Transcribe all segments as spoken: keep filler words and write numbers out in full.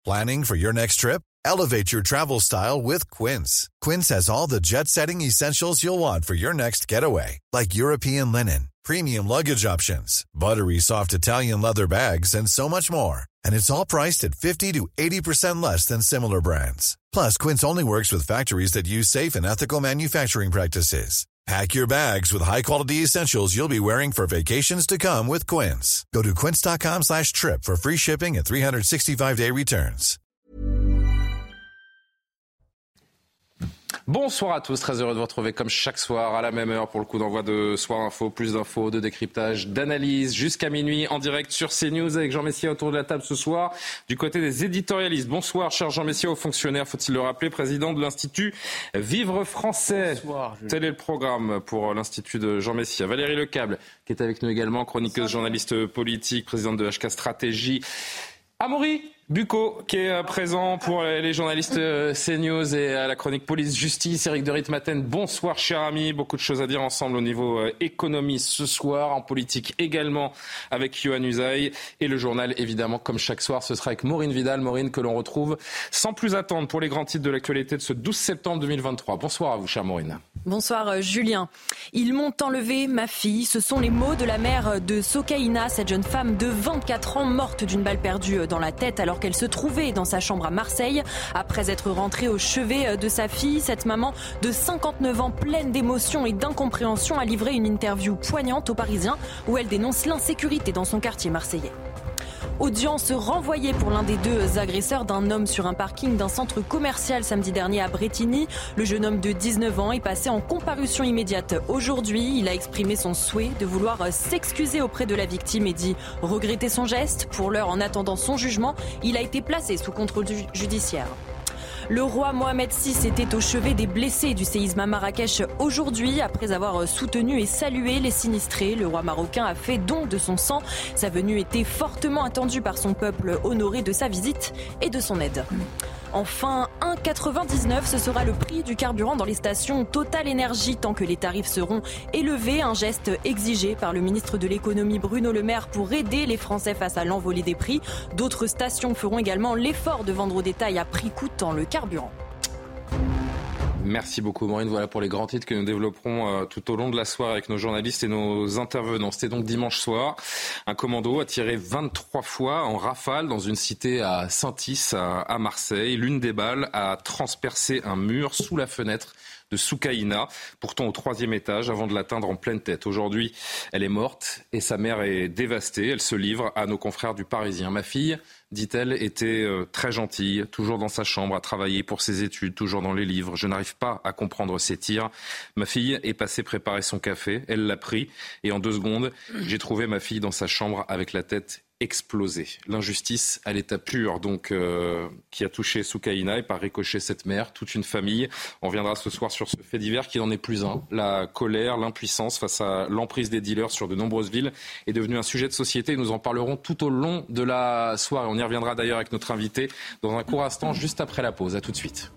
Planning for your next trip? Elevate your travel style with Quince. Quince has all the jet-setting essentials you'll want for your next getaway, like European linen, premium luggage options, buttery soft Italian leather bags, and so much more. And it's all priced at fifty to eighty percent less than similar brands. Plus, Quince only works with factories that use safe and ethical manufacturing practices. Pack your bags with high-quality essentials you'll be wearing for vacations to come with Quince. Go to quince.com slash trip for free shipping and three sixty-five day returns. Bonsoir à tous, très heureux de vous retrouver comme chaque soir à la même heure pour le coup d'envoi de Soir Info. Plus d'infos, de décryptage, d'analyse jusqu'à minuit en direct sur CNews avec Jean Messia autour de la table ce soir. Du côté des éditorialistes, bonsoir cher Jean Messia, haut fonctionnaire, faut-il le rappeler, président de l'Institut Vivre Français. Bonsoir. Tel est le programme pour l'Institut de Jean Messia. Valérie Lecable qui est avec nous également, chroniqueuse, journaliste politique, présidente de H K Stratégie. Amaury Bucco qui est présent pour les journalistes CNews et à la chronique police-justice. Éric de Ritmaten, bonsoir cher ami. Beaucoup de choses à dire ensemble au niveau économie ce soir, en politique également avec Yohann Usaï. Et le journal évidemment comme chaque soir, ce sera avec Maureen Vidal. Maureen que l'on retrouve sans plus attendre pour les grands titres de l'actualité de ce douze septembre deux mille vingt-trois. Bonsoir à vous chère Maureen. Bonsoir Julien. Ils m'ont enlevé ma fille. Ce sont les mots de la mère de Sokaina, cette jeune femme de vingt-quatre ans morte d'une balle perdue dans la tête alors qu'elle se trouvait dans sa chambre à Marseille. Après être rentrée au chevet de sa fille, cette maman de cinquante-neuf ans pleine d'émotions et d'incompréhension a livré une interview poignante aux Parisiens où elle dénonce l'insécurité dans son quartier marseillais. Audience renvoyée pour l'un des deux agresseurs d'un homme sur un parking d'un centre commercial samedi dernier à Brétigny. Le jeune homme de dix-neuf ans est passé en comparution immédiate aujourd'hui. Il a exprimé son souhait de vouloir s'excuser auprès de la victime et dit regretter son geste. Pour l'heure, en attendant son jugement, il a été placé sous contrôle judiciaire. Le roi Mohamed six était au chevet des blessés du séisme à Marrakech aujourd'hui. Après avoir soutenu et salué les sinistrés, le roi marocain a fait don de son sang. Sa venue était fortement attendue par son peuple, honoré de sa visite et de son aide. Enfin, un virgule quatre-vingt-dix-neuf, ce sera le prix du carburant dans les stations Total Énergie tant que les tarifs seront élevés. Un geste exigé par le ministre de l'économie Bruno Le Maire pour aider les Français face à l'envolée des prix. D'autres stations feront également l'effort de vendre au détail à prix coûtant le carburant. Merci beaucoup Maureen. Voilà pour les grands titres que nous développerons euh, tout au long de la soirée avec nos journalistes et nos intervenants. C'était donc dimanche soir. Un commando a tiré vingt-trois fois en rafale dans une cité à Saint-Is à, à Marseille. L'une des balles a transpercé un mur sous la fenêtre de Soukaina, pourtant au troisième étage, avant de l'atteindre en pleine tête. Aujourd'hui, elle est morte et sa mère est dévastée. Elle se livre à nos confrères du Parisien. Ma fille, dit-elle, était euh, très gentille, toujours dans sa chambre, à travailler pour ses études, toujours dans les livres. Je n'arrive pas à comprendre ses tirs. Ma fille est passée préparer son café, elle l'a pris et en deux secondes, j'ai trouvé ma fille dans sa chambre avec la tête explosé. L'injustice à l'état pur, donc, euh, qui a touché Soukaina et par ricochet cette mère, toute une famille. On reviendra ce soir sur ce fait divers qui n'en est plus un. La colère, l'impuissance face à l'emprise des dealers sur de nombreuses villes est devenue un sujet de société. Nous en parlerons tout au long de la soirée. On y reviendra d'ailleurs avec notre invité dans un court instant, juste après la pause. À tout de suite.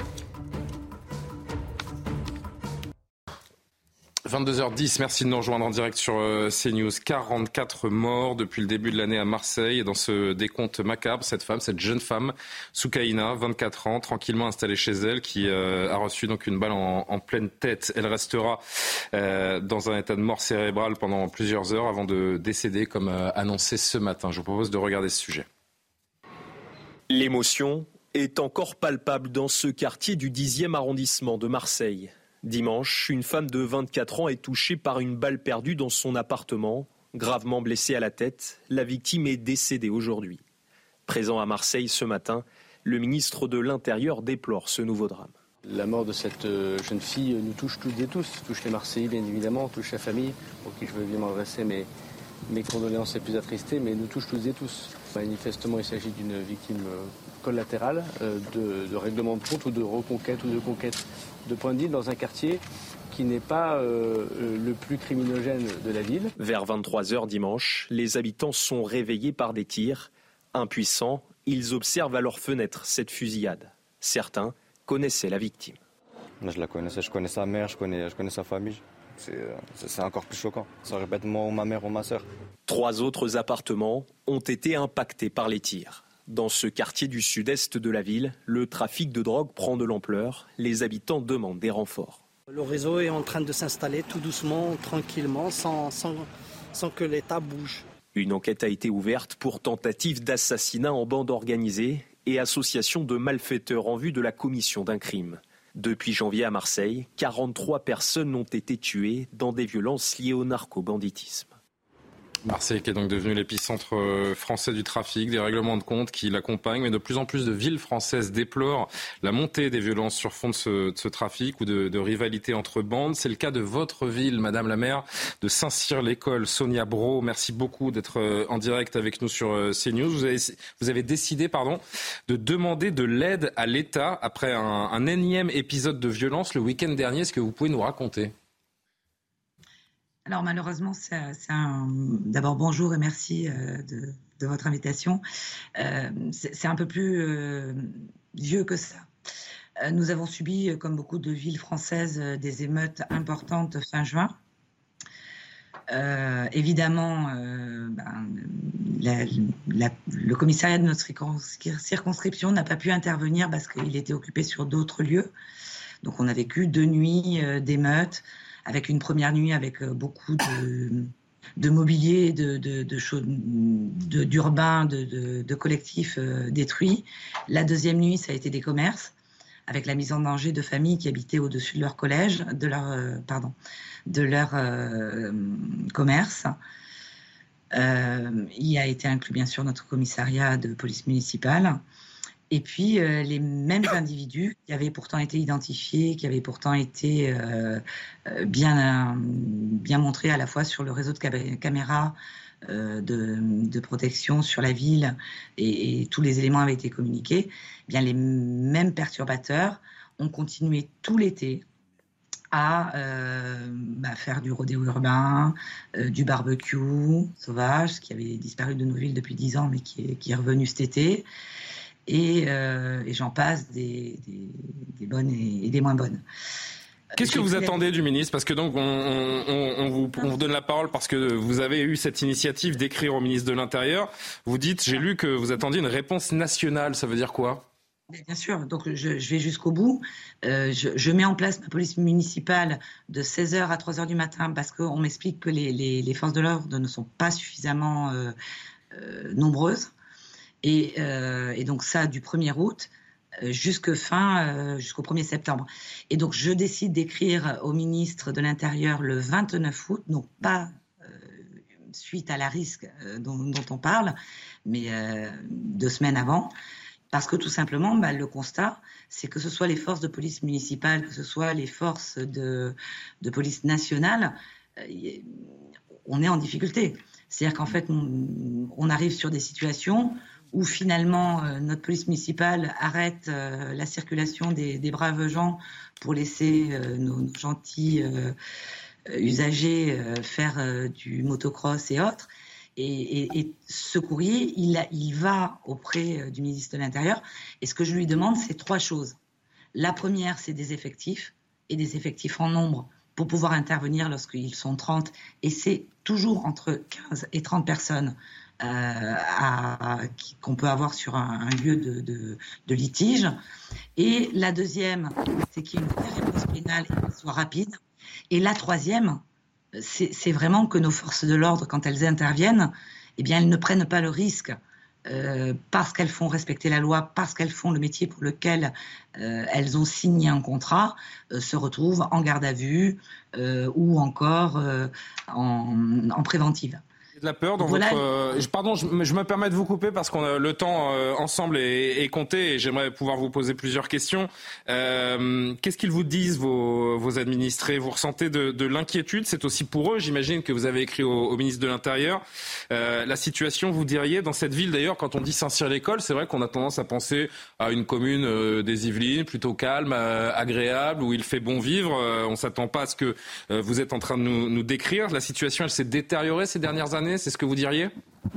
vingt-deux heures dix, merci de nous rejoindre en direct sur CNews. quarante-quatre morts depuis le début de l'année à Marseille. Et dans ce décompte macabre, cette femme, cette jeune femme, Soukaina, vingt-quatre ans, tranquillement installée chez elle, qui euh, a reçu donc une balle en, en pleine tête. Elle restera euh, dans un état de mort cérébrale pendant plusieurs heures avant de décéder, comme euh, annoncé ce matin. Je vous propose de regarder ce sujet. L'émotion est encore palpable dans ce quartier du dixième arrondissement de Marseille. Dimanche, une femme de vingt-quatre ans est touchée par une balle perdue dans son appartement. Gravement blessée à la tête, la victime est décédée aujourd'hui. Présent à Marseille ce matin, le ministre de l'Intérieur déplore ce nouveau drame. La mort de cette jeune fille nous touche toutes et tous, touche les Marseillais bien évidemment, touche la famille, pour qui je veux évidemment adresser mes, mes condoléances les plus attristées, mais nous touche toutes et tous. Manifestement, il s'agit d'une victime collatérale de, de règlement de compte ou de reconquête ou de conquête de points de deal dans un quartier qui n'est pas euh, le plus criminogène de la ville. Vers vingt-trois heures dimanche, les habitants sont réveillés par des tirs. Impuissants, ils observent à leur fenêtre cette fusillade. Certains connaissaient la victime. Je la connaissais, je connais sa mère, je connais, je connais sa famille. C'est, c'est encore plus choquant. Ça répète moi ou ma mère ou ma sœur. Trois autres appartements ont été impactés par les tirs. Dans ce quartier du sud-est de la ville, le trafic de drogue prend de l'ampleur. Les habitants demandent des renforts. Le réseau est en train de s'installer tout doucement, tranquillement, sans, sans, sans que l'État bouge. Une enquête a été ouverte pour tentative d'assassinat en bande organisée et association de malfaiteurs en vue de la commission d'un crime. Depuis janvier à Marseille, quarante-trois personnes ont été tuées dans des violences liées au narco-banditisme. Marseille qui est donc devenu l'épicentre français du trafic, des règlements de compte qui l'accompagnent, mais de plus en plus de villes françaises déplorent la montée des violences sur fond de ce, de ce trafic ou de, de rivalité entre bandes. C'est le cas de votre ville, Madame la maire de Saint-Cyr-l'École, Sonia Brault. Merci beaucoup d'être en direct avec nous sur CNews. Vous avez, vous avez décidé pardon, de demander de l'aide à l'État après un, un énième épisode de violence le week-end dernier. Est-ce que vous pouvez nous raconter ? Alors malheureusement, c'est, c'est un... d'abord bonjour et merci euh, de, de votre invitation. Euh, c'est, c'est un peu plus euh, vieux que ça. Euh, nous avons subi, comme beaucoup de villes françaises, des émeutes importantes fin juin. Euh, évidemment, euh, ben, la, la, le commissariat de notre circonscription n'a pas pu intervenir parce qu'il était occupé sur d'autres lieux. Donc on a vécu deux nuits euh, d'émeutes, avec une première nuit avec beaucoup de, de mobilier, de, de, de, de, d'urbain, de, de, de collectifs euh, détruits. La deuxième nuit, ça a été des commerces, avec la mise en danger de familles qui habitaient au-dessus de leur collège, de leur, euh, pardon, de leur euh, commerce. Euh, il a été inclus, bien sûr, notre commissariat de police municipale. Et puis, euh, les mêmes individus qui avaient pourtant été identifiés, qui avaient pourtant été euh, bien, euh, bien montrés à la fois sur le réseau de cam- caméras euh, de, de protection sur la ville, et, et tous les éléments avaient été communiqués, eh bien, les mêmes perturbateurs ont continué tout l'été à euh, bah, faire du rodéo urbain, euh, du barbecue sauvage, qui avait disparu de nos villes depuis dix ans, mais qui est, qui est revenu cet été. Et, euh, et j'en passe des, des, des bonnes et, et des moins bonnes. Qu'est-ce que vous attendez du ministre ? Parce que donc on, on, on, vous, on vous donne la parole parce que vous avez eu cette initiative d'écrire au ministre de l'Intérieur. Vous dites, j'ai lu que vous attendiez une réponse nationale. Ça veut dire quoi ? Bien sûr, donc je, je vais jusqu'au bout. Euh, je, je mets en place ma police municipale de seize heures à trois heures du matin parce qu'on m'explique que les, les, les forces de l'ordre ne sont pas suffisamment euh, euh, nombreuses. Et, euh, et donc ça, du premier août euh, jusqu'au fin, euh, jusqu'au premier septembre. Et donc je décide d'écrire au ministre de l'Intérieur le vingt-neuf août, donc pas euh, suite à la risque euh, dont, dont on parle, mais euh, deux semaines avant, parce que tout simplement, bah, le constat, c'est que ce soit les forces de police municipale, que ce soit les forces de, de police nationale, euh, on est en difficulté. C'est-à-dire qu'en fait, on, on arrive sur des situations où finalement euh, notre police municipale arrête euh, la circulation des, des braves gens pour laisser euh, nos, nos gentils euh, usagers euh, faire euh, du motocross et autres. Et, et, et ce courrier, il, a, il va auprès euh, du ministre de l'Intérieur. Et ce que je lui demande, c'est trois choses. La première, c'est des effectifs, et des effectifs en nombre pour pouvoir intervenir lorsqu'ils sont trente. Et c'est toujours entre quinze et trente personnes Euh, à, à, qu'on peut avoir sur un, un lieu de, de, de litige. Et la deuxième, c'est qu'il y ait une vraie réponse pénale et qu'elle soit rapide. Et la troisième, c'est, c'est vraiment que nos forces de l'ordre, quand elles interviennent, eh bien, elles ne prennent pas le risque euh, parce qu'elles font respecter la loi, parce qu'elles font le métier pour lequel euh, elles ont signé un contrat, euh, se retrouvent en garde à vue euh, ou encore euh, en, en préventive. De la peur dans voilà. votre. Euh, pardon, je, je me permets de vous couper parce qu'on a le temps euh, ensemble est, est compté et j'aimerais pouvoir vous poser plusieurs questions. Euh, qu'est-ce qu'ils vous disent vos, vos administrés ? Vous ressentez de, de l'inquiétude ? C'est aussi pour eux, j'imagine, que vous avez écrit au, au ministre de l'Intérieur. Euh, la situation, vous diriez, dans cette ville d'ailleurs, quand on dit Saint-Cyr-l'École, c'est vrai qu'on a tendance à penser à une commune euh, des Yvelines plutôt calme, euh, agréable, où il fait bon vivre. Euh, on s'attend pas à ce que euh, vous êtes en train de nous, nous décrire. La situation, elle s'est détériorée ces dernières années. C'est ce que vous diriez ?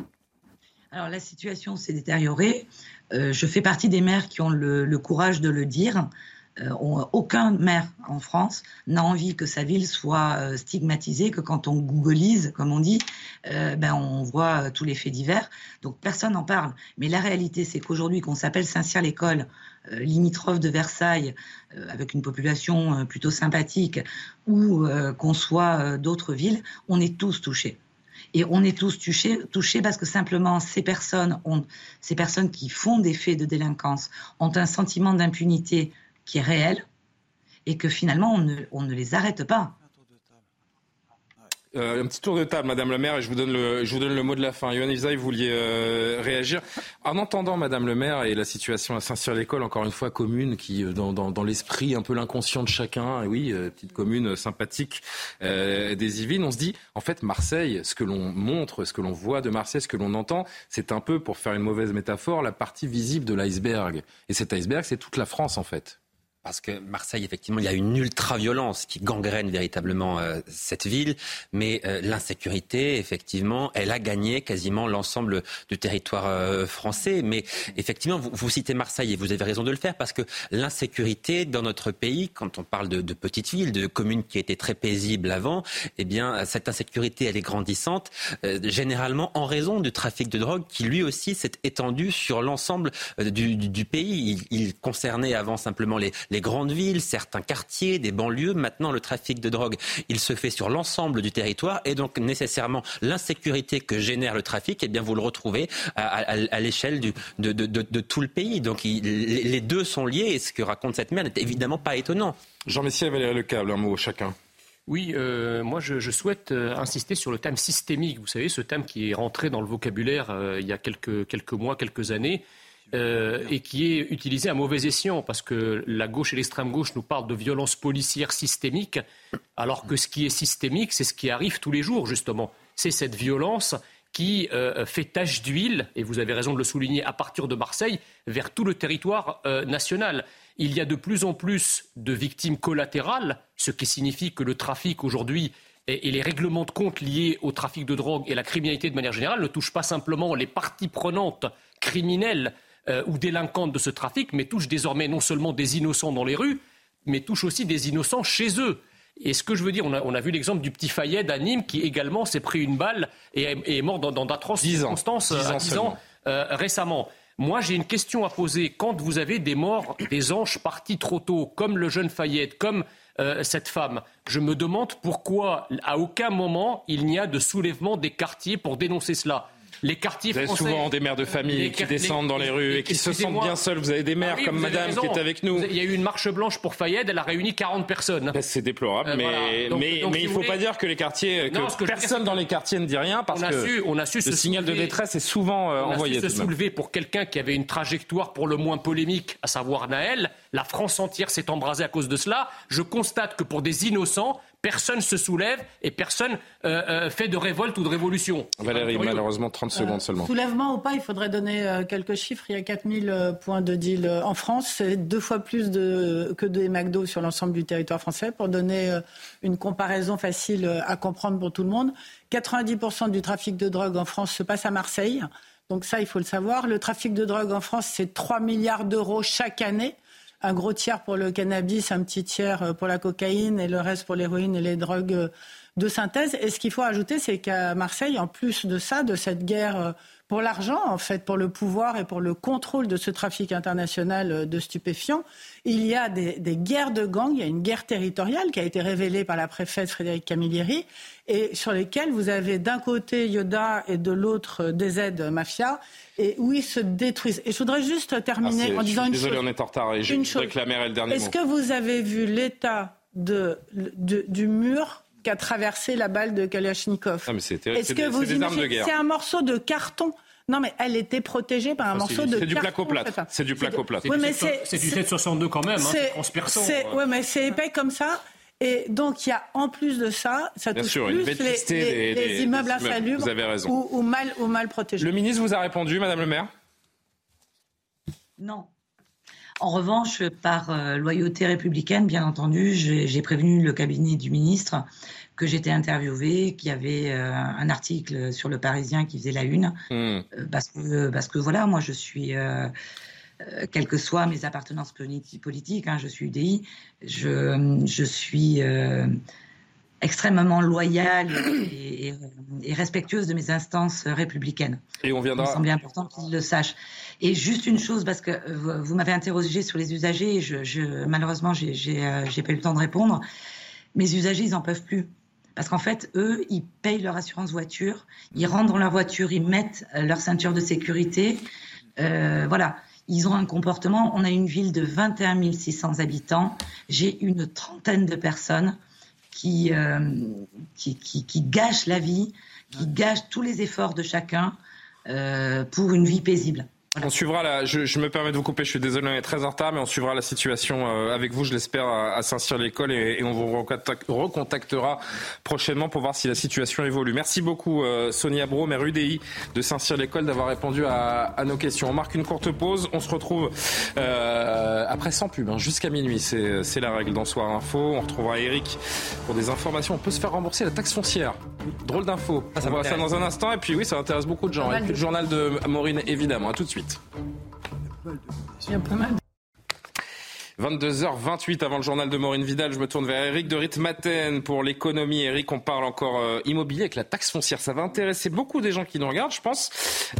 Alors la situation s'est détériorée. Euh, je fais partie des maires qui ont le, le courage de le dire. Euh, on, aucun maire en France n'a envie que sa ville soit euh, stigmatisée, que quand on googleise, comme on dit, euh, ben on voit euh, tous les faits divers. Donc personne n'en parle. Mais la réalité, c'est qu'aujourd'hui, qu'on s'appelle Saint-Cyr-l'École, euh, limitrophe de Versailles, euh, avec une population euh, plutôt sympathique, ou euh, qu'on soit euh, d'autres villes, on est tous touchés. Et on est tous touchés, touchés parce que simplement ces personnes, ont, ces personnes qui font des faits de délinquance ont un sentiment d'impunité qui est réel et que finalement on ne, on ne les arrête pas. Euh, un petit tour de table, Madame le maire, et je vous donne le, je vous donne le mot de la fin. Yohann Usaï, vous vouliez euh, réagir. En entendant Madame le maire et la situation à Saint-Cyr-l'École, encore une fois commune, qui dans, dans, dans l'esprit un peu l'inconscient de chacun, et oui, euh, petite commune sympathique euh, des Yvelines, on se dit, en fait, Marseille, ce que l'on montre, ce que l'on voit de Marseille, ce que l'on entend, c'est un peu, pour faire une mauvaise métaphore, la partie visible de l'iceberg. Et cet iceberg, c'est toute la France, en fait. Parce que Marseille, effectivement, il y a une ultra-violence qui gangrène véritablement euh, cette ville, mais euh, l'insécurité, effectivement, elle a gagné quasiment l'ensemble du territoire euh, français. Mais effectivement, vous, vous citez Marseille et vous avez raison de le faire, parce que l'insécurité dans notre pays, quand on parle de, de petites villes, de communes qui étaient très paisibles avant, eh bien, cette insécurité, elle est grandissante, euh, généralement en raison du trafic de drogue qui, lui aussi, s'est étendu sur l'ensemble euh, du, du, du pays. Il, il concernait avant simplement les les grandes villes, certains quartiers, des banlieues. Maintenant, le trafic de drogue, il se fait sur l'ensemble du territoire et donc nécessairement l'insécurité que génère le trafic, eh bien vous le retrouvez à, à, à l'échelle du, de, de, de, de tout le pays. Donc il, les deux sont liés et ce que raconte cette maire n'est évidemment pas étonnant. Jean Messia et Valérie Lecable, un mot chacun. Oui, euh, moi je, je souhaite euh, insister sur le terme systémique. Vous savez, ce terme qui est rentré dans le vocabulaire euh, il y a quelques, quelques mois, quelques années. Euh, et qui est utilisé à mauvais escient, parce que la gauche et l'extrême gauche nous parlent de violences policières systémiques, alors que ce qui est systémique, c'est ce qui arrive tous les jours, justement. C'est cette violence qui euh, fait tache d'huile, et vous avez raison de le souligner, à partir de Marseille, vers tout le territoire euh, national. Il y a de plus en plus de victimes collatérales, ce qui signifie que le trafic aujourd'hui et, et les règlements de compte liés au trafic de drogue et la criminalité de manière générale ne touchent pas simplement les parties prenantes criminelles Euh, ou délinquantes de ce trafic, mais touche désormais non seulement des innocents dans les rues, mais touche aussi des innocents chez eux. Et ce que je veux dire, on a, on a vu l'exemple du petit Fayed à Nîmes qui également s'est pris une balle et est, et est mort dans, dans d'atroces circonstances à dix ans euh, récemment. Moi, j'ai une question à poser. Quand vous avez des morts, des anges partis trop tôt, comme le jeune Fayed, comme euh, cette femme, je me demande pourquoi, à aucun moment, il n'y a de soulèvement des quartiers pour dénoncer cela. Les quartiers vous avez français, souvent des mères de famille qui descendent dans les rues et qui se sentent bien seules. Vous avez des mères ah oui, comme madame qui est avec nous. Il y a eu une marche blanche pour Fayed, elle a réuni quarante personnes. Ben, c'est déplorable, euh, mais, voilà. donc, mais, donc, mais si il ne faut voulez... pas dire que les quartiers, que, non, que personne dans les quartiers ne dit rien, parce on a que su, on a su le signal soulever, de détresse est souvent euh, on envoyé. On a su se soulever pour quelqu'un qui avait une trajectoire pour le moins polémique, à savoir Naël. La France entière s'est embrasée à cause de cela. Je constate que pour des innocents, personne ne se soulève et personne euh, euh, fait de révolte ou de révolution. Valérie, malheureusement, trente secondes euh, seulement. Soulèvement ou pas, il faudrait donner euh, quelques chiffres. Il y a quatre mille euh, points de deal euh, en France. C'est deux fois plus de, que des McDo sur l'ensemble du territoire français. Pour donner euh, une comparaison facile euh, à comprendre pour tout le monde, quatre-vingt-dix pour cent du trafic de drogue en France se passe à Marseille. Donc ça, il faut le savoir. Le trafic de drogue en France, c'est trois milliards d'euros chaque année. Un gros tiers pour le cannabis, un petit tiers pour la cocaïne et le reste pour l'héroïne et les drogues de synthèse. Et ce qu'il faut ajouter, c'est qu'à Marseille, en plus de ça, de cette guerre pour l'argent, en fait, pour le pouvoir et pour le contrôle de ce trafic international de stupéfiants, il y a des, des guerres de gangs, il y a une guerre territoriale qui a été révélée par la préfète Frédérique Camilleri et sur lesquelles vous avez d'un côté Yoda et de l'autre D Z Mafia et où ils se détruisent. Et je voudrais juste terminer ah, en disant une désolé, chose. Désolé, on est en retard et je voudrais que la maire ait le dernier Est-ce mot. que vous avez vu l'état de, de, du mur qu'a traversé la balle de Kalachnikov? Ah, mais c'est terrible. Est-ce c'est que des, vous c'est des armes de guerre. C'est un morceau de carton. Non, mais elle était protégée par un enfin, morceau c'est, de c'est carton. Du placo-plate. En fait. C'est du placo-plate. C'est, oui, mais c'est, c'est du sept soixante-deux quand même, c'est, hein, c'est transperçant. C'est, ouais, mais c'est épais comme ça. Et donc, il y a en plus de ça, ça touche sûr, plus les, les, les, des, les immeubles insalubres ou, ou, mal, ou mal protégés. Le ministre vous a répondu, Madame le maire? Non. En revanche, par euh, loyauté républicaine, bien entendu, j'ai, j'ai prévenu le cabinet du ministre que j'étais interviewée, qu'il y avait euh, un article sur Le Parisien qui faisait la une, mmh. euh, parce que parce que voilà, moi je suis euh, euh, quelles que soient mes appartenances politiques, hein, je suis U D I, je, je suis euh, extrêmement loyale et, et, et respectueuse de mes instances républicaines. Et on viendra... Il me semblait important qu'ils le sachent. Et juste une chose, parce que vous, vous m'avez interrogé sur les usagers, et je, je, malheureusement, j'ai, j'ai, euh, j'ai pas eu le temps de répondre. Mes usagers, ils en peuvent plus. Parce qu'en fait, eux, ils payent leur assurance voiture, ils rentrent dans leur voiture, ils mettent leur ceinture de sécurité. Euh, voilà, ils ont un comportement. On a une ville de vingt et un mille six cents habitants. J'ai une trentaine de personnes qui, euh, qui, qui, qui gâchent la vie, qui gâchent tous les efforts de chacun euh, pour une vie paisible. Voilà. On suivra la, je, je me permets de vous couper, je suis désolé, on est très en retard, mais on suivra la situation euh, avec vous, je l'espère, à, à Saint-Cyr-l'École et, et on vous recontactera prochainement pour voir si la situation évolue. Merci beaucoup euh, Sonia Brault, maire U D I de Saint-Cyr-l'École, d'avoir répondu à, à nos questions. On marque une courte pause, on se retrouve euh, après sans pub, hein, jusqu'à minuit, c'est, c'est la règle dans Soir Info. On retrouvera Eric pour des informations. On peut se faire rembourser la taxe foncière. Drôle d'info. Ça, ça on voit ça dans un instant et puis oui, ça intéresse beaucoup de gens. Et puis le journal de Maureen, évidemment. À tout de suite. Il y a pas mal de... vingt-deux heures vingt-huit avant le journal de Maureen Vidal, je me tourne vers Éric de Ritmaten pour l'économie. Éric, on parle encore euh, immobilier avec la taxe foncière. Ça va intéresser beaucoup des gens qui nous regardent, je pense.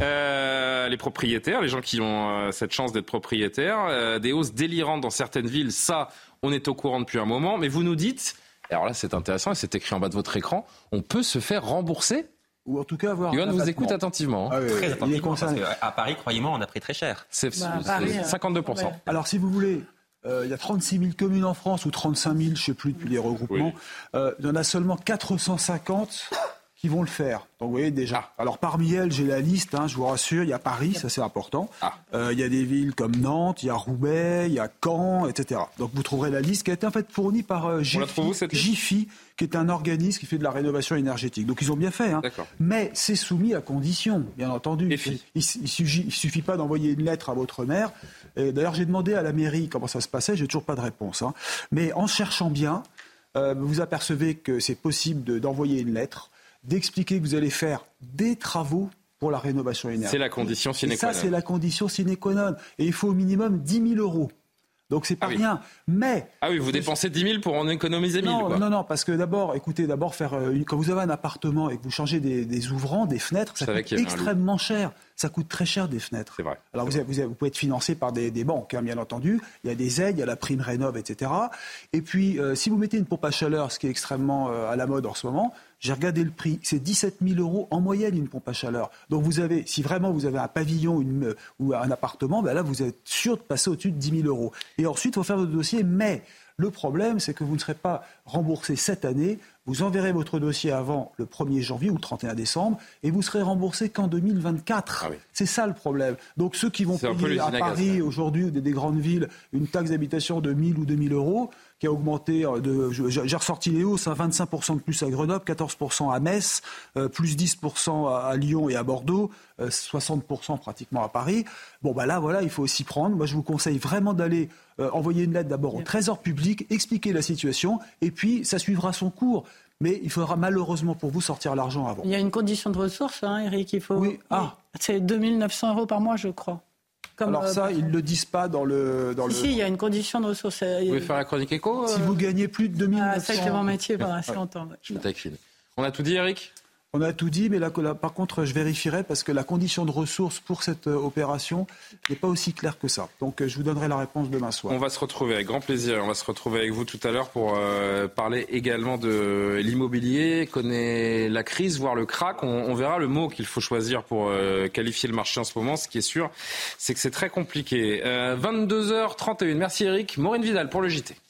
Euh, les propriétaires, les gens qui ont euh, cette chance d'être propriétaires. Euh, des hausses délirantes dans certaines villes, ça, on est au courant depuis un moment. Mais vous nous dites, alors là c'est intéressant et c'est écrit en bas de votre écran, on peut se faire rembourser ? Ou en tout cas avoir. Yoann vous écoute attentivement. Ah oui, très il attentivement, est concerné. parce qu'à Paris, croyez-moi, on a pris très cher. C'est, bah, c'est Paris, cinquante-deux pour cent. Ouais. Alors si vous voulez, euh, il y a trente-six mille communes en France, ou trente-cinq mille, je ne sais plus, depuis les regroupements. Oui. Euh, il y en a seulement quatre cent cinquante qui vont le faire. Donc vous voyez déjà. Ah. Alors parmi elles, j'ai la liste, hein, je vous rassure, il y a Paris, ça c'est important. Ah. Euh, il y a des villes comme Nantes, il y a Roubaix, il y a Caen, et cetera. Donc vous trouverez la liste qui a été en fait fournie par euh, Jiffy, qui est un organisme qui fait de la rénovation énergétique. Donc ils ont bien fait, hein. Mais c'est soumis à condition, bien entendu. Il ne suffit, il suffit pas d'envoyer une lettre à votre maire. Et d'ailleurs, j'ai demandé à la mairie comment ça se passait, j'ai toujours pas de réponse. Hein. Mais en cherchant bien, euh, vous apercevez que c'est possible de, d'envoyer une lettre, d'expliquer que vous allez faire des travaux pour la rénovation énergétique. C'est la condition sine qua non. Et ça, c'est la condition sine qua non. Et il faut au minimum dix mille euros. Donc c'est pas ah oui. rien. Mais ah oui, vous dépensez dix mille pour en économiser mille. Non, quoi. non, non, parce que d'abord, écoutez, d'abord faire une, quand vous avez un appartement et que vous changez des, des ouvrants, des fenêtres, ça coûte extrêmement cher. Ça coûte très cher des fenêtres. C'est vrai. Alors c'est vous, vrai. Avez, vous, avez, vous pouvez être financé par des, des banques, hein, bien entendu. Il y a des aides, il y a la prime rénov, et cetera. Et puis, euh, si vous mettez une pompe à chaleur, ce qui est extrêmement euh, à la mode en ce moment, j'ai regardé le prix, c'est dix-sept mille euros en moyenne une pompe à chaleur. Donc vous avez, si vraiment vous avez un pavillon une, ou un appartement, ben là vous êtes sûr de passer au-dessus de dix mille euros. Et ensuite, il faut faire votre dossier, mais le problème, c'est que vous ne serez pas remboursé cette année. Vous enverrez votre dossier avant le premier janvier ou le trente et un décembre et vous serez remboursé qu'en deux mille vingt-quatre. Ah oui. C'est ça le problème. Donc ceux qui vont c'est payer à Paris aujourd'hui ou des, des grandes villes une taxe d'habitation de mille ou deux mille euros, qui a augmenté, de, j'ai ressorti les hausses, hein, vingt-cinq pour cent de plus à Grenoble, quatorze pour cent à Metz, euh, plus dix pour cent à, à Lyon et à Bordeaux, euh, soixante pour cent pratiquement à Paris. Bon, bah là, voilà, il faut aussi prendre. Moi, je vous conseille vraiment d'aller euh, envoyer une lettre d'abord au Trésor public, expliquer la situation, et puis ça suivra son cours. Mais il faudra malheureusement pour vous sortir l'argent avant. Il y a une condition de ressources, hein, Eric, il faut... Oui, ah. C'est deux mille neuf cents euros par mois, je crois. Comme Alors ça, euh, ils ne le disent pas dans le... Dans si, le... si, il y a une condition de ressources. Vous pouvez faire la chronique éco euh... Si vous gagnez plus de deux mille neuf cents... Ah, ça, c'est mon métier pendant assez longtemps. Ouais. Je me taquine. On a tout dit, Eric ? On a tout dit, mais là, là, par contre, je vérifierai parce que la condition de ressources pour cette euh, opération n'est pas aussi claire que ça. Donc, euh, je vous donnerai la réponse demain soir. On va se retrouver avec grand plaisir. On va se retrouver avec vous tout à l'heure pour euh, parler également de l'immobilier. Connaît la crise, voire le krach. On, on verra le mot qu'il faut choisir pour euh, qualifier le marché en ce moment. Ce qui est sûr, c'est que c'est très compliqué. Euh, vingt-deux heures trente et une. Merci Eric. Maureen Vidal pour le J T.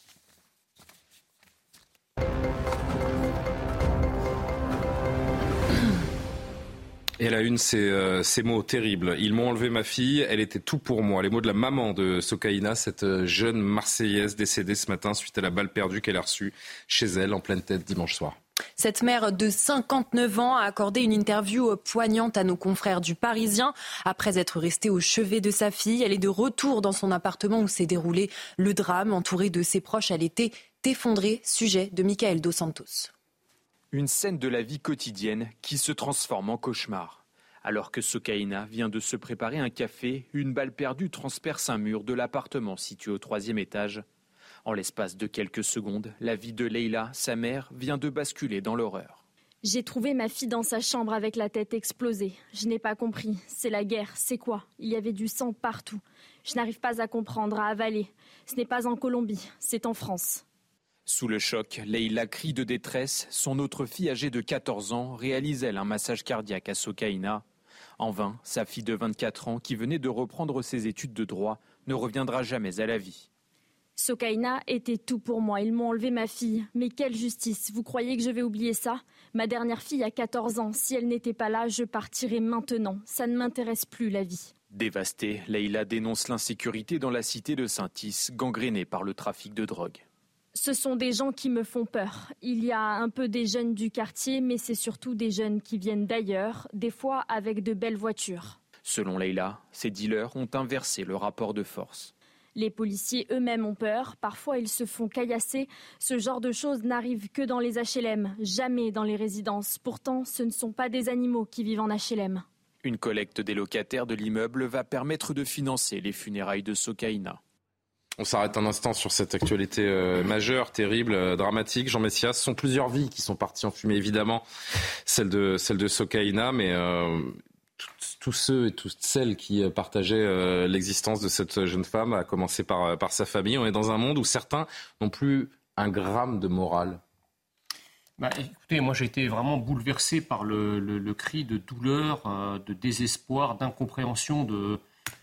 Et la une, c'est euh, ces mots terribles. Ils m'ont enlevé ma fille, elle était tout pour moi. Les mots de la maman de Sokaina, cette jeune Marseillaise décédée ce matin suite à la balle perdue qu'elle a reçue chez elle en pleine tête dimanche soir. Cette mère de cinquante-neuf ans a accordé une interview poignante à nos confrères du Parisien. Après être restée au chevet de sa fille, elle est de retour dans son appartement où s'est déroulé le drame. Entourée de ses proches, elle était effondrée. Sujet de Michael Dos Santos. Une scène de la vie quotidienne qui se transforme en cauchemar. Alors que Sokaina vient de se préparer un café, une balle perdue transperce un mur de l'appartement situé au troisième étage. En l'espace de quelques secondes, la vie de Leïla, sa mère, vient de basculer dans l'horreur. J'ai trouvé ma fille dans sa chambre avec la tête explosée. Je n'ai pas compris. C'est la guerre. C'est quoi ? Il y avait du sang partout. Je n'arrive pas à comprendre, à avaler. Ce n'est pas en Colombie, c'est en France. Sous le choc, Leïla crie de détresse. Son autre fille, âgée de quatorze ans, réalise elle un massage cardiaque à Sokaina. En vain, sa fille de vingt-quatre ans, qui venait de reprendre ses études de droit, ne reviendra jamais à la vie. Sokaina était tout pour moi. Ils m'ont enlevé ma fille. Mais quelle justice! Vous croyez que je vais oublier ça? Ma dernière fille a quatorze ans. Si elle n'était pas là, je partirais maintenant. Ça ne m'intéresse plus, la vie. Dévastée, Leïla dénonce l'insécurité dans la cité de Saint-Is, gangrénée par le trafic de drogue. Ce sont des gens qui me font peur. Il y a un peu des jeunes du quartier, mais c'est surtout des jeunes qui viennent d'ailleurs, des fois avec de belles voitures. Selon Leïla, ces dealers ont inversé le rapport de force. Les policiers eux-mêmes ont peur, parfois ils se font caillasser. Ce genre de choses n'arrive que dans les H L M, jamais dans les résidences. Pourtant, ce ne sont pas des animaux qui vivent en H L M. Une collecte des locataires de l'immeuble va permettre de financer les funérailles de Sokaina. On s'arrête un instant sur cette actualité euh, majeure, terrible, euh, dramatique. Jean Messias, ce sont plusieurs vies qui sont parties en fumée, évidemment, celle de, celle de Sokaina, mais euh, tous ceux et toutes celles qui partageaient euh, l'existence de cette jeune femme, à commencer par, par sa famille. On est dans un monde où certains n'ont plus un gramme de morale. Bah, écoutez, moi j'ai été vraiment bouleversé par le, le, le cri de douleur, euh, de désespoir, d'incompréhension de...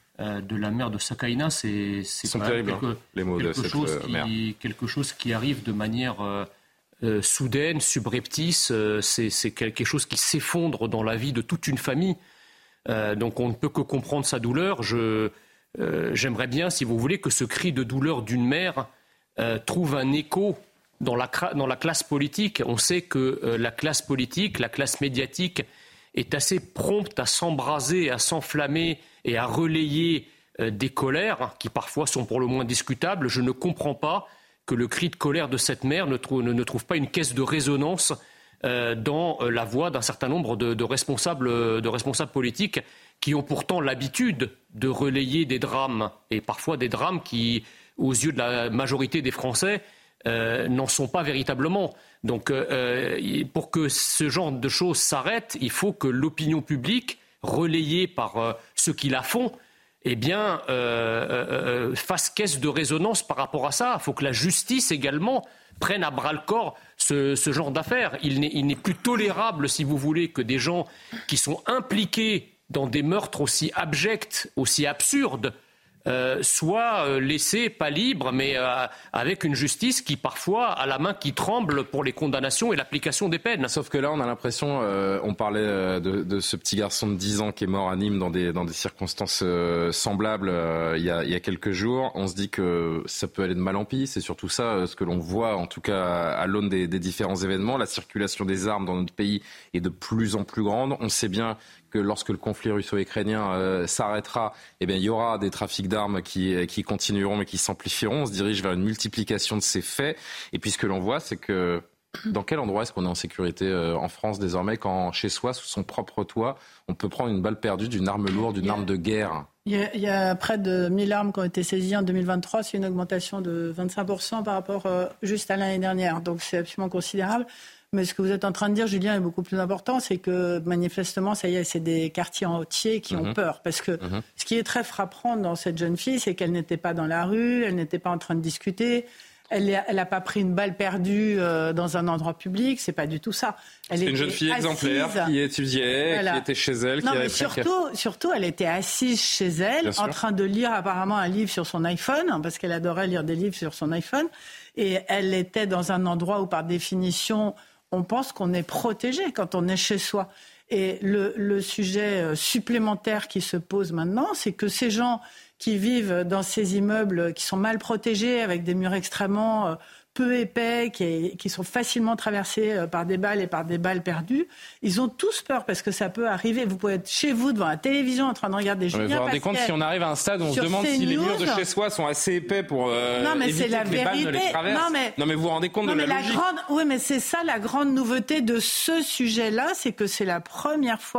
de la mère de Sokaina. C'est, c'est quand même quelque, hein, les mots quelque, de chose cette qui, quelque chose qui arrive de manière euh, euh, soudaine, subreptice. Euh, c'est, c'est quelque chose qui s'effondre dans la vie de toute une famille. Euh, donc on ne peut que comprendre sa douleur. Je, euh, j'aimerais bien, si vous voulez, que ce cri de douleur d'une mère euh, trouve un écho dans la, dans la classe politique. On sait que euh, la classe politique, la classe médiatique est assez prompte à s'embraser, à s'enflammer et à relayer euh, des colères qui parfois sont pour le moins discutables. Je ne comprends pas que le cri de colère de cette mère ne trouve, ne, ne trouve pas une caisse de résonance euh, dans euh, la voix d'un certain nombre de, de, responsables, de responsables politiques qui ont pourtant l'habitude de relayer des drames, et parfois des drames qui, aux yeux de la majorité des Français, euh, n'en sont pas véritablement. Donc euh, pour que ce genre de choses s'arrête, il faut que l'opinion publique, relayée par euh, ceux qui la font, eh bien, euh, euh, fasse caisse de résonance par rapport à ça. Il faut que la justice également prenne à bras-le-corps ce, ce genre d'affaires. Il n'est, il n'est plus tolérable, si vous voulez, que des gens qui sont impliqués dans des meurtres aussi abjects, aussi absurdes, Euh, soit euh, laissés pas libres, mais euh, avec une justice qui parfois a la main qui tremble pour les condamnations et l'application des peines. Sauf que là, on a l'impression, euh, on parlait euh, de, de ce petit garçon de dix ans qui est mort à Nîmes dans des, dans des circonstances euh, semblables euh, il, y a, il y a quelques jours. On se dit que ça peut aller de mal en pis. C'est surtout ça euh, ce que l'on voit, en tout cas à l'aune des, des différents événements. La circulation des armes dans notre pays est de plus en plus grande. On sait bien que lorsque le conflit russo-ukrainien euh, s'arrêtera, eh bien, il y aura des trafics d'armes qui, qui continueront mais qui s'amplifieront. On se dirige vers une multiplication de ces faits. Et puis ce que l'on voit, c'est que dans quel endroit est-ce qu'on est en sécurité euh, en France désormais, quand chez soi, sous son propre toit, on peut prendre une balle perdue d'une arme lourde, d'une arme de guerre? Il y, a, il y a près de mille armes qui ont été saisies en deux mille vingt-trois. C'est une augmentation de vingt-cinq pour cent par rapport euh, juste à l'année dernière. Donc c'est absolument considérable. Mais ce que vous êtes en train de dire, Julien, est beaucoup plus important. C'est que manifestement, ça y est, c'est des quartiers entiers qui mmh. ont peur. Parce que mmh. ce qui est très frappant dans cette jeune fille, c'est qu'elle n'était pas dans la rue, elle n'était pas en train de discuter. Elle n'a pas pris une balle perdue euh, dans un endroit public, c'est pas du tout ça. Elle c'est une jeune fille assise. exemplaire qui étudiait, voilà. qui était chez elle. Non, qui mais avait surtout, surtout, elle était assise chez elle, Bien en sûr. train de lire apparemment un livre sur son iPhone, parce qu'elle adorait lire des livres sur son iPhone. Et elle était dans un endroit où, par définition, on pense qu'on est protégé quand on est chez soi. Et le, le sujet supplémentaire qui se pose maintenant, c'est que ces gens qui vivent dans ces immeubles qui sont mal protégés, avec des murs extrêmement peu épais, qui, qui sont facilement traversés par des balles et par des balles perdues, ils ont tous peur parce que ça peut arriver. Vous pouvez être chez vous devant la télévision en train de regarder Julien Pasquet. Vous vous rendez compte, si on arrive à un stade où on se demande si les murs de chez soi sont assez épais pour euh, non, mais éviter c'est la que les vérité. balles ne les traversent. Non, mais, non, mais vous vous rendez compte non, de mais la, la logique. grande, oui, mais c'est ça la grande nouveauté de ce sujet-là, c'est que c'est la première fois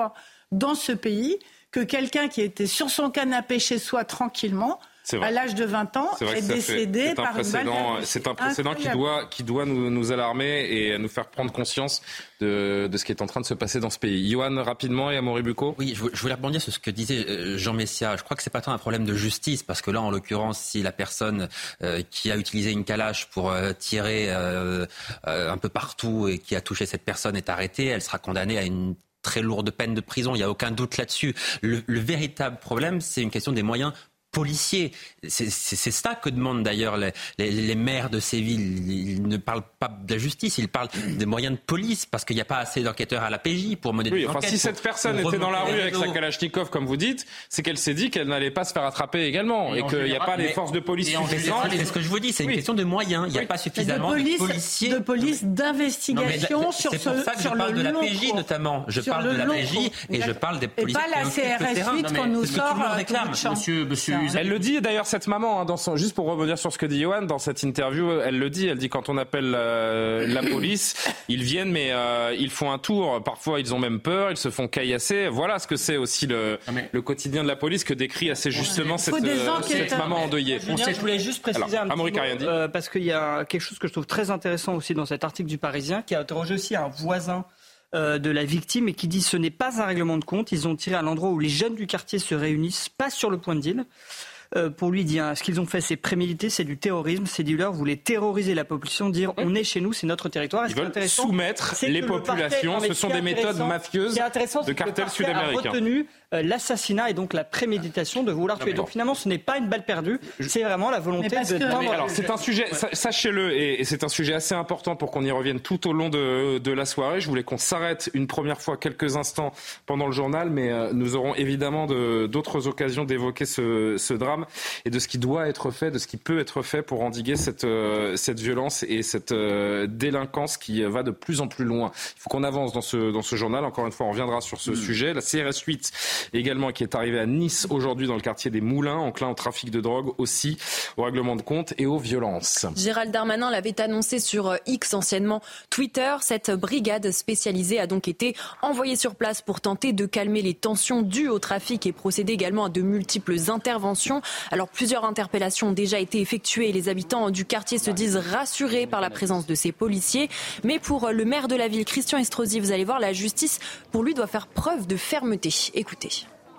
dans ce pays que quelqu'un qui était sur son canapé chez soi tranquillement, à l'âge de vingt ans, est, est décédé fait, par une balle perdue. C'est un précédent qui doit, qui doit nous, nous alarmer et nous faire prendre conscience de, de ce qui est en train de se passer dans ce pays. Yoann, rapidement, et Amaury Bucco. Oui, je, je voulais rebondir sur ce que disait Jean Messia. Je crois que c'est pas tant un problème de justice, parce que là, en l'occurrence, si la personne euh, qui a utilisé une calache pour euh, tirer euh, euh, un peu partout et qui a touché cette personne est arrêtée, elle sera condamnée à une très lourde peine de prison. Il n'y a aucun doute là-dessus. Le, le véritable problème, c'est une question des moyens policiers. C'est, c'est, c'est ça que demandent d'ailleurs les, les, les maires de ces villes. Ils ne parlent pas de la justice, ils parlent des moyens de police, parce qu'il n'y a pas assez d'enquêteurs à la P J pour mener oui, des enfin, enquêtes. Si cette personne était dans la rue avec sa Kalachnikov, comme vous dites, c'est qu'elle s'est dit qu'elle n'allait pas se faire attraper également, et, et qu'il n'y a pas les forces de police suffisantes. C'est ce que je vous dis, c'est une oui. question de moyens. Il n'y a oui. pas suffisamment de, police, de policiers. De police, d'investigation non, sur ce C'est pour ça que je parle de la P J notamment. Je parle de la P J et je parle des policiers. Et pas la C R S huit qu'on nous sort. Monsieur, monsieur Elle le dit d'ailleurs, cette maman, hein, dans son, juste pour revenir sur ce que dit Yoann, dans cette interview, elle le dit, elle dit quand on appelle euh, la police, ils viennent mais euh, ils font un tour, parfois ils ont même peur, ils se font caillasser. Voilà ce que c'est aussi le, mais... le quotidien de la police que décrit assez justement ouais, cette, euh, cette maman endeuillée. On je voulais juste préciser Alors, un petit mot, euh, parce qu'il y a quelque chose que je trouve très intéressant aussi dans cet article du Parisien, qui a interrogé aussi un voisin Euh, de la victime et qui dit ce n'est pas un règlement de compte. Ils ont tiré à l'endroit où les jeunes du quartier se réunissent, pas sur le point de deal. Euh, pour lui, il dit hein, ce qu'ils ont fait, c'est prémédité, c'est du terrorisme. Ces dealers voulaient terroriser la population, dire on est chez nous, c'est notre territoire. Et Ils veulent soumettre les populations. Parquet, ce sont des méthodes mafieuses de cartels sud-américains. A retenu euh, l'assassinat et donc la préméditation de vouloir non, tuer. Donc bon. Finalement, ce n'est pas une balle perdue, c'est vraiment la volonté de. Que... Mais alors, c'est un sujet, ouais. sachez-le, et, et c'est un sujet assez important pour qu'on y revienne tout au long de, de la soirée. Je voulais qu'on s'arrête une première fois quelques instants pendant le journal, mais euh, nous aurons évidemment de, d'autres occasions d'évoquer ce, ce drame et de ce qui doit être fait, de ce qui peut être fait pour endiguer cette, euh, cette violence et cette euh, délinquance qui va de plus en plus loin. Il faut qu'on avance dans ce, dans ce journal. Encore une fois, on reviendra sur ce mmh. sujet. La C R S huit également qui est arrivée à Nice aujourd'hui dans le quartier des Moulins, enclin au trafic de drogue, aussi au règlement de compte et aux violences. Gérald Darmanin l'avait annoncé sur X, anciennement Twitter. Cette brigade spécialisée a donc été envoyée sur place pour tenter de calmer les tensions dues au trafic et procéder également à de multiples interventions. Alors plusieurs interpellations ont déjà été effectuées et les habitants du quartier se disent rassurés par la présence de ces policiers. Mais pour le maire de la ville, Christian Estrosi, vous allez voir, la justice pour lui doit faire preuve de fermeté. Écoutez.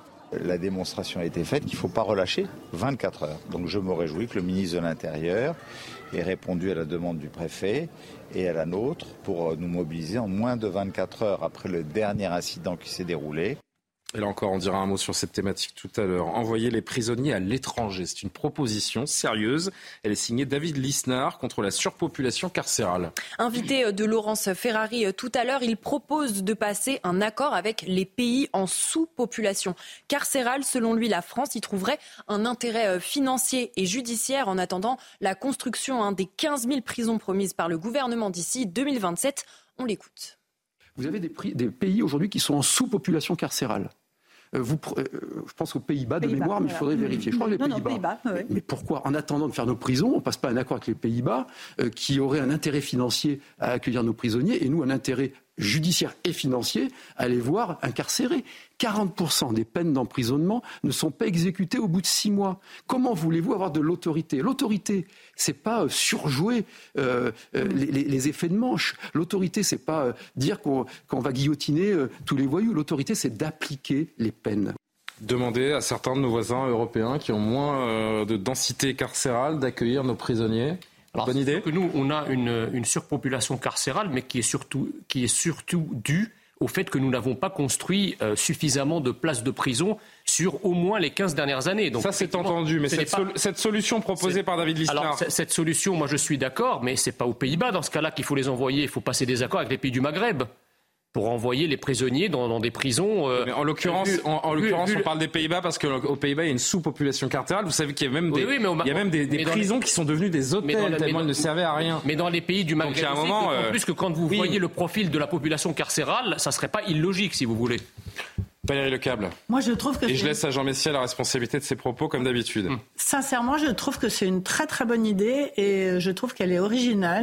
La démonstration a été faite qu'il ne faut pas relâcher vingt-quatre heures. Donc je me réjouis que le ministre de l'Intérieur ait répondu à la demande du préfet et à la nôtre pour nous mobiliser en moins de vingt-quatre heures après le dernier incident qui s'est déroulé. Et là encore, on dira un mot sur cette thématique tout à l'heure. Envoyer les prisonniers à l'étranger, c'est une proposition sérieuse. Elle est signée David Lisnard contre la surpopulation carcérale. Invité de Laurence Ferrari tout à l'heure, il propose de passer un accord avec les pays en sous-population carcérale. Selon lui, la France y trouverait un intérêt financier et judiciaire en attendant la construction hein, des quinze mille prisons promises par le gouvernement d'ici deux mille vingt-sept. On l'écoute. Vous avez des, prix, des pays aujourd'hui qui sont en sous-population carcérale. Vous, euh, je pense aux Pays-Bas de Pays-Bas, mémoire, mais il faudrait voilà. vérifier. Je crois que les non, Pays-Bas. Non, Pays-Bas oui. Mais pourquoi, en attendant de faire nos prisons, on ne passe pas un accord avec les Pays-Bas euh, qui auraient un intérêt financier à accueillir nos prisonniers et nous un intérêt judiciaire et financier à les voir incarcérés. quarante pour cent des peines d'emprisonnement ne sont pas exécutées au bout de six mois. Comment voulez-vous avoir de l'autorité ? L'autorité, c'est pas surjouer euh, euh, les, les effets de manche. L'autorité, c'est pas euh, dire qu'on, qu'on va guillotiner euh, tous les voyous. L'autorité, c'est d'appliquer les peines. Demander à certains de nos voisins européens qui ont moins euh, de densité carcérale d'accueillir nos prisonniers. Alors, bonne idée. Que nous, on a une, une surpopulation carcérale, mais qui est surtout, qui est surtout due au fait que nous n'avons pas construit euh, suffisamment de places de prison sur au moins les quinze dernières années. Donc, ça, c'est entendu, mais cette, pas... sol- cette solution proposée c'est... par David Lisnard... Alors, c- cette solution, moi, je suis d'accord, mais ce n'est pas aux Pays-Bas, dans ce cas-là, qu'il faut les envoyer. Il faut passer des accords avec les pays du Maghreb pour envoyer les prisonniers dans, dans des prisons. Euh, mais en l'occurrence, vu, en, en l'occurrence vu, vu, on parle des Pays-Bas parce qu'aux Pays-Bas, il y a une sous-population carcérale. Vous savez qu'il y a même des, oui, oui, au, il y a même des, des prisons les, qui sont devenues des hôtels dans, tellement elles ne servaient à rien. Mais dans les pays du Maghreb, un moment, en euh, plus que quand vous oui. voyez le profil de la population carcérale, ça ne serait pas illogique, si vous voulez. Valérie Lecable. Moi, je trouve que Et c'est... je laisse à Jean Messia la responsabilité de ses propos, comme d'habitude. Sincèrement, je trouve que c'est une très très bonne idée et je trouve qu'elle est originale,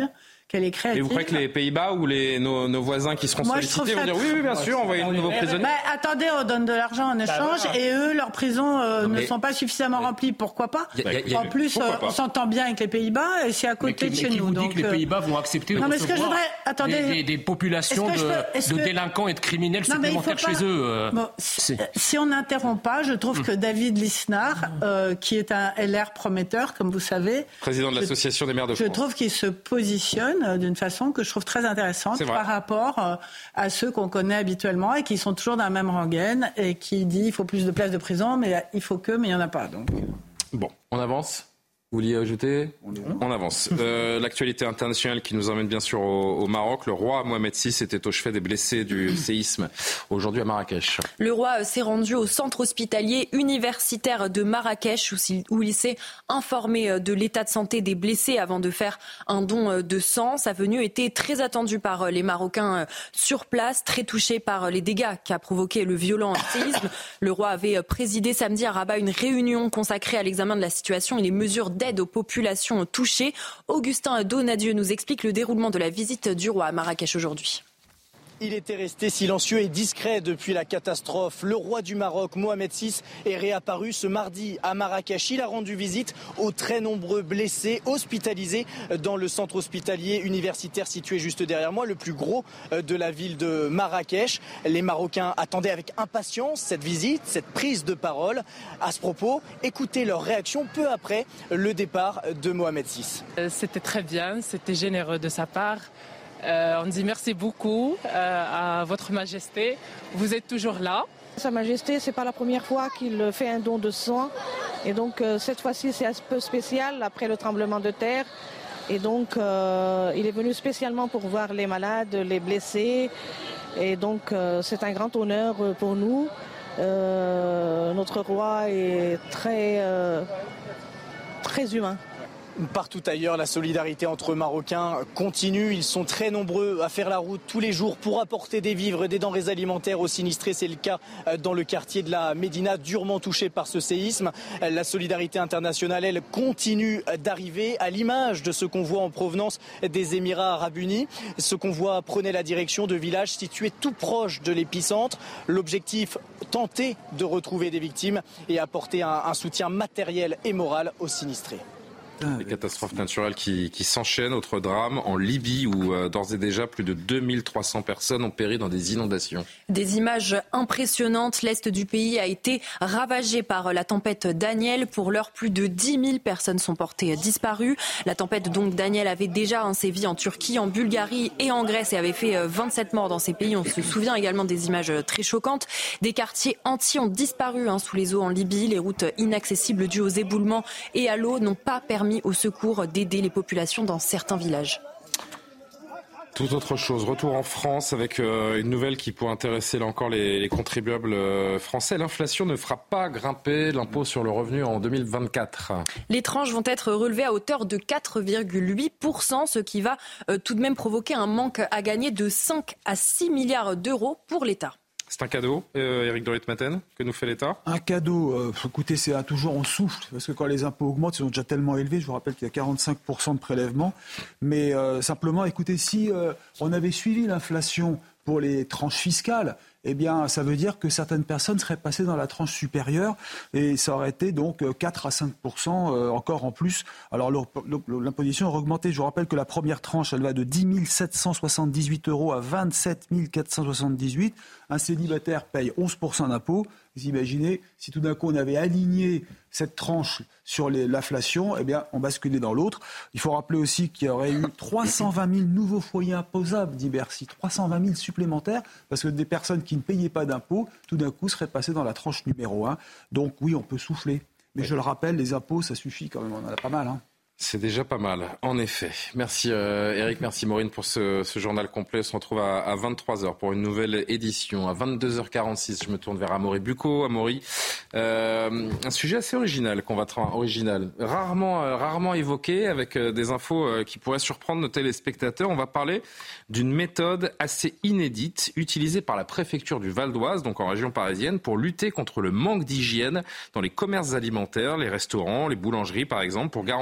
qu'elle est créative. Et vous croyez que les Pays-Bas ou les, nos, nos voisins qui seront Moi, sollicités vont dire oui, oui, bien sûr, envoyez-nous de nouveaux prisonniers? bah, Attendez, on donne de l'argent en échange bah, voilà. et eux, leurs prisons euh, ne sont pas suffisamment remplies. Pourquoi pas y a, y a, y a, En plus, euh, on s'entend bien avec les Pays-Bas et c'est à côté mais, de chez mais qui nous. vous donc, dit que les Pays-Bas vont accepter de non, recevoir que je voudrais... Attendez, des, des, des populations de, peux... de que... délinquants et de criminels non, supplémentaires pas... chez eux euh... bon, si, si on n'interrompt pas, je trouve mmh. que David Lisnard, euh, qui est un L R prometteur, comme vous savez... Président de l'Association des maires de France. Je trouve qu'il se positionne d'une façon que je trouve très intéressante par rapport à ceux qu'on connaît habituellement et qui sont toujours dans la même rengaine et qui dit il faut plus de places de prison, mais il faut que, mais il n'y en a pas. Donc. Bon, on avance. Vous vouliez ajouter ? On avance. Euh, l'actualité internationale qui nous emmène bien sûr au, au Maroc. Le roi Mohamed six était au chevet des blessés du séisme aujourd'hui à Marrakech. Le roi s'est rendu au centre hospitalier universitaire de Marrakech où il s'est informé de l'état de santé des blessés avant de faire un don de sang. Sa venue était très attendue par les Marocains sur place, très touchés par les dégâts qu'a provoqué le violent séisme. Le roi avait présidé samedi à Rabat une réunion consacrée à l'examen de la situation et les mesures d'aide aux populations touchées. Augustin Donadieu nous explique le déroulement de la visite du roi à Marrakech aujourd'hui. Il était resté silencieux et discret depuis la catastrophe. Le roi du Maroc, Mohamed six, est réapparu ce mardi à Marrakech. Il a rendu visite aux très nombreux blessés hospitalisés dans le centre hospitalier universitaire situé juste derrière moi, le plus gros de la ville de Marrakech. Les Marocains attendaient avec impatience cette visite, cette prise de parole. À ce propos, écoutez leur réaction peu après le départ de Mohamed six. C'était très bien, c'était généreux de sa part. Euh, on dit merci beaucoup euh, à votre majesté. Vous êtes toujours là. Sa majesté, c'est pas la première fois qu'il fait un don de sang. Et donc euh, cette fois-ci, c'est un peu spécial après le tremblement de terre. Et donc euh, il est venu spécialement pour voir les malades, les blessés. Et donc euh, c'est un grand honneur pour nous. Euh, notre roi est très, euh, très humain. Partout ailleurs, la solidarité entre Marocains continue. Ils sont très nombreux à faire la route tous les jours pour apporter des vivres, des denrées alimentaires aux sinistrés. C'est le cas dans le quartier de la Médina, durement touché par ce séisme. La solidarité internationale, elle, continue d'arriver à l'image de ce convoi en provenance des Émirats arabes unis. Ce convoi prenait la direction de villages situés tout proche de l'épicentre. L'objectif, tenter de retrouver des victimes et apporter un, un soutien matériel et moral aux sinistrés. Les catastrophes naturelles qui, qui s'enchaînent. Autre drame en Libye où euh, d'ores et déjà plus de deux mille trois cents personnes ont péri dans des inondations. Des images impressionnantes. L'est du pays a été ravagé par la tempête Daniel. Pour l'heure, plus de dix mille personnes sont portées disparues. La tempête donc Daniel avait déjà hein, sévi en Turquie, en Bulgarie et en Grèce et avait fait vingt-sept morts dans ces pays. On se souvient également des images très choquantes. Des quartiers entiers ont disparu hein, sous les eaux en Libye. Les routes inaccessibles dues aux éboulements et à l'eau n'ont pas permis au secours d'aider les populations dans certains villages. Tout autre chose, retour en France avec euh, une nouvelle qui pourrait intéresser là encore les, les contribuables euh, français. L'inflation ne fera pas grimper l'impôt sur le revenu en deux mille vingt-quatre. Les tranches vont être relevées à hauteur de quatre virgule huit pour cent, ce qui va euh, tout de même provoquer un manque à gagner de cinq à six milliards d'euros pour l'État. C'est un cadeau, euh, Éric de Ritmaten, que nous fait l'État ? Un cadeau, euh, écoutez, c'est à toujours on souffle, parce que quand les impôts augmentent, ils sont déjà tellement élevés, je vous rappelle qu'il y a quarante-cinq pour cent de prélèvements, mais euh, simplement, écoutez, si euh, on avait suivi l'inflation pour les tranches fiscales, eh bien, ça veut dire que certaines personnes seraient passées dans la tranche supérieure et ça aurait été donc quatre à cinq pour cent euh, encore en plus. Alors, l'imposition aurait augmenté. Je vous rappelle que la première tranche, elle va de dix mille sept cent soixante-dix-huit euros à vingt-sept mille quatre cent soixante-dix-huit. Un célibataire paye onze pour cent d'impôt. Vous imaginez, si tout d'un coup on avait aligné cette tranche sur les, l'inflation, eh bien, on basculait dans l'autre. Il faut rappeler aussi qu'il y aurait eu trois cent vingt mille nouveaux foyers imposables, dit Bercy. trois cent vingt mille supplémentaires, parce que des personnes qui ne payaient pas d'impôts, tout d'un coup, seraient passées dans la tranche numéro un. Donc oui, on peut souffler. Mais oui. Je le rappelle, les impôts, ça suffit quand même. On en a pas mal, hein. C'est déjà pas mal, en effet. Merci euh, Eric, merci Maureen pour ce, ce journal complet. On se retrouve à, à vingt-trois heures pour une nouvelle édition. À vingt-deux heures quarante-six, je me tourne vers Amaury Bucco. Amaury, euh, un sujet assez original qu'on va tra- original, rarement, euh, rarement évoqué, avec euh, des infos euh, qui pourraient surprendre nos téléspectateurs. On va parler d'une méthode assez inédite utilisée par la préfecture du Val d'Oise, donc en région parisienne, pour lutter contre le manque d'hygiène dans les commerces alimentaires, les restaurants, les boulangeries par exemple, pour garantir le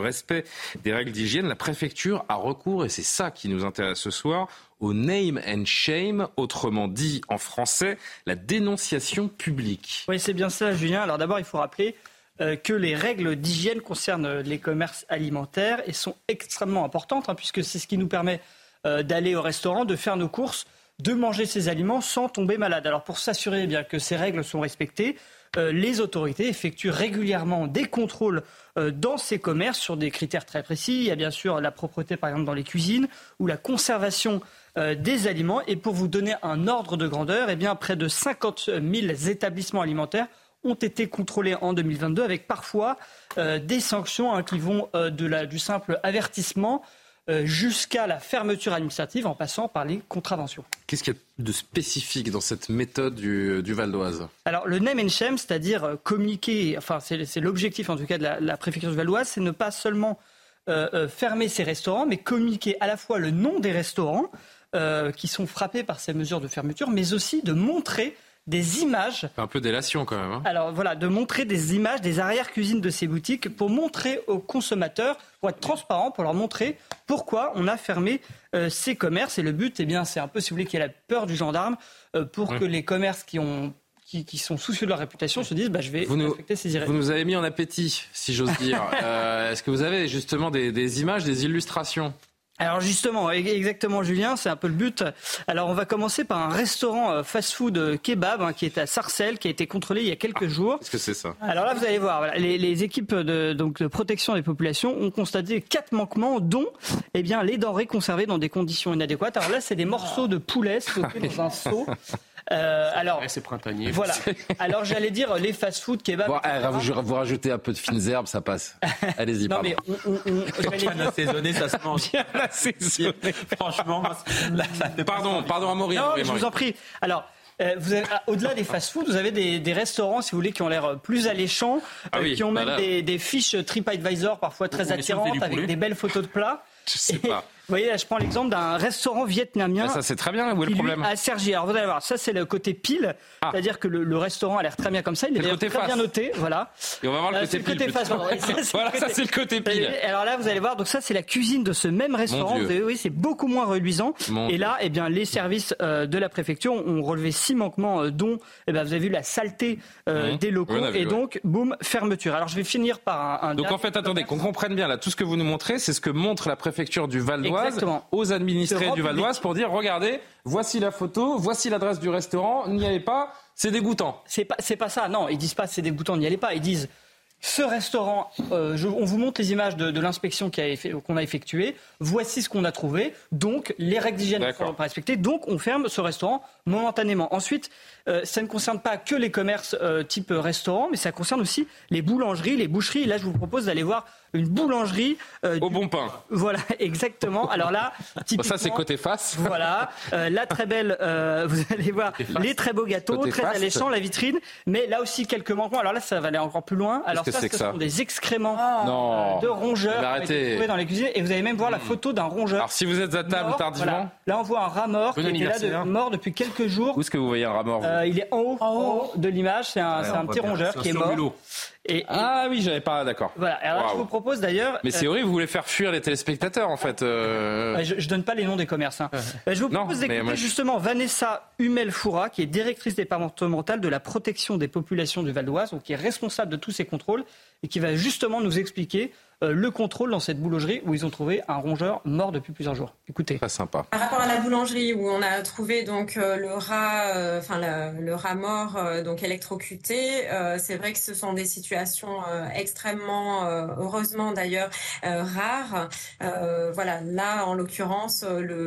respect des règles d'hygiène. La préfecture a recours, et c'est ça qui nous intéresse ce soir, au name and shame, autrement dit en français, la dénonciation publique. Oui, c'est bien ça, Julien. Alors d'abord, il faut rappeler euh, que les règles d'hygiène concernent les commerces alimentaires et sont extrêmement importantes, hein, puisque c'est ce qui nous permet euh, d'aller au restaurant, de faire nos courses, de manger ces aliments sans tomber malade. Alors pour s'assurer eh bien, que ces règles sont respectées, euh, les autorités effectuent régulièrement des contrôles euh, dans ces commerces sur des critères très précis. Il y a bien sûr la propreté par exemple dans les cuisines ou la conservation euh, des aliments. Et pour vous donner un ordre de grandeur, eh bien, près de cinquante mille établissements alimentaires ont été contrôlés en deux mille vingt-deux avec parfois euh, des sanctions hein, qui vont euh, de la, du simple avertissement jusqu'à la fermeture administrative en passant par les contraventions. Qu'est-ce qu'il y a de spécifique dans cette méthode du, du Val d'Oise ? Alors le name and shame, c'est-à-dire communiquer, enfin c'est, c'est l'objectif en tout cas de la, la préfecture du Val d'Oise, c'est ne pas seulement euh, euh, fermer ces restaurants, mais communiquer à la fois le nom des restaurants euh, qui sont frappés par ces mesures de fermeture, mais aussi de montrer des images. Un peu délation quand même. Hein. Alors voilà, de montrer des images des arrière-cuisines de ces boutiques pour montrer aux consommateurs, pour être transparent, pour leur montrer pourquoi on a fermé euh, ces commerces. Et le but, eh bien, c'est un peu, si vous voulez, qu'il y ait la peur du gendarme euh, pour mmh. que les commerces qui ont Qui, qui sont soucieux de leur réputation se disent bah, je vais vous nous, respecter ces règles. Vous nous avez mis en appétit, si j'ose dire. euh, est-ce que vous avez justement des, des images, des illustrations ? Alors justement, exactement Julien, c'est un peu le but. Alors on va commencer par un restaurant fast-food kebab hein, qui est à Sarcelles, qui a été contrôlé il y a quelques ah, jours. Qu'est-ce que c'est ça ? Alors là vous allez voir, voilà, les, les équipes de, donc, de protection des populations ont constaté quatre manquements, dont eh bien, les denrées conservées dans des conditions inadéquates. Alors là c'est des morceaux de poulet stockés dans un seau. Euh, alors, ouais, c'est printanier. Voilà. Alors j'allais dire les fast-food kebab. Bon, eh, vous, vous rajoutez un peu de fines herbes, ça passe. Allez-y. Non pardon. Mais on, on, on bien assaisonné, ça se mange. Bien assaisonné. Franchement, là, ça fait pardon, pardon, Amaury. Non, Amaury, je vous en prie. Alors. Euh, vous avez, au-delà des fast-food, vous avez des, des restaurants, si vous voulez, qui ont l'air plus alléchants, ah euh, oui, qui ont bah même des, des fiches TripAdvisor parfois très attirantes, avec des belles photos de plats. Je sais pas. Vous voyez, là, je prends l'exemple d'un restaurant vietnamien. Ah, ça, c'est très bien. Où est le problème ? À Cergy. Alors, vous allez voir, ça, c'est le côté pile. Ah. C'est-à-dire que le, le restaurant a l'air très bien comme ça. Il est, est très face. bien noté. Voilà. Et on va voir le euh, côté pile. Côté face, voilà, ça, c'est le côté pile. Alors là, vous allez voir, donc ça, c'est la cuisine de ce même restaurant. Vous avez, oui, c'est beaucoup moins reluisant. Mon et là, eh bien, les services euh, de la préfecture ont relevé six manquements, euh, dont, eh bien, vous avez vu la saleté euh, mmh. des locaux. Vu, et donc, ouais. boum, fermeture. Alors, je vais finir par un. un donc, en fait, attendez, qu'on comprenne bien, là, tout ce que vous nous montrez, c'est ce que montre la préfecture du Val d'Oise aux administrés du Val d'Oise pour dire regardez, voici la photo, voici l'adresse du restaurant, n'y allez pas, c'est dégoûtant. C'est pas, c'est pas ça, non, ils disent pas c'est dégoûtant, n'y allez pas, ils disent ce restaurant, euh, je, on vous montre les images de, de l'inspection qui a effet, qu'on a effectuée, voici ce qu'on a trouvé, donc les règles d'hygiène ne sont pas respectées, donc on ferme ce restaurant momentanément. Ensuite, euh, ça ne concerne pas que les commerces euh, type restaurant, mais ça concerne aussi les boulangeries, les boucheries. Et là, je vous propose d'aller voir une boulangerie. Euh, Au du... bon pain. Voilà, exactement. Alors là, typiquement, ça, c'est côté face. Voilà, euh, la très belle, euh, vous allez voir les très beaux gâteaux, côté très face. Alléchants, la vitrine. Mais là aussi, quelques manquements. Alors là, ça va aller encore plus loin. Alors Qu'est-ce ça, que c'est ce que sont ça des excréments non. euh, de rongeurs qui ont été trouvés dans les cuisines. Et vous allez même voir la photo d'un rongeur. Alors si vous êtes à table mort, tardivement. Voilà. Là, on voit un rat mort bon qui était là de, mort depuis quelques jours. Où est-ce que vous voyez un rat mort euh, Il est en haut, en haut de l'image. C'est un, ouais, c'est un petit rongeur qui est mort. Et, et... Ah oui, j'avais pas, d'accord. Voilà, alors wow. je vous propose d'ailleurs... Mais c'est euh... horrible, vous voulez faire fuir les téléspectateurs en fait. Euh... Je, je donne pas les noms des commerces. Hein. Euh, je vous propose non, d'écouter moi... justement Vanessa Hummel-Foura, qui est directrice départementale de la protection des populations du Val d'Oise, donc qui est responsable de tous ces contrôles, et qui va justement nous expliquer euh, le contrôle dans cette boulangerie où ils ont trouvé un rongeur mort depuis plusieurs jours. Écoutez. Très sympa. Par rapport à la boulangerie où on a trouvé donc euh, le rat, euh, enfin le, le rat mort euh, donc électrocuté, euh, c'est vrai que ce sont des situations euh, extrêmement, euh, heureusement d'ailleurs, euh, rares. Euh, voilà, là en l'occurrence,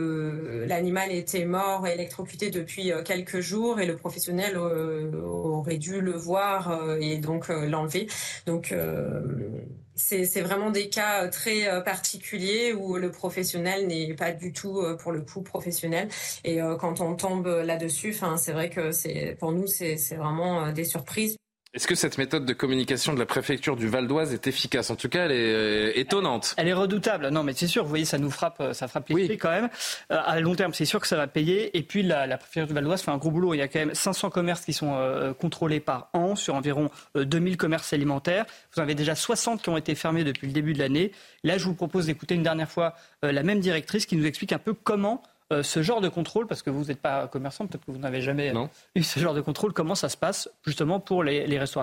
le l'animal était mort et électrocuté depuis euh, quelques jours et le professionnel euh, aurait dû le voir euh, et donc euh, l'enlever. Donc euh, C'est, c'est vraiment des cas très particuliers où le professionnel n'est pas du tout, pour le coup, professionnel. Et quand on tombe là-dessus, enfin, c'est vrai que c'est, pour nous, c'est, c'est vraiment des surprises. Est-ce que cette méthode de communication de la préfecture du Val d'Oise est efficace ? En tout cas, elle est euh, étonnante. Elle, elle est redoutable. Non, mais c'est sûr, vous voyez, ça nous frappe, ça frappe l'esprit oui. quand même. Euh, à long terme, c'est sûr que ça va payer. Et puis, la, la préfecture du Val d'Oise fait un gros boulot. Il y a quand même cinq cents commerces qui sont euh, contrôlés par an sur environ euh, deux mille commerces alimentaires. Vous en avez déjà soixante qui ont été fermés depuis le début de l'année. Là, je vous propose d'écouter une dernière fois euh, la même directrice qui nous explique un peu comment Euh, ce genre de contrôle, parce que vous n'êtes pas commerçant, peut-être que vous n'avez jamais non. eu ce genre de contrôle, comment ça se passe justement pour les, les restaurateurs ?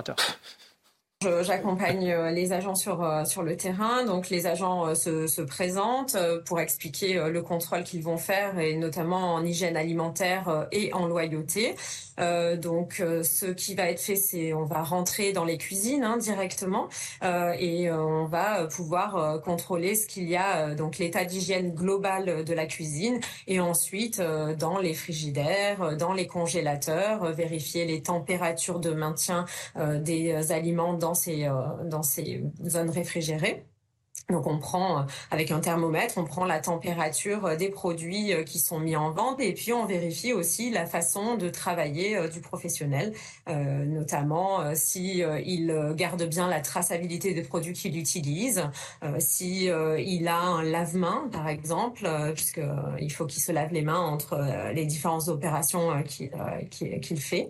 J'accompagne les agents sur, sur le terrain, donc les agents se, se présentent pour expliquer le contrôle qu'ils vont faire, et notamment en hygiène alimentaire et en loyauté. Euh, donc ce qui va être fait, c'est on va rentrer dans les cuisines hein, directement euh, et on va pouvoir euh, contrôler ce qu'il y a, euh, donc l'état d'hygiène global de la cuisine, et ensuite euh, dans les frigidaires, dans les congélateurs, euh, vérifier les températures de maintien euh, des aliments dans ces, euh, dans ces zones réfrigérées. Donc on prend, avec un thermomètre, on prend la température des produits qui sont mis en vente, et puis on vérifie aussi la façon de travailler du professionnel, euh, notamment euh, si euh, il garde bien la traçabilité des produits qu'il utilise, euh, si euh, il a un lave-main par exemple, euh, puisque euh, il faut qu'il se lave les mains entre euh, les différentes opérations euh, qu'il, euh, qu'il, qu'il fait.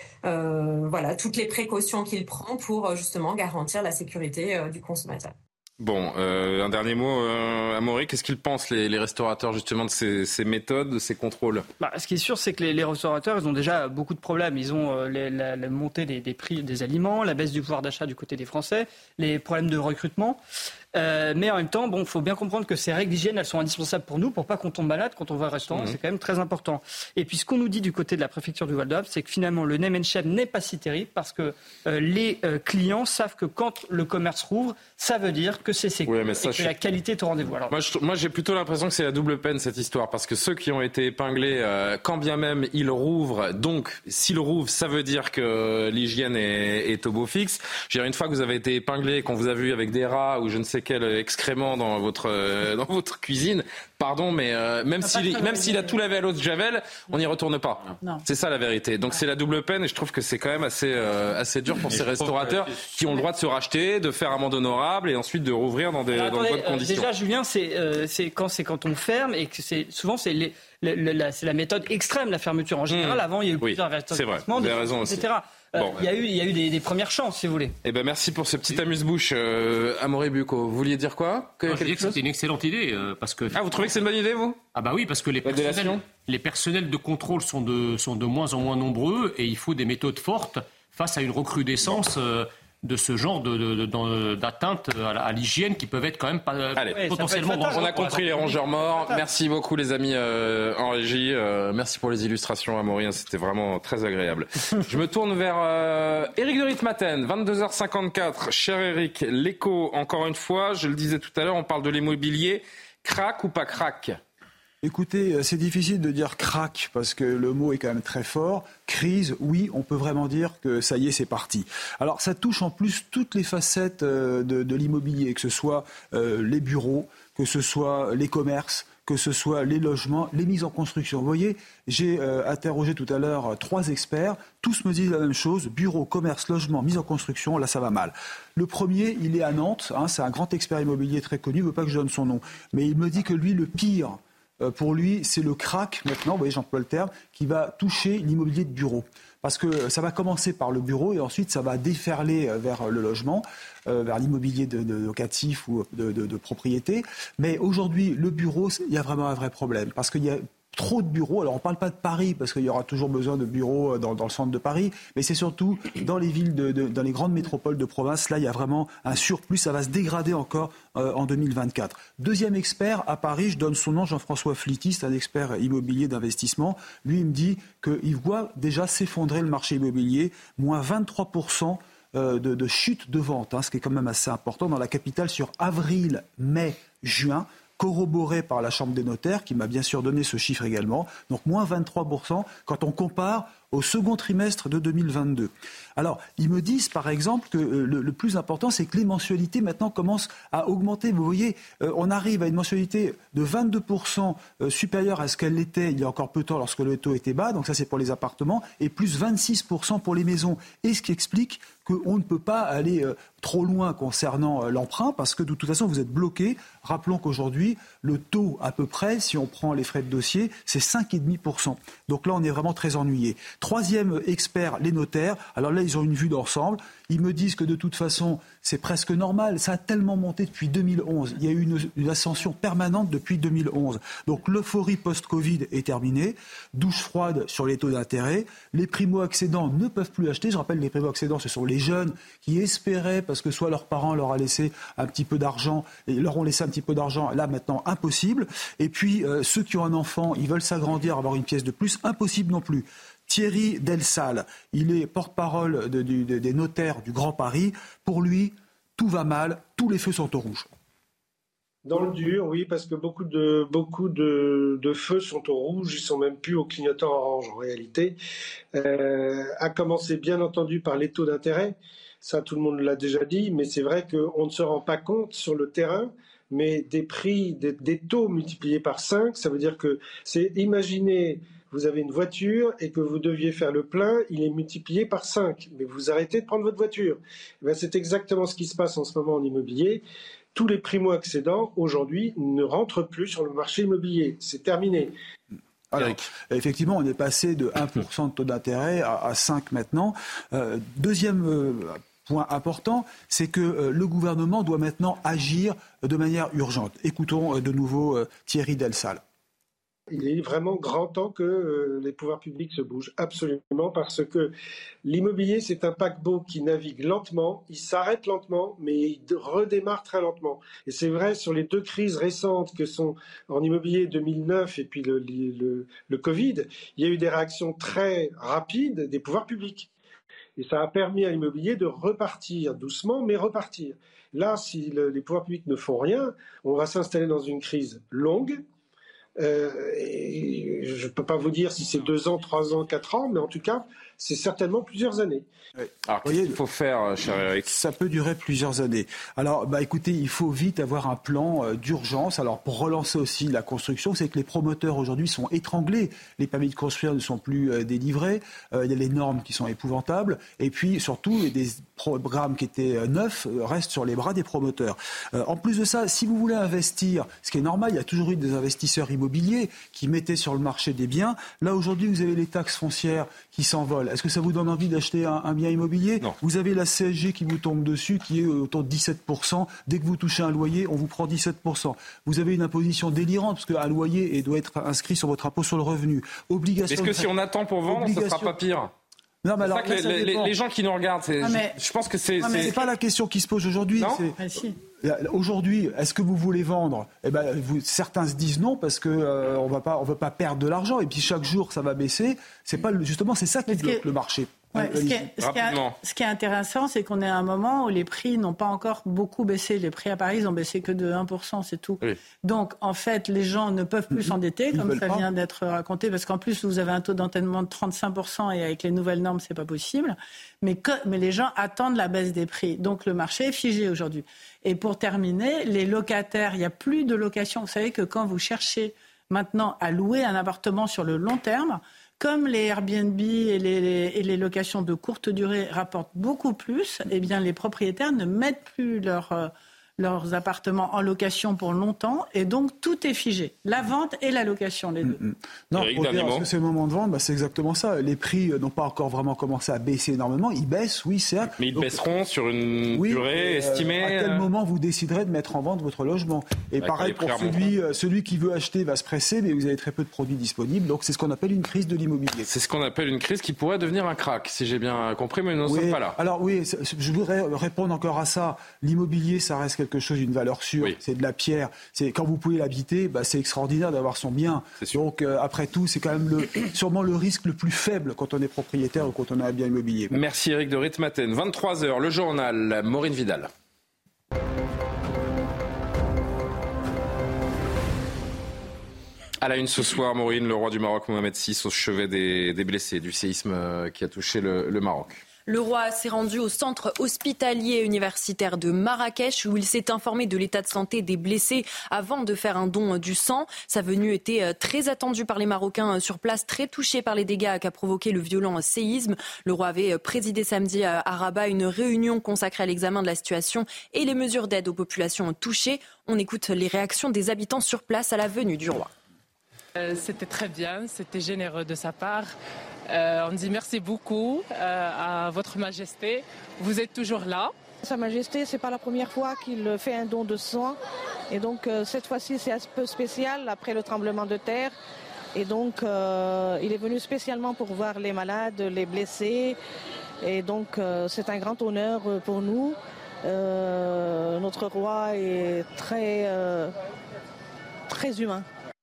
Euh, voilà, toutes les précautions qu'il prend pour euh, justement garantir la sécurité euh, du consommateur. Bon, euh, un dernier mot, euh, Amaury, qu'est-ce qu'ils pensent les, les restaurateurs justement de ces, ces méthodes, de ces contrôles ? Bah, ce qui est sûr, c'est que les, les restaurateurs, ils ont déjà beaucoup de problèmes. Ils ont euh, les, la, la montée des, des prix des aliments, la baisse du pouvoir d'achat du côté des Français, les problèmes de recrutement. Euh, mais en même temps, bon, faut bien comprendre que ces règles d'hygiène, elles sont indispensables pour nous, pour pas qu'on tombe malade quand on va au restaurant. Mmh. C'est quand même très important. Et puis, ce qu'on nous dit du côté de la préfecture du Val d'Oise, c'est que finalement, le name and shame n'est pas si terrible, parce que euh, les euh, clients savent que quand le commerce rouvre, ça veut dire que c'est sécurisé, oui, et que je... la qualité est au rendez-vous. Alors, moi, je, moi, j'ai plutôt l'impression que c'est la double peine, cette histoire, parce que ceux qui ont été épinglés, euh, quand bien même ils rouvrent, donc s'ils rouvrent, ça veut dire que l'hygiène est, est au beau fixe. Je veux dire, une fois que vous avez été épinglé, qu'on vous a vu avec des rats ou je ne sais quel excrément dans votre euh, dans votre cuisine, pardon, mais euh, même s'il même s'il a tout lavé à l'eau de Javel, on n'y retourne pas. Non. C'est ça la vérité. Donc c'est la double peine, et je trouve que c'est quand même assez euh, assez dur pour et ces restaurateurs qui ont le droit de se racheter, de faire amende honorable et ensuite de rouvrir dans des Alors, dans attendez, de bonnes conditions. Euh, déjà, Julien, c'est euh, c'est quand c'est quand on ferme, et que c'est souvent c'est les Le, le, la, c'est la méthode extrême, la fermeture. En général, mmh. avant, il y a eu oui, plusieurs rétablissements, et cetera. Euh, bon. Il y a eu, il y a eu des, des premières chances, si vous voulez. Eh ben, merci pour ce petit amuse-bouche, euh, Amaury Bucco. Vous vouliez dire quoi que, non, Je disais que c'était une excellente idée. Euh, parce que, ah, vous trouvez que c'est une bonne idée, vous ? Ah bah oui, parce que les personnels, les personnels de contrôle sont de, sont de moins en moins nombreux, et il faut des méthodes fortes face à une recrudescence euh, de ce genre de, de, de, d'atteinte à, à l'hygiène qui peuvent être quand même pas, Allez, ouais, potentiellement dangereuses. On a compris les rongeurs morts. Merci beaucoup les amis euh, en régie. Euh, merci pour les illustrations, Amaury. C'était vraiment très agréable. Je me tourne vers euh, Éric de Ritmaten, vingt-deux heures cinquante-quatre. Cher Éric, l'écho, encore une fois, je le disais tout à l'heure, on parle de l'immobilier. Crac ou pas crac ? Écoutez, c'est difficile de dire crack parce que le mot est quand même très fort. Crise, oui, on peut vraiment dire que ça y est, c'est parti. Alors ça touche en plus toutes les facettes de, de l'immobilier, que ce soit euh, les bureaux, que ce soit les commerces, que ce soit les logements, les mises en construction. Vous voyez, j'ai euh, interrogé tout à l'heure euh, trois experts. Tous me disent la même chose. Bureau, commerce, logement, mise en construction, là ça va mal. Le premier, il est à Nantes. Hein, c'est un grand expert immobilier très connu. Il ne veut pas que je donne son nom. Mais il me dit que lui, le pire... pour lui, c'est le crack, maintenant, vous voyez, j'emploie le terme, qui va toucher l'immobilier de bureau. Parce que ça va commencer par le bureau et ensuite ça va déferler vers le logement, euh, vers l'immobilier de, de locatif ou de, de, de propriété. Mais aujourd'hui, le bureau, il y a vraiment un vrai problème. Parce qu'il y a trop de bureaux. Alors on ne parle pas de Paris parce qu'il y aura toujours besoin de bureaux dans, dans le centre de Paris, mais c'est surtout dans les villes, de, de, dans les grandes métropoles de province. Là, il y a vraiment un surplus. Ça va se dégrader encore euh, en deux mille vingt-quatre. Deuxième expert à Paris, je donne son nom, Jean-François Flitty, c'est un expert immobilier d'investissement. Lui, il me dit qu'il voit déjà s'effondrer le marché immobilier, moins vingt-trois pour cent de, de chute de vente, hein, ce qui est quand même assez important dans la capitale sur avril, mai, juin. Corroboré par la Chambre des notaires, qui m'a bien sûr donné ce chiffre également. Donc moins vingt-trois pour cent quand on compare au second trimestre de deux mille vingt-deux. Alors, ils me disent, par exemple, que euh, le, le plus important, c'est que les mensualités, maintenant, commencent à augmenter. Vous voyez, euh, on arrive à une mensualité de vingt-deux pour cent euh, supérieure à ce qu'elle l'était il y a encore peu de temps lorsque le taux était bas. Donc ça, c'est pour les appartements. Et plus vingt-six pour cent pour les maisons. Et ce qui explique qu'on ne peut pas aller euh, trop loin concernant euh, l'emprunt, parce que de toute façon, vous êtes bloqué. Rappelons qu'aujourd'hui, le taux, à peu près, si on prend les frais de dossier, c'est cinq virgule cinq pour cent. Donc là, on est vraiment très ennuyé. Troisième expert, les notaires. Alors là, ils ont une vue d'ensemble. Ils me disent que de toute façon, c'est presque normal. Ça a tellement monté depuis deux mille onze. Il y a eu une, une ascension permanente depuis deux mille onze. Donc l'euphorie post-Covid est terminée. Douche froide sur les taux d'intérêt. Les primo-accédants ne peuvent plus acheter. Je rappelle, les primo-accédants, ce sont les jeunes qui espéraient, parce que soit leurs parents leur a laissé un petit peu d'argent, et leur ont laissé un petit peu d'argent. Là, maintenant, impossible. Et puis, euh, ceux qui ont un enfant, ils veulent s'agrandir, avoir une pièce de plus. Impossible non plus. Thierry Delsal, il est porte-parole de, de, de, des notaires du Grand Paris. Pour lui, tout va mal, tous les feux sont au rouge. Dans le dur, oui, parce que beaucoup de, beaucoup de, de feux sont au rouge, ils sont même plus au clignotant orange en réalité. Euh, à commencer bien entendu par les taux d'intérêt, ça tout le monde l'a déjà dit, mais c'est vrai qu'on ne se rend pas compte sur le terrain, mais des prix, des, des taux multipliés par cinq, ça veut dire que c'est, imaginez, vous avez une voiture et que vous deviez faire le plein, il est multiplié par cinq. Mais vous arrêtez de prendre votre voiture. Et bien, c'est exactement ce qui se passe en ce moment en immobilier. Tous les primo-accédants, aujourd'hui, ne rentrent plus sur le marché immobilier. C'est terminé. Alors, effectivement, on est passé de un pour cent de taux d'intérêt à, à cinq maintenant. Euh, deuxième euh, point important, c'est que euh, le gouvernement doit maintenant agir de manière urgente. Écoutons euh, de nouveau euh, Thierry Delsal. Il est vraiment grand temps que euh, les pouvoirs publics se bougent, absolument, parce que l'immobilier, c'est un paquebot qui navigue lentement, il s'arrête lentement, mais il redémarre très lentement. Et c'est vrai sur les deux crises récentes que sont en immobilier deux mille neuf et puis le, le, le Covid, il y a eu des réactions très rapides des pouvoirs publics. Et ça a permis à l'immobilier de repartir doucement, mais repartir. Là, si le, les pouvoirs publics ne font rien, on va s'installer dans une crise longue. Euh, et je ne peux pas vous dire si c'est deux ans, trois ans, quatre ans, mais en tout cas, c'est certainement plusieurs années. Alors, qu'est-ce qu'il faut faire, cher Eric ? Ça peut durer plusieurs années. Alors, bah, écoutez, il faut vite avoir un plan euh, d'urgence. Alors, pour relancer aussi la construction, c'est que les promoteurs aujourd'hui sont étranglés. Les permis de construire ne sont plus euh, délivrés. Euh, il y a les normes qui sont épouvantables. Et puis, surtout, des programmes qui étaient euh, neufs euh, restent sur les bras des promoteurs. Euh, en plus de ça, si vous voulez investir, ce qui est normal, il y a toujours eu des investisseurs immobiliers qui mettaient sur le marché des biens. Là, aujourd'hui, vous avez les taxes foncières qui s'envolent. Est-ce que ça vous donne envie d'acheter un, un bien immobilier ? Non. Vous avez la C S G qui vous tombe dessus, qui est autour de dix-sept pour cent. Dès que vous touchez un loyer, on vous prend dix-sept pour cent. Vous avez une imposition délirante, parce qu'un loyer doit être inscrit sur votre impôt sur le revenu. Obligation. Est-ce que de... si on attend pour vendre, Obligation... ça sera pas pire ? Non, mais alors, c'est ça que là, les, les, les gens qui nous regardent, c'est, ah, mais... je, je pense que c'est... Non, mais c'est... c'est pas la question qui se pose aujourd'hui. Non c'est... Ah, si. Aujourd'hui, est-ce que vous voulez vendre ? Eh ben, vous, certains se disent non parce que euh, on va pas, on veut pas perdre de l'argent. Et puis chaque jour, ça va baisser. C'est pas justement, c'est ça qui bloque le marché. Ouais, ce, qui est, ce, qui est, ce qui est intéressant, c'est qu'on est à un moment où les prix n'ont pas encore beaucoup baissé. Les prix à Paris n'ont baissé que de un pour cent, c'est tout. Oui. Donc, en fait, les gens ne peuvent plus s'endetter, comme ça pas. vient d'être raconté, parce qu'en plus, vous avez un taux d'entêtement de trente-cinq pour cent et avec les nouvelles normes, c'est pas possible. Mais, que, mais les gens attendent la baisse des prix. Donc, le marché est figé aujourd'hui. Et pour terminer, les locataires, il n'y a plus de location. Vous savez que quand vous cherchez maintenant à louer un appartement sur le long terme, comme les Airbnb et les, les, et les locations de courte durée rapportent beaucoup plus, eh bien les propriétaires ne mettent plus leur, euh, leurs appartements en location pour longtemps et donc tout est figé. La vente et la location, les deux. Mmh. Non, Eric, pour dire, parce que c'est le moment de vendre, bah, c'est exactement ça. Les prix n'ont pas encore vraiment commencé à baisser énormément. Ils baissent, oui, certes. Mais ils donc, baisseront sur une oui, durée euh, estimée. À quel euh... moment vous déciderez de mettre en vente votre logement ? Et bah, pareil pour celui, euh, celui qui veut acheter va se presser, mais vous avez très peu de produits disponibles. Donc c'est ce qu'on appelle une crise de l'immobilier. C'est ce qu'on appelle une crise qui pourrait devenir un crack, si j'ai bien compris, mais nous n'en oui, sommes pas là. Alors oui, je voudrais répondre encore à ça. L'immobilier, ça reste quelque chose, une valeur sûre. Oui. C'est de la pierre. C'est, quand vous pouvez l'habiter, bah, c'est extraordinaire d'avoir son bien. Donc euh, après tout, c'est quand même le, sûrement le risque le plus faible quand on est propriétaire ou quand on a un bien immobilier. Merci Eric de Ritmaten. vingt-trois heures, le journal, Maureen Vidal. À la une ce soir, Maureen, le roi du Maroc, Mohamed six, au chevet des, des blessés du séisme qui a touché le, le Maroc. Le roi s'est rendu au centre hospitalier universitaire de Marrakech où il s'est informé de l'état de santé des blessés avant de faire un don du sang. Sa venue était très attendue par les Marocains sur place, très touchés par les dégâts qu'a provoqué le violent séisme. Le roi avait présidé samedi à Rabat une réunion consacrée à l'examen de la situation et les mesures d'aide aux populations touchées. On écoute les réactions des habitants sur place à la venue du roi. Euh, c'était très bien, c'était généreux de sa part. Euh, on dit merci beaucoup euh, à votre majesté. Vous êtes toujours là. Sa majesté, c'est pas la première fois qu'il fait un don de sang. Et donc euh, cette fois-ci, c'est un peu spécial après le tremblement de terre. Et donc euh, il est venu spécialement pour voir les malades, les blessés. Et donc euh, c'est un grand honneur pour nous. Euh, notre roi est très, euh, très humain.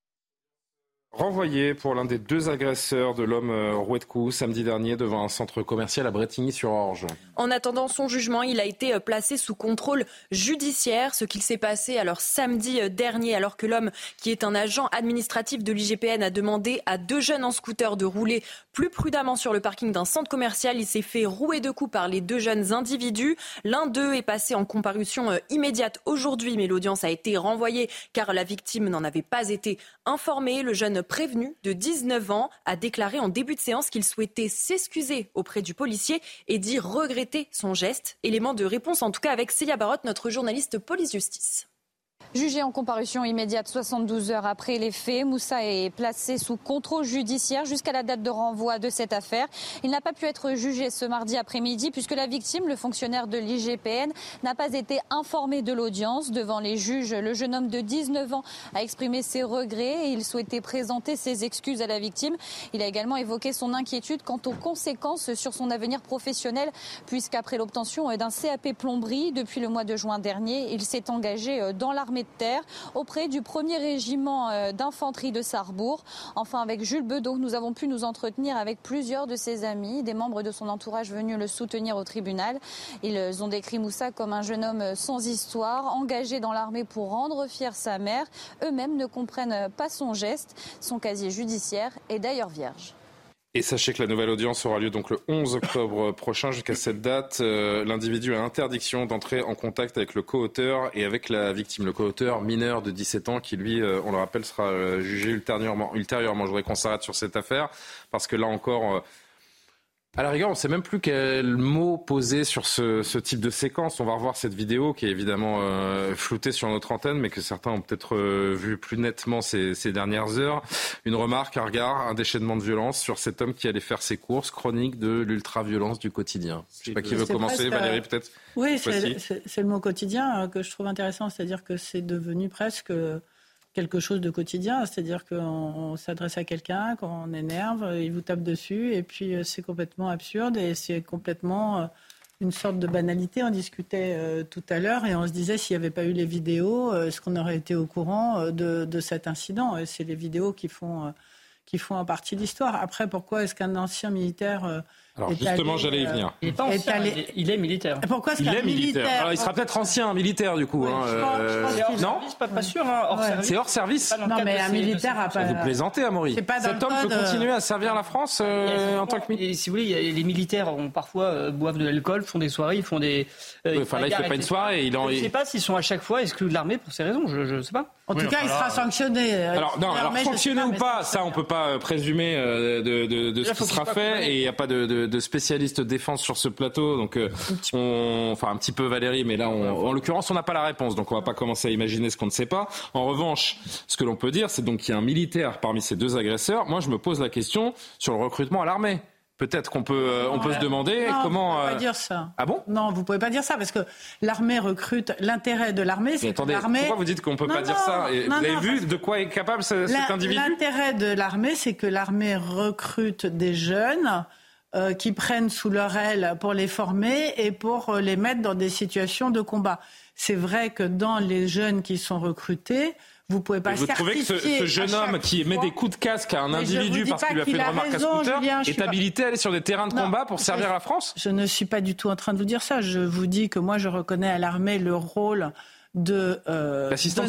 Renvoyé pour l'un des deux agresseurs de l'homme roué de coups samedi dernier devant un centre commercial à Brétigny-sur-Orge. En attendant son jugement, il a été placé sous contrôle judiciaire. Ce qu'il s'est passé alors samedi dernier, alors que l'homme qui est un agent administratif de l'I G P N a demandé à deux jeunes en scooter de rouler plus prudemment sur le parking d'un centre commercial. Il s'est fait rouer de coups par les deux jeunes individus. L'un d'eux est passé en comparution immédiate aujourd'hui, mais l'audience a été renvoyée car la victime n'en avait pas été informée. Le jeune prévenu de dix-neuf ans a déclaré en début de séance qu'il souhaitait s'excuser auprès du policier et dit regretter son geste. Élément de réponse en tout cas avec Célia Barotte, notre journaliste police-justice. Jugé en comparution immédiate soixante-douze heures après les faits, Moussa est placé sous contrôle judiciaire jusqu'à la date de renvoi de cette affaire. Il n'a pas pu être jugé ce mardi après-midi puisque la victime, le fonctionnaire de l'I G P N, n'a pas été informé de l'audience. Devant les juges, le jeune homme de dix-neuf ans a exprimé ses regrets et il souhaitait présenter ses excuses à la victime. Il a également évoqué son inquiétude quant aux conséquences sur son avenir professionnel puisqu'après l'obtention d'un C A P plomberie depuis le mois de juin dernier, il s'est engagé dans l'armée de terre auprès du premier régiment d'infanterie de Sarrebourg. Enfin, avec Jules Bedeau, nous avons pu nous entretenir avec plusieurs de ses amis, des membres de son entourage venus le soutenir au tribunal. Ils ont décrit Moussa comme un jeune homme sans histoire, engagé dans l'armée pour rendre fière sa mère. Eux-mêmes ne comprennent pas son geste. Son casier judiciaire est d'ailleurs vierge. Et sachez que la nouvelle audience aura lieu donc le onze octobre prochain. Jusqu'à cette date, euh, l'individu a interdiction d'entrer en contact avec le co-auteur et avec la victime. Le co-auteur mineur de dix-sept ans qui, lui, euh, on le rappelle, sera euh, jugé ultérieurement. ultérieurement. Je voudrais qu'on s'arrête sur cette affaire parce que là encore... Euh, À la rigueur, on ne sait même plus quel mot poser sur ce, ce type de séquence. On va revoir cette vidéo qui est évidemment euh, floutée sur notre antenne, mais que certains ont peut-être euh, vu plus nettement ces, ces dernières heures. Une remarque, un regard, un déchaînement de violence sur cet homme qui allait faire ses courses. Chronique de l'ultra-violence du quotidien. Je ne sais pas qui veut c'est commencer, presque, Valérie, peut-être. Oui, c'est, c'est, c'est le mot quotidien que je trouve intéressant. C'est-à-dire que c'est devenu presque... quelque chose de quotidien, c'est-à-dire qu'on on s'adresse à quelqu'un, quand on énerve, il vous tape dessus, et puis c'est complètement absurde, et c'est complètement une sorte de banalité. On discutait euh, tout à l'heure, et on se disait, s'il n'y avait pas eu les vidéos, euh, est-ce qu'on aurait été au courant de, de cet incident ? Et c'est les vidéos qui font, euh, qui font en partie l'histoire. Après, pourquoi est-ce qu'un ancien militaire... Euh, Alors justement, allé, j'allais y venir. Euh, il est pas ancien, allé... il est militaire. Pourquoi est-ce il qu'un est militaire, militaire Alors il sera peut-être ancien militaire du coup. Oui, hein, je pense, euh... je pense non, pas, pas sûr. Hein, hors ouais. service. C'est hors service. Non, mais un militaire a pas. Vous plaisantez, Amaury. Cet homme peut continuer à servir la France euh, en tant que militaire. Si vous voulez, les militaires ont parfois euh, boivent de l'alcool, font des soirées, ils font des. Euh, oui, enfin là, il fait pas une soirée. Il en... Je ne sais pas s'ils sont à chaque fois exclus de l'armée pour ces raisons. Je ne sais pas. En tout oui, cas, il sera sanctionné. Alors non, alors sanctionné ou pas, ça on peut pas présumer de, de, de ce qui sera fait. Et il n'y a pas de, de, de spécialiste défense sur ce plateau, donc euh, on, enfin un petit peu Valérie, mais là, on, en l'occurrence, on n'a pas la réponse, donc on va pas commencer à imaginer ce qu'on ne sait pas. En revanche, ce que l'on peut dire, c'est donc qu'il y a un militaire parmi ces deux agresseurs. Moi, je me pose la question sur le recrutement à l'armée. Peut-être qu'on peut, euh, on peut se demander non, comment. Vous pouvez euh... pas dire ça. Ah bon ? Non, vous pouvez pas dire ça parce que l'armée recrute. L'intérêt de l'armée, c'est attendez, que l'armée. Pourquoi vous dites qu'on peut non, pas non, dire ça ? Et non, vous avez non, vu de quoi est capable ce, cet la, individu ? L'intérêt de l'armée, c'est que l'armée recrute des jeunes. Euh, qui prennent sous leur aile pour les former et pour euh, les mettre dans des situations de combat. C'est vrai que dans les jeunes qui sont recrutés, vous pouvez pas vous trouvez que ce, ce jeune homme qui met des coups de casque à un individu parce qu'il lui a fait une remarque raison, à scooter Julien, est habilité pas... à aller sur des terrains de non, combat pour servir je, la France ? Je ne suis pas du tout en train de vous dire ça. Je vous dis que moi, je reconnais à l'armée le rôle de... Euh, l'assistance donner... sociale ?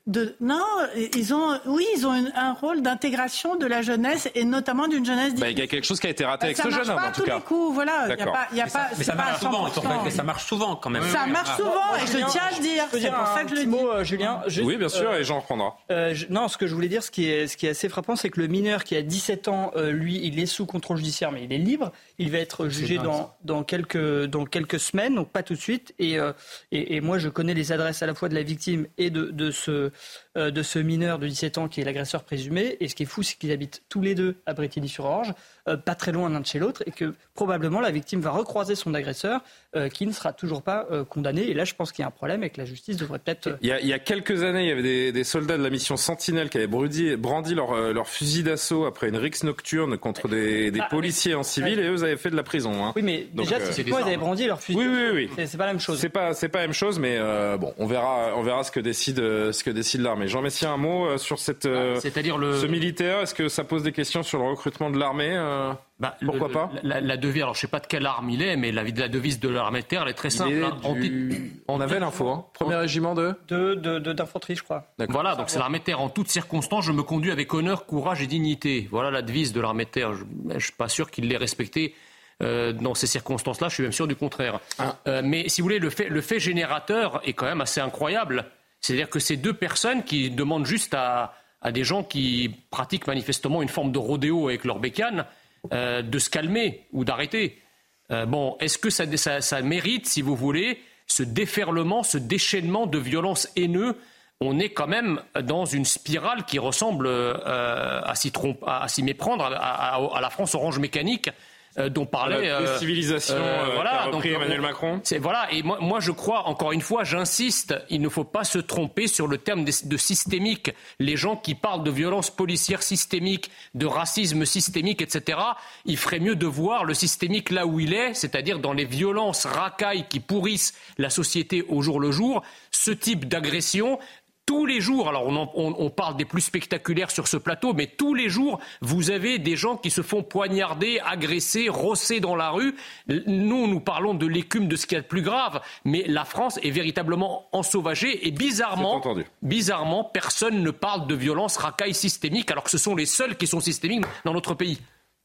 De, non, ils ont, oui, ils ont une, un rôle d'intégration de la jeunesse et notamment d'une jeunesse. Bah, il y a quelque chose qui a été raté bah, avec ce jeune homme, en tout cas. Ça marche pas à tous les coups, voilà. Y a pas, y a mais pas, ça, mais ça marche souvent. Mais ça marche souvent quand même. Ça marche souvent ah. et Julien, je tiens à le dire. C'est pour ça que je le dis. Mot, euh, Julien. Juste, oui, bien sûr, euh, et Jean reprendra. Euh, je, non, ce que je voulais dire, ce qui est, ce qui est assez frappant, c'est que le mineur qui a dix-sept ans, euh, lui, il est sous contrôle judiciaire, mais il est libre. Il va être jugé dans, dans quelques, dans quelques semaines, donc pas tout de suite. Et, euh, et, et moi, je connais les adresses à la fois de la victime et de, de ce. Euh, de ce mineur de dix-sept ans qui est l'agresseur présumé. Et ce qui est fou, c'est qu'ils habitent tous les deux à Brétigny-sur-Orge, euh, pas très loin l'un de chez l'autre, et que probablement la victime va recroiser son agresseur euh, qui ne sera toujours pas euh, condamné. Et là, je pense qu'il y a un problème et que la justice devrait peut-être... Euh... Il, y a, il y a quelques années, il y avait des, des soldats de la mission Sentinelle qui avaient brandi, brandi leur, euh, leur fusil d'assaut après une rixe nocturne contre des, des ah, policiers en civil, ouais. Et eux, ils avaient fait de la prison. Hein. Oui, mais Donc, déjà, euh, c'est quoi ils avaient brandi leur fusil Oui, oui, oui. C'est, c'est pas la même chose. C'est pas, c'est pas la même chose, mais euh, bon, on verra, on verra ce que décide, ce que décide l'armée. Jean Messia, un mot sur cette, euh, C'est-à-dire le... ce militaire. Est-ce que ça pose des questions sur le recrutement de l'armée euh, bah, Pourquoi le, pas la, la devise, alors je ne sais pas de quelle arme il est, mais la, la devise de l'armée de terre, elle est très simple. Est hein. du... On avait l'info, hein. Premier régiment de... De, de, de d'infanterie, je crois. D'accord. Voilà, donc c'est l'armée de terre. En toutes circonstances, je me conduis avec honneur, courage et dignité. Voilà la devise de l'armée de terre. Je ne suis pas sûr qu'il l'ait respectée. Euh, dans ces circonstances-là, je suis même sûr du contraire. Ah. Euh, mais si vous voulez, le fait, le fait générateur est quand même assez incroyable. C'est-à-dire que ces deux personnes qui demandent juste à... à des gens qui pratiquent manifestement une forme de rodéo avec leur bécane, euh, de se calmer ou d'arrêter. Euh, bon, est-ce que ça, ça, ça mérite, si vous voulez, ce déferlement, ce déchaînement de violence haineux ? On est quand même dans une spirale qui ressemble euh, à, s'y trompe, à, à s'y méprendre à, à, à la France Orange Mécanique. Euh, dont parlait la euh, civilisation euh, voilà, qu'a repris donc, Emmanuel on, Macron. C'est, voilà, et moi, moi je crois, encore une fois, j'insiste, il ne faut pas se tromper sur le terme de, de systémique. Les gens qui parlent de violence policière systémique, de racisme systémique, et cetera, il ferait mieux de voir le systémique là où il est, c'est-à-dire dans les violences racailles qui pourrissent la société au jour le jour. Ce type d'agression, tous les jours, alors on, en, on, on parle des plus spectaculaires sur ce plateau, mais tous les jours, vous avez des gens qui se font poignarder, agresser, rosser dans la rue. Nous, nous parlons de l'écume de ce qu'il y a de plus grave, mais la France est véritablement ensauvagée et bizarrement, bizarrement, personne ne parle de violence racaille systémique, alors que ce sont les seuls qui sont systémiques dans notre pays.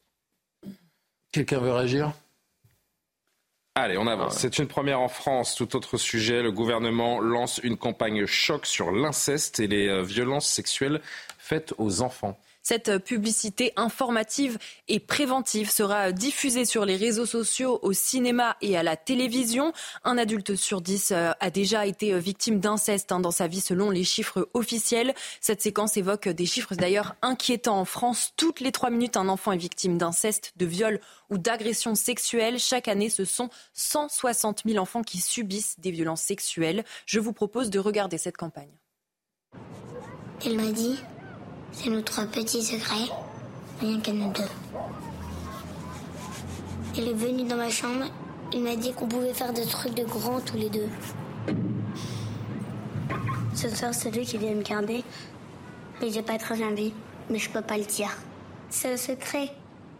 Quelqu'un veut réagir ? Allez, on avance. C'est une première en France. Tout autre sujet, le gouvernement lance une campagne choc sur l'inceste et les violences sexuelles faites aux enfants. Cette publicité informative et préventive sera diffusée sur les réseaux sociaux, au cinéma et à la télévision. Un adulte sur dix a déjà été victime d'inceste dans sa vie selon les chiffres officiels. Cette séquence évoque des chiffres d'ailleurs inquiétants en France. Toutes les trois minutes, un enfant est victime d'inceste, de viol ou d'agression sexuelle. Chaque année, ce sont cent soixante mille enfants qui subissent des violences sexuelles. Je vous propose de regarder cette campagne. Il m'a dit... C'est nos trois petits secrets, rien qu'à nous deux. Il est venu dans ma chambre, il m'a dit qu'on pouvait faire des trucs de grands tous les deux. Ce soir, c'est lui qui vient me garder, mais j'ai pas très envie, mais je peux pas le dire. C'est un secret.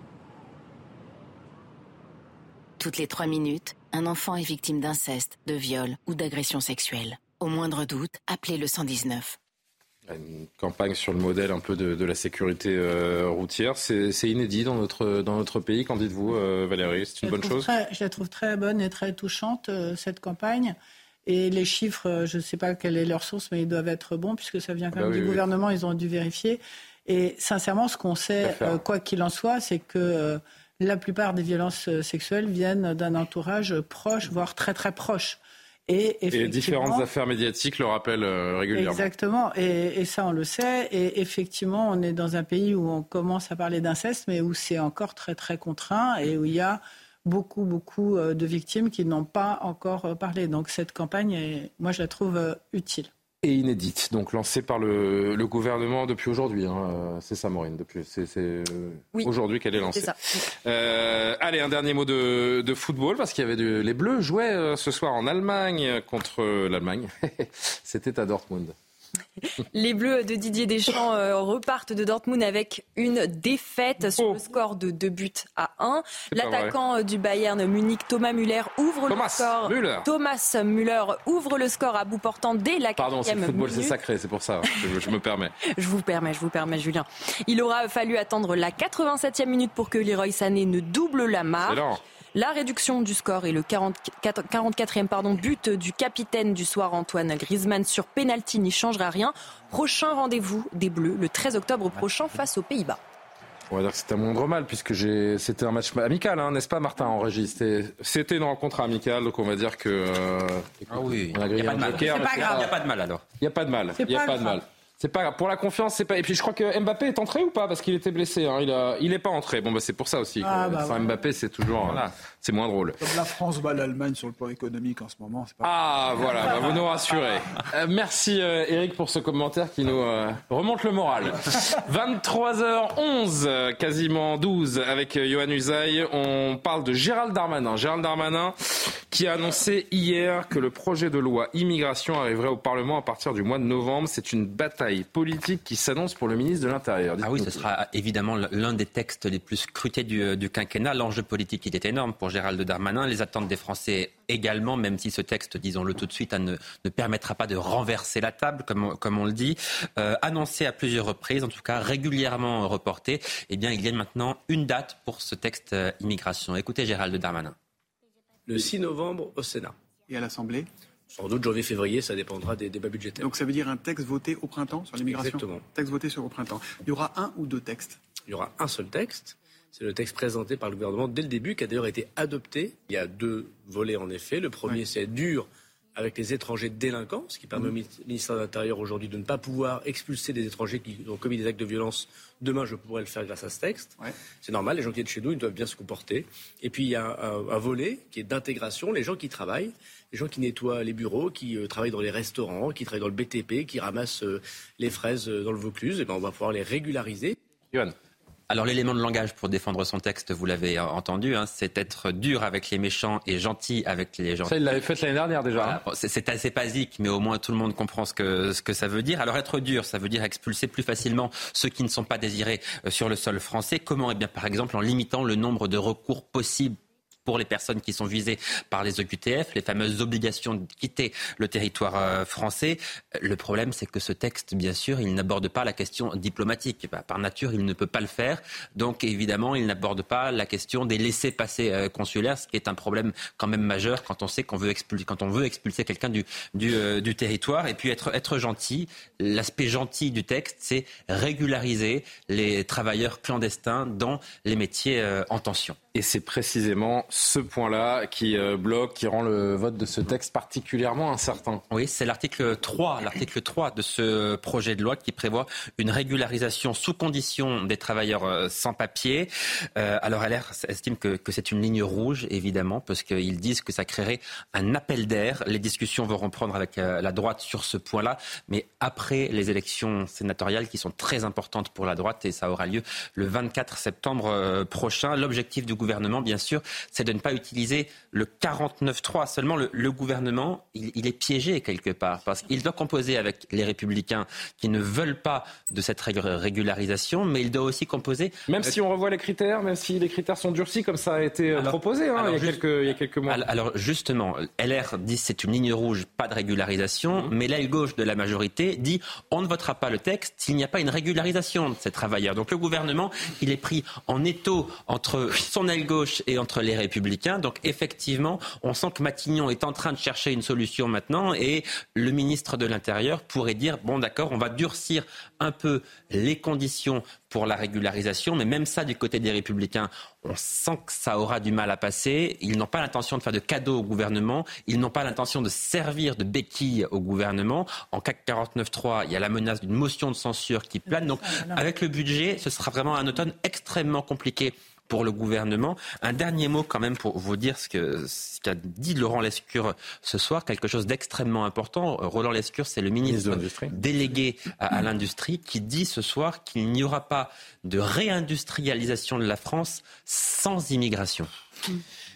Toutes les trois minutes, un enfant est victime d'inceste, de viol ou d'agression sexuelle. Au moindre doute, appelez le cent dix-neuf. Une campagne sur le modèle un peu de, de la sécurité euh, routière. C'est, c'est inédit dans notre, dans notre pays. Qu'en dites-vous, euh, Valérie ? C'est une je bonne chose très, Je la trouve très bonne et très touchante, euh, cette campagne. Et les chiffres, je ne sais pas quelle est leur source, mais ils doivent être bons, puisque ça vient quand même bah oui, du oui. gouvernement. Ils ont dû vérifier. Et sincèrement, ce qu'on sait, euh, quoi qu'il en soit, c'est que euh, la plupart des violences sexuelles viennent d'un entourage proche, voire très très proche. Et, et différentes affaires médiatiques le rappellent euh, régulièrement. Exactement, et, et ça on le sait. Et effectivement, on est dans un pays où on commence à parler d'inceste, mais où c'est encore très très contraint et où il y a beaucoup beaucoup de victimes qui n'ont pas encore parlé. Donc cette campagne, est, moi je la trouve utile. Et inédite, donc lancée par le, le gouvernement depuis aujourd'hui. Hein. C'est ça, Maureen, depuis, c'est, c'est oui. aujourd'hui qu'elle est lancée. C'est ça. Euh, allez, un dernier mot de, de football, parce qu'il y avait de, les Bleus jouaient euh, ce soir en Allemagne contre l'Allemagne. C'était à Dortmund. Les Bleus de Didier Deschamps euh, repartent de Dortmund avec une défaite sur oh. le score de deux buts à un. L'attaquant du Bayern Munich, Thomas Müller, ouvre Thomas le score. Müller. Thomas Müller ouvre le score à bout portant dès la Pardon, quatrième minute. Pardon, c'est le football, minute. c'est sacré, c'est pour ça. je, je me permets. Je vous permets, je vous permets, Julien. Il aura fallu attendre la quatre-vingt-septième minute pour que Leroy Sané ne double la marque. C'est lent. La réduction du score et le quarante-quatre, quarante-quatrième pardon, but du capitaine du soir, Antoine Griezmann, sur pénalty n'y changera rien. Prochain rendez-vous des Bleus le treize octobre prochain face aux Pays-Bas. On va dire que c'était un moindre mal puisque j'ai... c'était un match amical, hein, n'est-ce pas Martin, en régie? C'était... c'était une rencontre amicale, donc on va dire que... Euh... Écoute, ah oui, il n'y a, a, a pas de mal. Il n'y a pas de mal alors. Il n'y a pas de mal. Il n'y a pas de mal. C'est pas grave. Pour la confiance, c'est pas. Et puis je crois que Mbappé est entré ou pas parce qu'il était blessé. Hein. Il a, il est pas entré. Bon bah c'est pour ça aussi. Ah, bah, Sans ouais. Mbappé, c'est toujours, voilà. c'est moins drôle. Comme la France bat l'Allemagne sur le plan économique en ce moment. C'est pas... Ah voilà, bah, vous nous rassurez. Euh, merci euh, Eric pour ce commentaire qui nous euh, remonte le moral. vingt-trois heures onze, euh, quasiment douze, avec euh, Yohann Usaï. On parle de Gérald Darmanin. Gérald Darmanin qui a annoncé hier que le projet de loi immigration arriverait au Parlement à partir du mois de novembre. C'est une bataille politique qui s'annonce pour le ministre de l'Intérieur. Ah oui, ce sera évidemment l'un des textes les plus scrutés du, du quinquennat. L'enjeu politique, il est énorme pour Gérald Darmanin. Les attentes des Français également, même si ce texte, disons-le tout de suite, ne, ne permettra pas de renverser la table, comme on, comme on le dit. Euh, annoncé à plusieurs reprises, en tout cas régulièrement reporté, eh bien, il y a maintenant une date pour ce texte euh, immigration. Écoutez Gérald Darmanin. Le six novembre au Sénat. Et à l'Assemblée ? Sans doute janvier-février, ça dépendra des débats budgétaires. Donc ça veut dire un texte voté au printemps sur l'immigration ? Exactement. Texte voté sur au printemps. Il y aura un ou deux textes ? Il y aura un seul texte. C'est le texte présenté par le gouvernement dès le début, qui a d'ailleurs été adopté. Il y a deux volets en effet. Le premier, oui. c'est dur avec les étrangers délinquants, ce qui permet mmh. au ministère de l'Intérieur aujourd'hui de ne pas pouvoir expulser des étrangers qui ont commis des actes de violence. Demain, je pourrais le faire grâce à ce texte. Ouais. C'est normal, les gens qui viennent chez nous, ils doivent bien se comporter. Et puis, il y a un, un volet qui est d'intégration, les gens qui travaillent, les gens qui nettoient les bureaux, qui euh, travaillent dans les restaurants, qui travaillent dans le B T P, qui ramassent euh, les fraises euh, dans le Vaucluse. Et ben, on va pouvoir les régulariser. Yohann. Alors l'élément de langage pour défendre son texte, vous l'avez entendu, hein, c'est être dur avec les méchants et gentil avec les gentils. Ça, il l'avait fait l'année dernière déjà. Voilà. Bon, c'est, c'est assez basique, mais au moins tout le monde comprend ce que, ce que ça veut dire. Alors être dur, ça veut dire expulser plus facilement ceux qui ne sont pas désirés sur le sol français. Comment ? Eh bien, par exemple, en limitant le nombre de recours possibles pour les personnes qui sont visées par les O Q T F, les fameuses obligations de quitter le territoire français. Le problème, c'est que ce texte, bien sûr, il n'aborde pas la question diplomatique. Par nature, il ne peut pas le faire. Donc, évidemment, il n'aborde pas la question des laissez-passer consulaires, ce qui est un problème quand même majeur quand on sait qu'on veut expulser, quand on veut expulser quelqu'un du, du, euh, du territoire. Et puis, être, être gentil, l'aspect gentil du texte, c'est régulariser les travailleurs clandestins dans les métiers euh, en tension. Et c'est précisément ce point-là qui euh, bloque, qui rend le vote de ce texte particulièrement incertain. Oui, c'est l'article trois, l'article trois de ce projet de loi qui prévoit une régularisation sous condition des travailleurs euh, sans papier. Euh, alors L R estime que, que c'est une ligne rouge, évidemment, parce qu'ils disent que ça créerait un appel d'air. Les discussions vont reprendre avec euh, la droite sur ce point-là, mais après les élections sénatoriales qui sont très importantes pour la droite, et ça aura lieu le vingt-quatre septembre euh, prochain. L'objectif du gouvernement, bien sûr, c'est de ne pas utiliser le quarante-neuf trois. Seulement, le, le gouvernement, il, il est piégé quelque part, parce qu'il doit composer avec les Républicains qui ne veulent pas de cette régularisation, mais il doit aussi composer... Même avec... si on revoit les critères, même si les critères sont durcis, comme ça a été alors, proposé hein, alors, il, y a juste, quelques, il y a quelques mois. Alors justement, L R dit c'est une ligne rouge, pas de régularisation, mmh. mais l'aile gauche de la majorité dit on ne votera pas le texte s'il n'y a pas une régularisation de ces travailleurs. Donc le gouvernement, il est pris en étau entre son aile gauche et entre les Républicains. Donc effectivement, on sent que Matignon est en train de chercher une solution maintenant et le ministre de l'Intérieur pourrait dire bon d'accord, on va durcir un peu les conditions pour la régularisation, mais même ça du côté des Républicains, on sent que ça aura du mal à passer. Ils n'ont pas l'intention de faire de cadeaux au gouvernement, ils n'ont pas l'intention de servir de béquille au gouvernement. En C A C quarante-neuf trois, il y a la menace d'une motion de censure qui plane. Donc avec le budget, ce sera vraiment un automne extrêmement compliqué pour le gouvernement. Un dernier mot quand même pour vous dire ce, que, ce qu'a dit Laurent Lescure ce soir, quelque chose d'extrêmement important. Roland Lescure, c'est le ministre, ministre de délégué à, à l'industrie qui dit ce soir qu'il n'y aura pas de réindustrialisation de la France sans immigration.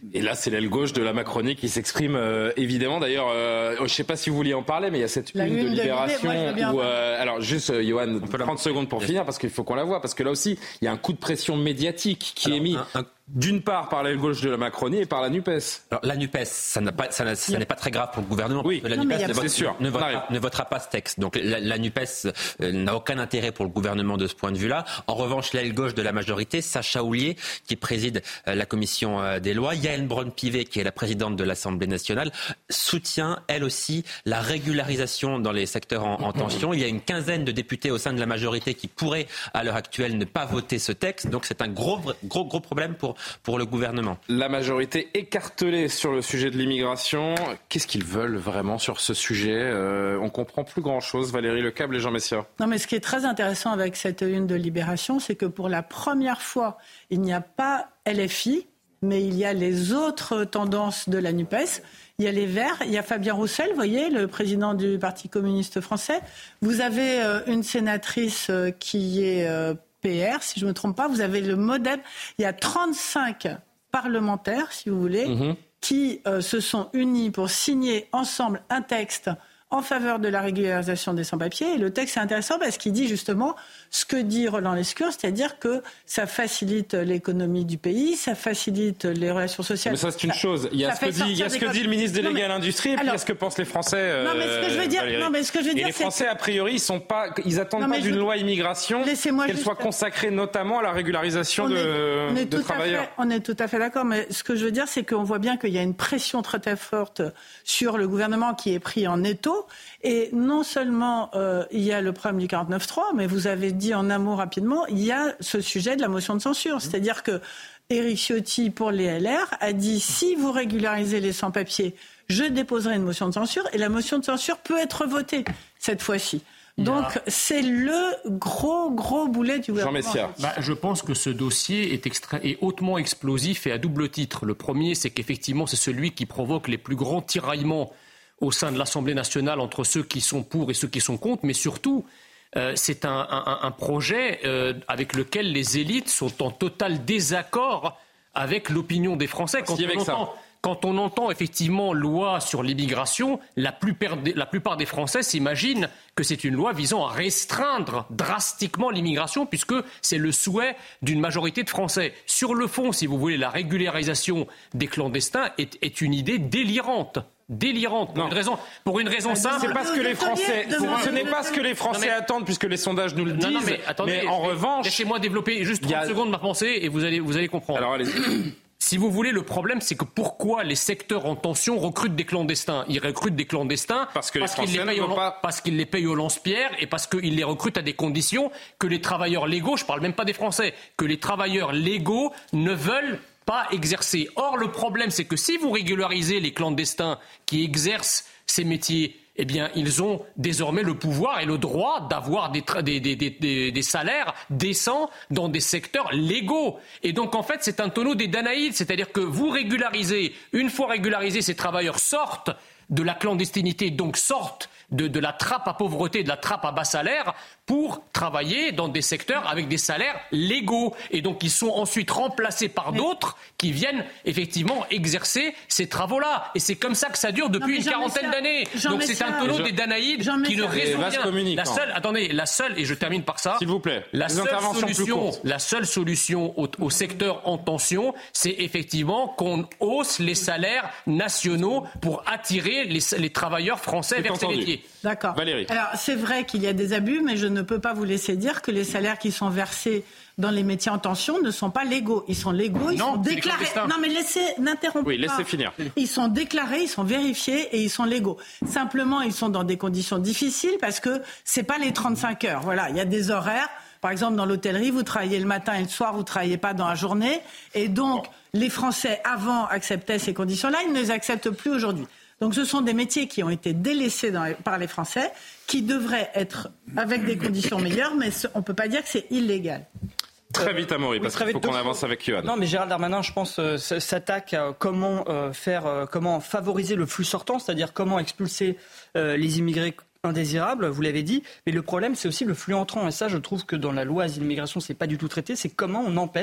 Et là, c'est l'aile gauche de la Macronie qui s'exprime euh, évidemment. D'ailleurs, euh, je ne sais pas si vous vouliez en parler, mais il y a cette une, une de Libération. Où, euh, alors, juste, euh, Johan, trente secondes pour finir, parce qu'il faut qu'on la voie. Parce que là aussi, il y a un coup de pression médiatique qui alors, est mis... Un, un... D'une part par l'aile gauche de la Macronie et par la NUPES. Alors la NUPES, ça, n'a pas, ça, n'a, ça n'est pas très grave pour le gouvernement. Oui, la non, NUPES a... ne, vote, sûr. ne, votera, ne votera pas ce texte. Donc la, la NUPES euh, n'a aucun intérêt pour le gouvernement de ce point de vue-là. En revanche, l'aile gauche de la majorité, Sacha Houlié, qui préside euh, la commission euh, des lois, Yael Braun-Pivet, qui est la présidente de l'Assemblée nationale, soutient elle aussi la régularisation dans les secteurs en, en tension. Il y a une quinzaine de députés au sein de la majorité qui pourraient, à l'heure actuelle, ne pas voter ce texte. Donc c'est un gros, gros, gros problème pour, pour le gouvernement. La majorité écartelée sur le sujet de l'immigration. Qu'est-ce qu'ils veulent vraiment sur ce sujet euh, On ne comprend plus grand-chose. Valérie Lecable et Jean Messia. Non, mais ce qui est très intéressant avec cette une de Libération, c'est que pour la première fois, il n'y a pas L F I, mais il y a les autres tendances de la NUPES. Il y a les Verts, il y a Fabien Roussel, vous voyez, le président du Parti communiste français. Vous avez euh, une sénatrice euh, qui est euh, P R, si je ne me trompe pas. Vous avez le MoDem. Il y a trente-cinq parlementaires, si vous voulez, mmh. qui euh, se sont unis pour signer ensemble un texte en faveur de la régularisation des sans-papiers. Et le texte est intéressant parce qu'il dit justement ce que dit Roland Lescure, c'est-à-dire que ça facilite l'économie du pays, ça facilite les relations sociales. Mais ça, c'est une ça, chose. Il y a ce que dit, il y a ce que dit le ministre délégué mais, à l'Industrie et puis alors, il y a ce que pensent les Français. Euh, non, mais ce que je veux dire, non, mais ce que je veux et dire, les Français, a priori, ils sont pas, ils attendent non, pas d'une je... loi immigration qu'elle juste... soit consacrée notamment à la régularisation on de, est, on est de travailleurs. Fait, on est tout à fait d'accord, mais ce que je veux dire, c'est qu'on voit bien qu'il y a une pression très très forte sur le gouvernement qui est pris en étau. Et non seulement euh, il y a le problème du quarante-neuf trois, mais vous avez dit en un mot rapidement, il y a ce sujet de la motion de censure. C'est-à-dire que Éric Ciotti, pour les L R, a dit si vous régularisez les sans-papiers, je déposerai une motion de censure. Et la motion de censure peut être votée cette fois-ci. Donc yeah. c'est le gros, gros boulet du gouvernement. Jean Messia. Bah, je pense que ce dossier est, extra... est hautement explosif et à double titre. Le premier, c'est qu'effectivement, c'est celui qui provoque les plus grands tiraillements au sein de l'Assemblée nationale entre ceux qui sont pour et ceux qui sont contre, mais surtout, euh, c'est un, un, un projet euh, avec lequel les élites sont en total désaccord avec l'opinion des Français. Quand on, entend, quand on entend effectivement loi sur l'immigration, la plupart, des, la plupart des Français s'imaginent que c'est une loi visant à restreindre drastiquement l'immigration, puisque c'est le souhait d'une majorité de Français. Sur le fond, si vous voulez, la régularisation des clandestins est, est une idée délirante. Délirante. Pour une raison, pour une raison simple. C'est pas ce que les Français, ce n'est pas ce que les Français non, mais, attendent, puisque les sondages nous le disent. Non, non, mais, attendez, mais en revanche, laissez-moi développer juste trente a... secondes ma pensée et vous allez, vous allez comprendre. Alors allez-y. Si vous voulez, le problème, c'est que pourquoi les secteurs en tension recrutent des clandestins ? Ils recrutent des clandestins parce, que parce, les qu'ils, les payent au, pas... parce qu'ils les payent au lance-pierre et parce qu'ils les recrutent à des conditions que les travailleurs légaux, je ne parle même pas des Français, que les travailleurs légaux ne veulent pas exercer. Or, le problème, c'est que si vous régularisez les clandestins qui exercent ces métiers, eh bien, ils ont désormais le pouvoir et le droit d'avoir des, tra- des, des, des, des salaires décents dans des secteurs légaux. Et donc, en fait, c'est un tonneau des Danaïdes. C'est-à-dire que vous régularisez, une fois régularisés, ces travailleurs sortent de la clandestinité, donc sortent de, de la trappe à pauvreté, de la trappe à bas salaire, pour travailler dans des secteurs avec des salaires légaux. Et donc, ils sont ensuite remplacés par mais... d'autres qui viennent effectivement exercer ces travaux-là. Et c'est comme ça que ça dure depuis non, une quarantaine Messia, d'années. Jean donc, Messia, c'est un tonneau Jean... des Danaïdes Jean qui ne résout rien. La seule, attendez, la seule, et je termine par ça. S'il vous plaît, la seule solution, la seule solution au, au secteur en tension, c'est effectivement qu'on hausse les salaires nationaux pour attirer les, les travailleurs français vers ces métiers. D'accord. Valérie. Alors, c'est vrai qu'il y a des abus, mais je ne peux pas vous laisser dire que les salaires qui sont versés dans les métiers en tension ne sont pas légaux. Ils sont légaux, ils non, sont déclarés. Non, mais laissez, n'interrompez oui, pas. Laissez finir. Ils sont déclarés, ils sont vérifiés et ils sont légaux. Simplement, ils sont dans des conditions difficiles parce que c'est pas les trente-cinq heures. Voilà, il y a des horaires. Par exemple, dans l'hôtellerie, vous travaillez le matin et le soir, vous travaillez pas dans la journée. Et donc, les Français, avant, acceptaient ces conditions-là. Ils ne les acceptent plus aujourd'hui. Donc ce sont des métiers qui ont été délaissés dans les, par les Français, qui devraient être avec des conditions meilleures, mais ce, on ne peut pas dire que c'est illégal. Très vite, Amaury, parce qu'il faut qu'on avance avec Yoann. Non, mais Gérald Darmanin, je pense, euh, s'attaque à comment, euh, faire, euh, comment favoriser le flux sortant, c'est-à-dire comment expulser euh, les immigrés indésirables, vous l'avez dit. Mais le problème, c'est aussi le flux entrant. Et ça, je trouve que dans la loi Asile-Immigration, ce n'est pas du tout traité. C'est comment on empêche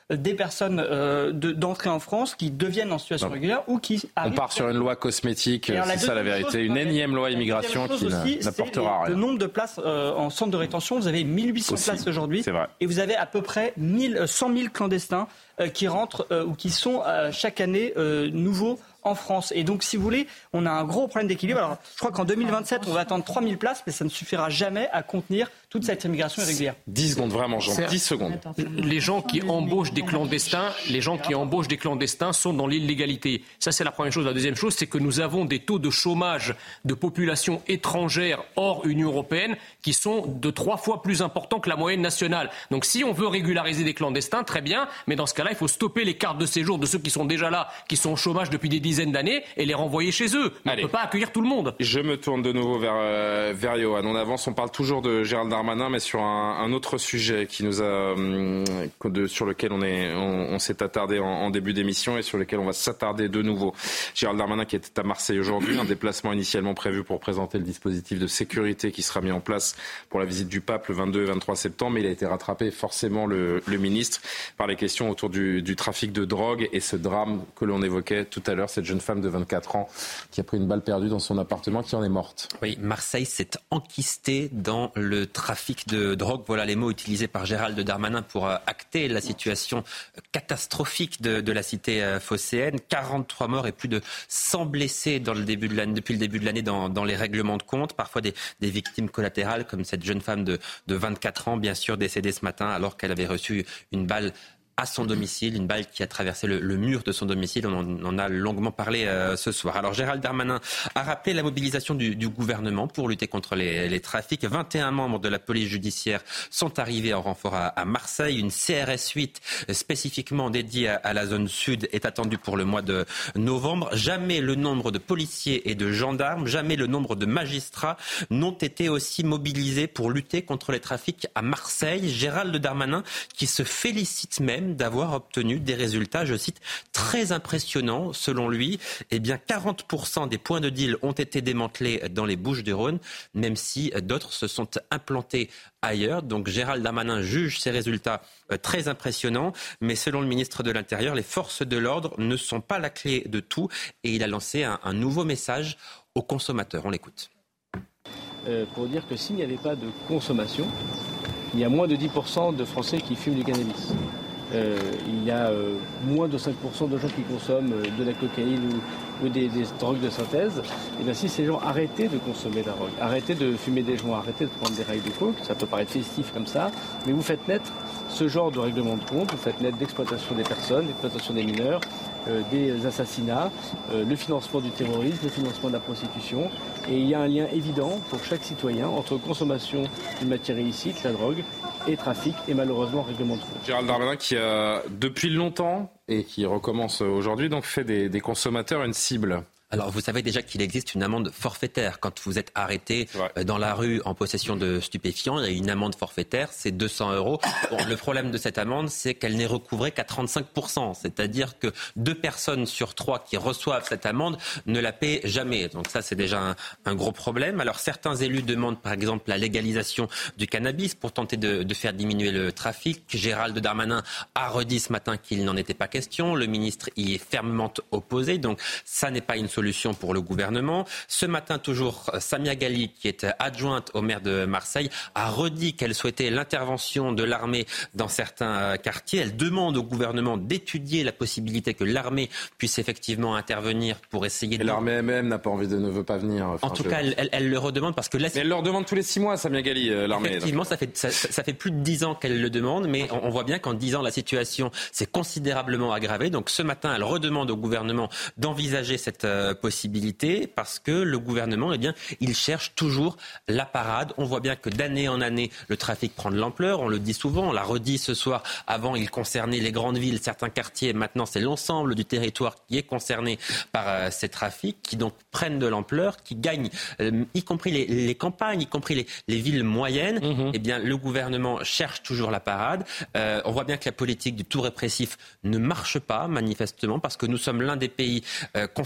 des personnes euh, de, d'entrée en France qui deviennent en situation non. régulière ou qui arrivent. On part sur une loi cosmétique, alors, c'est ça la vérité, chose, une énième loi immigration qui aussi, n'apportera rien. Le nombre de places euh, en centre de rétention, vous avez mille huit cents aussi, places aujourd'hui, et vous avez à peu près cent mille clandestins euh, qui rentrent euh, ou qui sont euh, chaque année euh, nouveaux en France. Et donc, si vous voulez, on a un gros problème d'équilibre. Alors, je crois qu'en deux mille vingt-sept, on va attendre trois mille places, mais ça ne suffira jamais à contenir toute cette immigration irrégulière. dix secondes, vraiment, Jean. dix secondes. Les gens qui embauchent des clandestins, les gens qui embauchent des clandestins sont dans l'illégalité. Ça, c'est la première chose. La deuxième chose, c'est que nous avons des taux de chômage de population étrangère hors Union européenne qui sont de trois fois plus importants que la moyenne nationale. Donc, si on veut régulariser des clandestins, très bien, mais dans ce cas-là, il faut stopper les cartes de séjour de ceux qui sont déjà là, qui sont au chômage depuis des dizaines d'années, et les renvoyer chez eux. Mais on ne peut pas accueillir tout le monde. Je me tourne de nouveau vers, euh, vers Johan. On avance, on parle toujours de Gérald Darmanin, mais sur un, un autre sujet qui nous a, euh, de, sur lequel on, est, on, on s'est attardé en, en début d'émission et sur lequel on va s'attarder de nouveau. Gérald Darmanin qui était à Marseille aujourd'hui, un déplacement initialement prévu pour présenter le dispositif de sécurité qui sera mis en place pour la visite du pape le vingt-deux et vingt-trois septembre, mais il a été rattrapé forcément le, le ministre par les questions autour du, du trafic de drogue et ce drame que l'on évoquait tout à l'heure, cette jeune femme de vingt-quatre ans qui a pris une balle perdue dans son appartement, qui en est morte. Oui, Marseille s'est enquistée dans le trafic de drogue. Voilà les mots utilisés par Gérald Darmanin pour acter la situation catastrophique de, de la cité phocéenne. quarante-trois morts et plus de cent blessés dans le début de l'année, depuis le début de l'année dans, dans les règlements de compte. Parfois des, des victimes collatérales comme cette jeune femme de, de vingt-quatre ans, bien sûr décédée ce matin alors qu'elle avait reçu une balle à son domicile, une balle qui a traversé le, le mur de son domicile. On en, on en a longuement parlé euh, ce soir. Alors Gérald Darmanin a rappelé la mobilisation du, du gouvernement pour lutter contre les, les trafics. vingt et un membres de la police judiciaire sont arrivés en renfort à, à Marseille. Une C R S huit spécifiquement dédiée à, à la zone sud est attendue pour le mois de novembre. Jamais le nombre de policiers et de gendarmes, jamais le nombre de magistrats n'ont été aussi mobilisés pour lutter contre les trafics à Marseille. Gérald Darmanin qui se félicite même d'avoir obtenu des résultats, je cite, très impressionnants. Selon lui, eh bien, quarante pour cent des points de deal ont été démantelés dans les Bouches-du-Rhône, même si d'autres se sont implantés ailleurs. Donc Gérald Darmanin juge ces résultats très impressionnants, mais selon le ministre de l'Intérieur, les forces de l'ordre ne sont pas la clé de tout et il a lancé un, un nouveau message aux consommateurs. On l'écoute. Euh, pour dire que s'il n'y avait pas de consommation, il y a moins de dix pour cent de Français qui fument du cannabis. Euh, il y a euh, moins de cinq pour cent de gens qui consomment euh, de la cocaïne ou, ou des, des drogues de synthèse. Et bien si ces gens arrêtaient de consommer de la drogue, arrêtaient de fumer des joints, arrêtaient de prendre des rails de coke, ça peut paraître festif comme ça, mais vous faites naître ce genre de règlement de compte, vous faites naître d'exploitation des personnes, d'exploitation des mineurs, euh, des assassinats, euh, le financement du terrorisme, le financement de la prostitution. Et il y a un lien évident pour chaque citoyen entre consommation d'une matière illicite, la drogue, et trafic, et malheureusement règlement de compte. Gérald Darmanin qui a depuis longtemps et qui recommence aujourd'hui donc fait des, des consommateurs une cible. Alors, vous savez déjà qu'il existe une amende forfaitaire. Quand vous êtes arrêté dans la rue en possession de stupéfiants, il y a une amende forfaitaire, c'est deux cents euros. Bon, le problème de cette amende, c'est qu'elle n'est recouvrée qu'à trente-cinq pour cent. C'est-à-dire que deux personnes sur trois qui reçoivent cette amende ne la paient jamais. Donc ça, c'est déjà un, un gros problème. Alors, certains élus demandent, par exemple, la légalisation du cannabis pour tenter de, de faire diminuer le trafic. Gérald Darmanin a redit ce matin qu'il n'en était pas question. Le ministre y est fermement opposé. Donc, ça n'est pas une solution pour le gouvernement. Ce matin, toujours, Samia Ghali, qui est adjointe au maire de Marseille, a redit qu'elle souhaitait l'intervention de l'armée dans certains quartiers. Elle demande au gouvernement d'étudier la possibilité que l'armée puisse effectivement intervenir pour essayer de... Et l'armée elle-même n'a pas envie de, ne veut pas venir. Enfin, en tout je... cas, elle, elle, elle le redemande parce que là... Mais elle le redemande tous les six mois, Samia Ghali, euh, l'armée. Effectivement, ça fait, ça, ça fait plus de dix ans qu'elle le demande, mais on, on voit bien qu'en dix ans, la situation s'est considérablement aggravée. Donc ce matin, elle redemande au gouvernement d'envisager cette euh, possibilité parce que le gouvernement, eh bien, il cherche toujours la parade. On voit bien que d'année en année, le trafic prend de l'ampleur. On le dit souvent, on l'a redit ce soir. Avant, il concernait les grandes villes, certains quartiers. Maintenant, c'est l'ensemble du territoire qui est concerné par euh, ces trafics qui donc prennent de l'ampleur, qui gagnent, euh, y compris les, les campagnes, y compris les, les villes moyennes. Mmh. Eh bien, le gouvernement cherche toujours la parade. Euh, on voit bien que la politique du tout répressif ne marche pas, manifestement, parce que nous sommes l'un des pays euh, concernant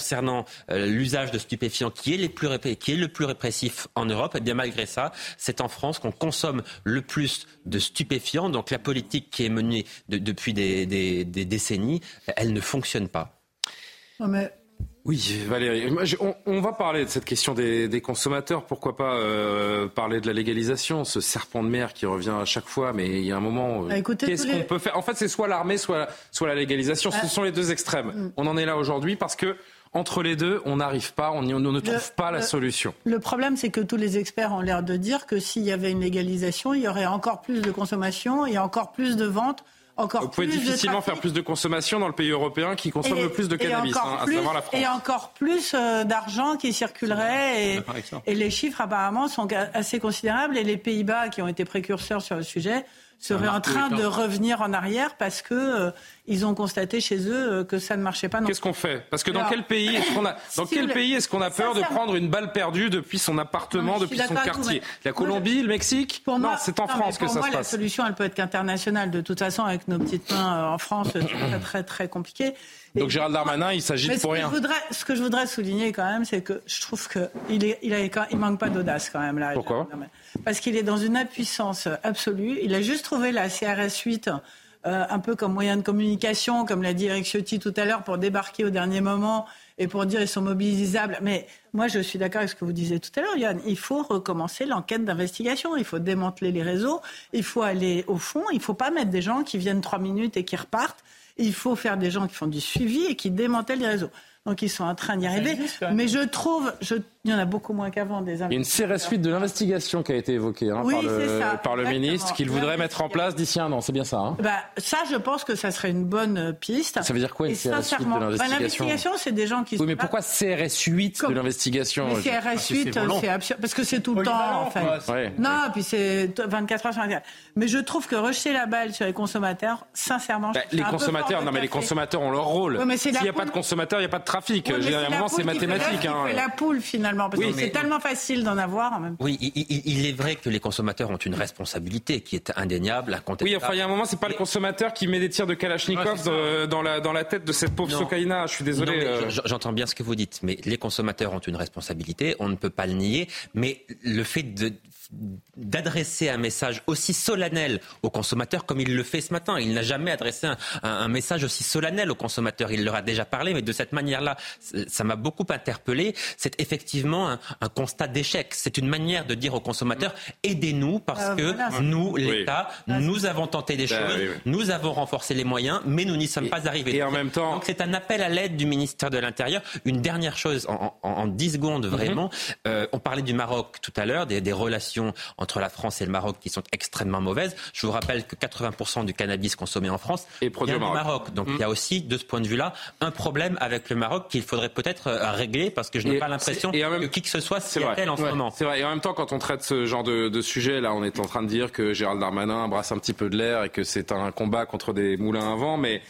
euh, l'usage de stupéfiants qui est, les plus répé- qui est le plus répressif en Europe, et bien malgré ça, c'est en France qu'on consomme le plus de stupéfiants. Donc la politique qui est menée de, depuis des, des, des décennies, elle ne fonctionne pas. Non mais... Oui, Valérie, on, on va parler de cette question des, des consommateurs. Pourquoi pas euh, parler de la légalisation, ce serpent de mer qui revient à chaque fois, mais il y a un moment, euh, Écoutez, qu'est-ce qu'on les... peut faire ? En fait, c'est soit l'armée, soit, soit la légalisation. Ce sont les deux extrêmes. Mm. On en est là aujourd'hui parce que entre les deux, on n'arrive pas, on, on ne trouve le, pas la le, solution. Le problème, c'est que tous les experts ont l'air de dire que s'il y avait une légalisation, il y aurait encore plus de consommation et encore plus de ventes. Encore Vous pouvez plus difficilement faire plus de consommation dans le pays européen qui consomme et, le plus de cannabis, hein, plus, à savoir la France. Et encore plus euh, d'argent qui circulerait. Et, et les chiffres, apparemment, sont assez considérables. Et les Pays-Bas, qui ont été précurseurs sur le sujet, seraient en train de revenir en arrière parce que euh, ils ont constaté chez eux euh, que ça ne marchait pas. Non. Qu'est-ce qu'on fait ? Parce que dans Alors, quel pays est-ce qu'on a, dans si quel voulez, pays est-ce qu'on a peur de prendre une balle perdue depuis son appartement, non, depuis son quartier ? La Colombie, moi, le Mexique ? Pour Non, moi, c'est en non, France que ça moi, se passe. Pour moi, la passe. solution, elle peut être qu'internationale. De toute façon, avec nos petites mains euh, en France, c'est très, très, très compliqué. Et donc Gérald Darmanin, il s'agit pour rien. Je voudrais, ce que je voudrais souligner quand même, c'est que je trouve qu'il est, il, a, il manque pas d'audace quand même là. Pourquoi ? Parce qu'il est dans une impuissance absolue. Il a juste trouvé la C R S huit euh, un peu comme moyen de communication, comme l'a dit Eric Ciotti tout à l'heure, pour débarquer au dernier moment et pour dire ils sont mobilisables. Mais moi, je suis d'accord avec ce que vous disiez tout à l'heure, Yann. Il faut recommencer l'enquête d'investigation. Il faut démanteler les réseaux. Il faut aller au fond. Il ne faut pas mettre des gens qui viennent trois minutes et qui repartent. Il faut faire des gens qui font du suivi et qui démantèlent les réseaux. Donc ils sont en train d'y arriver. Mais je trouve, je, il y en a beaucoup moins qu'avant des Il y a une C R S huit de l'investigation qui a été évoquée hein, oui, par, le, ça, par le ministre, qu'il voudrait mettre en place d'ici un an. C'est bien ça hein bah, ça, je pense que ça serait une bonne piste. Ça veut dire quoi une C R S huit de l'investigation bah, L'investigation, c'est des gens qui... Oui, mais pourquoi C R S huit de l'investigation Mais C R S huit, ah, c'est, c'est absurde. Parce que c'est tout le temps, en fait. Ouais, non, ouais. Puis c'est vingt-quatre heures sur vingt-quatre. Mais je trouve que rejeter la balle sur les consommateurs, sincèrement... Bah, les consommateurs, non mais les consommateurs ont leur rôle. Ouais, S'il n'y a pas de consommateurs, il n'y a pas de trafic. Ouais, J'ai un moment, c'est mathématique. Hein. C'est la poule, finalement, parce oui, que c'est tellement facile d'en avoir en même temps. Oui, il, il, il est vrai que les consommateurs ont une responsabilité qui est indéniable, incontestable. Oui, enfin, il y a un moment, c'est pas le consommateur qui met des tirs de Kalachnikov ouais, dans, la, dans la tête de cette pauvre Sokaina. Je suis désolé. Non, euh... J'entends bien ce que vous dites, mais les consommateurs ont une responsabilité, on ne peut pas le nier, mais le fait de... d'adresser un message aussi solennel aux consommateurs comme il le fait ce matin. Il n'a jamais adressé un, un, un message aussi solennel aux consommateurs. Il leur a déjà parlé, mais de cette manière-là, ça m'a beaucoup interpellé. C'est effectivement un, un constat d'échec. C'est une manière de dire aux consommateurs aidez-nous parce euh, que voilà. nous, l'État, oui. nous avons tenté des ben, choses, oui, oui. nous avons renforcé les moyens, mais nous n'y sommes et, pas arrivés. Et en même temps, donc c'est un appel à l'aide du ministère de l'Intérieur. Une dernière chose en, en, en dix secondes vraiment. Mm-hmm. Euh, on parlait du Maroc tout à l'heure, des, des relations entre la France et le Maroc qui sont extrêmement mauvaises. Je vous rappelle que quatre-vingts pour cent du cannabis consommé en France est produit vient au Maroc. Maroc. Donc mmh. il y a aussi, de ce point de vue-là, un problème avec le Maroc qu'il faudrait peut-être euh, régler parce que je n'ai et pas l'impression même... que qui que ce soit s'y attelle en ouais, ce moment. C'est vrai. Et en même temps, quand on traite ce genre de, de sujet, là, on est en train de dire que Gérald Darmanin brasse un petit peu de l'air et que c'est un combat contre des moulins à vent, mais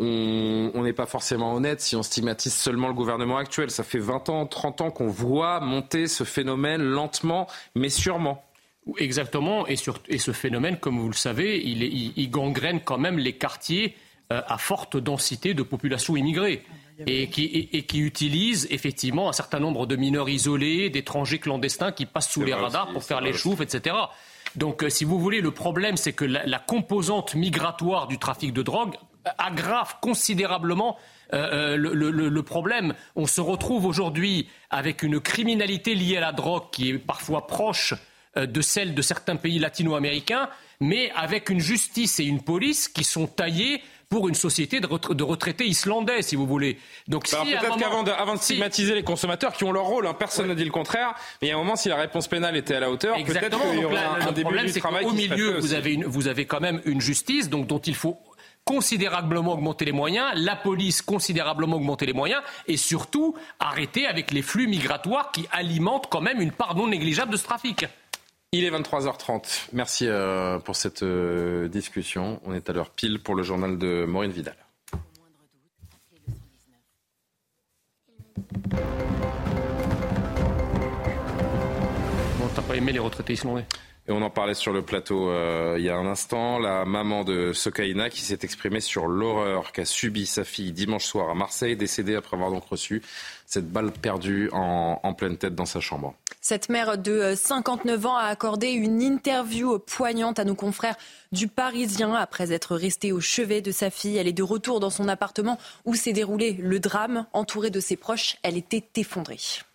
on n'est pas forcément honnête si on stigmatise seulement le gouvernement actuel. Ça fait vingt ans, trente ans qu'on voit monter ce phénomène lentement, mais sûrement. Exactement, et, sur, et ce phénomène, comme vous le savez, il, est, il, il gangrène quand même les quartiers euh, à forte densité de population immigrée et qui, et, et qui utilise effectivement un certain nombre de mineurs isolés, d'étrangers clandestins qui passent sous c'est les vrai, radars pour faire les choufs, et cetera. Donc, euh, si vous voulez, le problème, c'est que la, la composante migratoire du trafic de drogue aggrave considérablement euh, le, le, le problème. On se retrouve aujourd'hui avec une criminalité liée à la drogue qui est parfois proche de celle de certains pays latino-américains, mais avec une justice et une police qui sont taillées pour une société de, retra- de retraités islandais, si vous voulez. Donc, Alors si peut-être moment... qu'avant de, avant de stigmatiser si... les consommateurs qui ont leur rôle, hein, personne n'a ouais. dit le contraire, mais il y a un moment, si la réponse pénale était à la hauteur, Exactement. peut-être qu'il y aurait là, un, le un début problème, du c'est travail qu'au qui milieu, vous avez, une, vous avez quand même une justice donc, dont il faut considérablement augmenter les moyens, la police considérablement augmenter les moyens et surtout arrêter avec les flux migratoires qui alimentent quand même une part non négligeable de ce trafic. Il est vingt-trois heures trente. Merci euh, pour cette euh, discussion. On est à l'heure pile pour le journal de Maureen Vidal. Bon, t'as pas aimé les retraités islandais ? Et on en parlait sur le plateau euh, il y a un instant, la maman de Sokaina qui s'est exprimée sur l'horreur qu'a subie sa fille dimanche soir à Marseille, décédée après avoir donc reçu cette balle perdue en, en pleine tête dans sa chambre. Cette mère de cinquante-neuf ans a accordé une interview poignante à nos confrères du Parisien après être restée au chevet de sa fille. Elle est de retour dans son appartement où s'est déroulé le drame. Entourée de ses proches, elle était effondrée.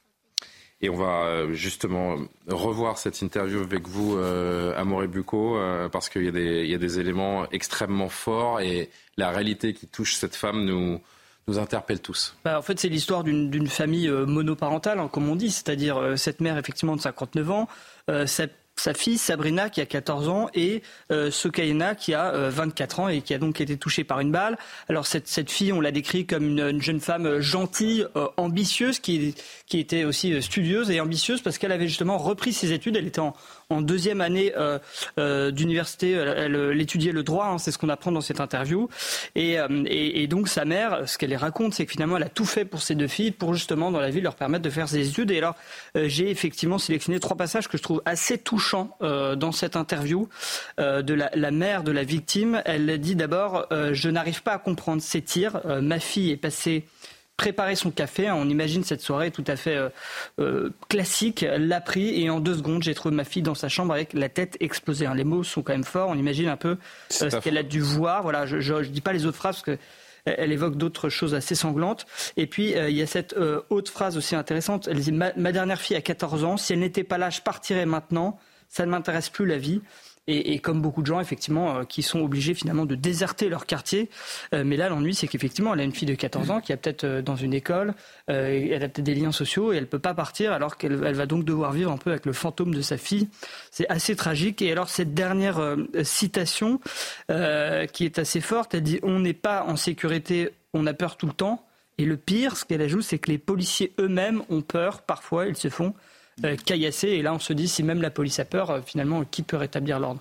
Et on va justement revoir cette interview avec vous, euh, Amaury Bucco, euh, parce qu'il y a des, il y a des éléments extrêmement forts et la réalité qui touche cette femme nous... nous interpelle tous. Bah, en fait, c'est l'histoire d'une, d'une famille euh, monoparentale, hein, comme on dit, c'est-à-dire euh, cette mère effectivement de cinquante-neuf ans, euh, sa, sa fille Sabrina qui a quatorze ans et euh, Sokaina qui a euh, vingt-quatre ans et qui a donc été touchée par une balle. Alors cette, cette fille, on l'a décrit comme une, une jeune femme gentille, euh, ambitieuse, qui, qui était aussi studieuse et ambitieuse parce qu'elle avait justement repris ses études. Elle était en En deuxième année euh, euh, d'université, elle, elle, elle étudiait le droit, hein, c'est ce qu'on apprend dans cette interview. Et, euh, et, et donc sa mère, ce qu'elle raconte, c'est que finalement elle a tout fait pour ses deux filles, pour justement dans la vie leur permettre de faire ses études. Et alors euh, j'ai effectivement sélectionné trois passages que je trouve assez touchants euh, dans cette interview euh, de la, la mère de la victime. Elle dit d'abord euh, « Je n'arrive pas à comprendre ces tirs. Euh, ma fille est passée... » préparer son café, on imagine cette soirée tout à fait euh, euh, classique, l'a pris et en deux secondes j'ai trouvé ma fille dans sa chambre avec la tête explosée. Hein. Les mots sont quand même forts, on imagine un peu euh, ce qu'elle a dû voir. Voilà, je ne dis pas les autres phrases parce qu'elle évoque d'autres choses assez sanglantes. Et puis euh, il y a cette euh, autre phrase aussi intéressante, elle dit ma, ma dernière fille a quatorze ans, si elle n'était pas là je partirais maintenant, ça ne m'intéresse plus la vie. Et, et comme beaucoup de gens, effectivement, euh, qui sont obligés finalement de déserter leur quartier. Euh, mais là, l'ennui, c'est qu'effectivement, elle a une fille de quatorze ans qui est peut-être euh, dans une école, euh, elle a peut-être des liens sociaux et elle ne peut pas partir alors qu'elle elle va donc devoir vivre un peu avec le fantôme de sa fille. C'est assez tragique. Et alors, cette dernière euh, citation euh, qui est assez forte, elle dit « On n'est pas en sécurité, on a peur tout le temps ». Et le pire, ce qu'elle ajoute, c'est que les policiers eux-mêmes ont peur. Parfois, ils se font Euh, caillassé, et là on se dit si même la police a peur, euh, finalement qui peut rétablir l'ordre?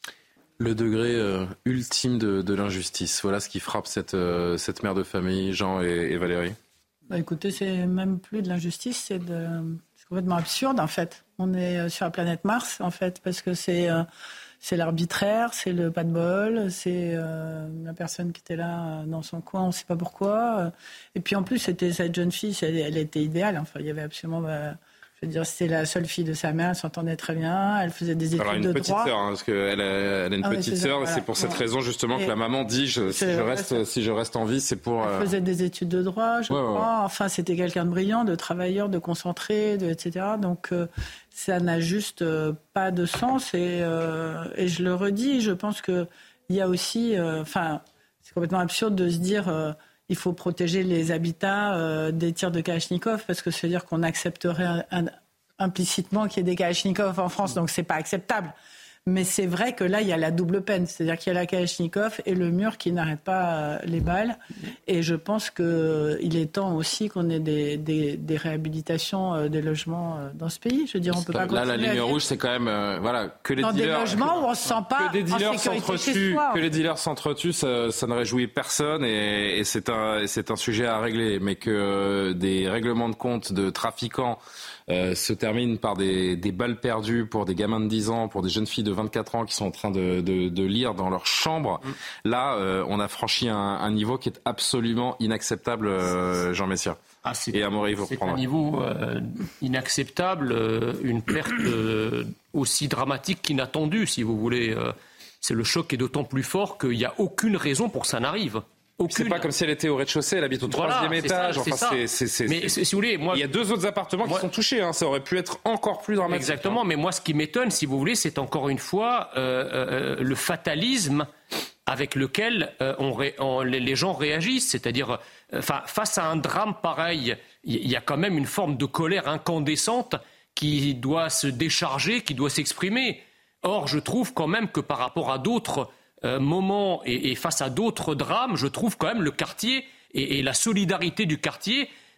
Le degré euh, ultime de, de l'injustice, voilà ce qui frappe cette, euh, cette mère de famille, Jean et, et Valérie. Bah écoutez, c'est même plus de l'injustice, c'est, de, c'est complètement absurde en fait. On est sur la planète Mars en fait, parce que c'est, euh, c'est l'arbitraire, c'est le pas de bol, c'est euh, la personne qui était là dans son coin, on ne sait pas pourquoi. Et puis en plus, c'était cette jeune fille, elle, elle était idéale, enfin il y avait absolument... Bah, je veux dire, c'était la seule fille de sa mère, elle s'entendait très bien, elle faisait des études de droit. Alors une petite sœur, hein, parce qu'elle a, elle a une ah petite oui, sœur, et voilà. C'est pour cette ouais. raison justement et que la maman dit je, si, je reste, si je reste en vie, c'est pour... Elle faisait des études de droit, je ouais, crois. Ouais. Enfin, c'était quelqu'un de brillant, de travailleur, de concentré, de, et cetera. Donc, euh, ça n'a juste euh, pas de sens. Et, euh, et je le redis, je pense qu'il y a aussi... Enfin, euh, c'est complètement absurde de se dire... Euh, il faut protéger les habitats euh, des tirs de Kalachnikov parce que c'est-à-dire qu'on accepterait un, un, implicitement qu'il y ait des Kalachnikov en France, donc c'est pas acceptable. Mais c'est vrai que là, il y a la double peine. C'est-à-dire qu'il y a la Kalachnikov et le mur qui n'arrête pas euh, les balles. Et je pense qu'il euh, est temps aussi qu'on ait des, des, des réhabilitations euh, des logements euh, dans ce pays. Je veux dire, on peut pas là, la ligne rouge, c'est quand même euh, voilà, que les dans dealers... Dans des logements où on ne se sent pas que des dealers en sécurité chez soi. Que les dealers s'entretuent, ça, ça ne réjouit personne et, et c'est, un, c'est un sujet à régler. Mais que euh, des règlements de compte de trafiquants Euh, se termine par des, des balles perdues pour des gamins de dix ans, pour des jeunes filles de vingt-quatre ans qui sont en train de, de, de lire dans leur chambre. Mmh. Là, euh, on a franchi un, un niveau qui est absolument inacceptable, euh, Jean Messia. Ah, c'est, Et Amaury, vous c'est reprendre. un niveau euh, inacceptable, euh, une perte euh, aussi dramatique qu'inattendue, si vous voulez. Euh, c'est le choc qui est d'autant plus fort qu'il n'y a aucune raison pour que ça n'arrive. Aucune. C'est pas comme si elle était au rez-de-chaussée, elle habite au troisième voilà, étage. Ça, enfin, c'est, c'est, c'est, mais c'est... si vous voulez, moi, il y a deux autres appartements moi... qui sont touchés. Hein. Ça aurait pu être encore plus dramatique. Exactement. Mais moi, ce qui m'étonne, si vous voulez, c'est encore une fois euh, euh, le fatalisme avec lequel euh, on ré... on, les gens réagissent. C'est-à-dire, euh, face à un drame pareil, il y a quand même une forme de colère incandescente qui doit se décharger, qui doit s'exprimer. Or, je trouve quand même que par rapport à d'autres Euh, moment et, et face à d'autres drames, je trouve quand même le quartier et, et la solidarité du quartier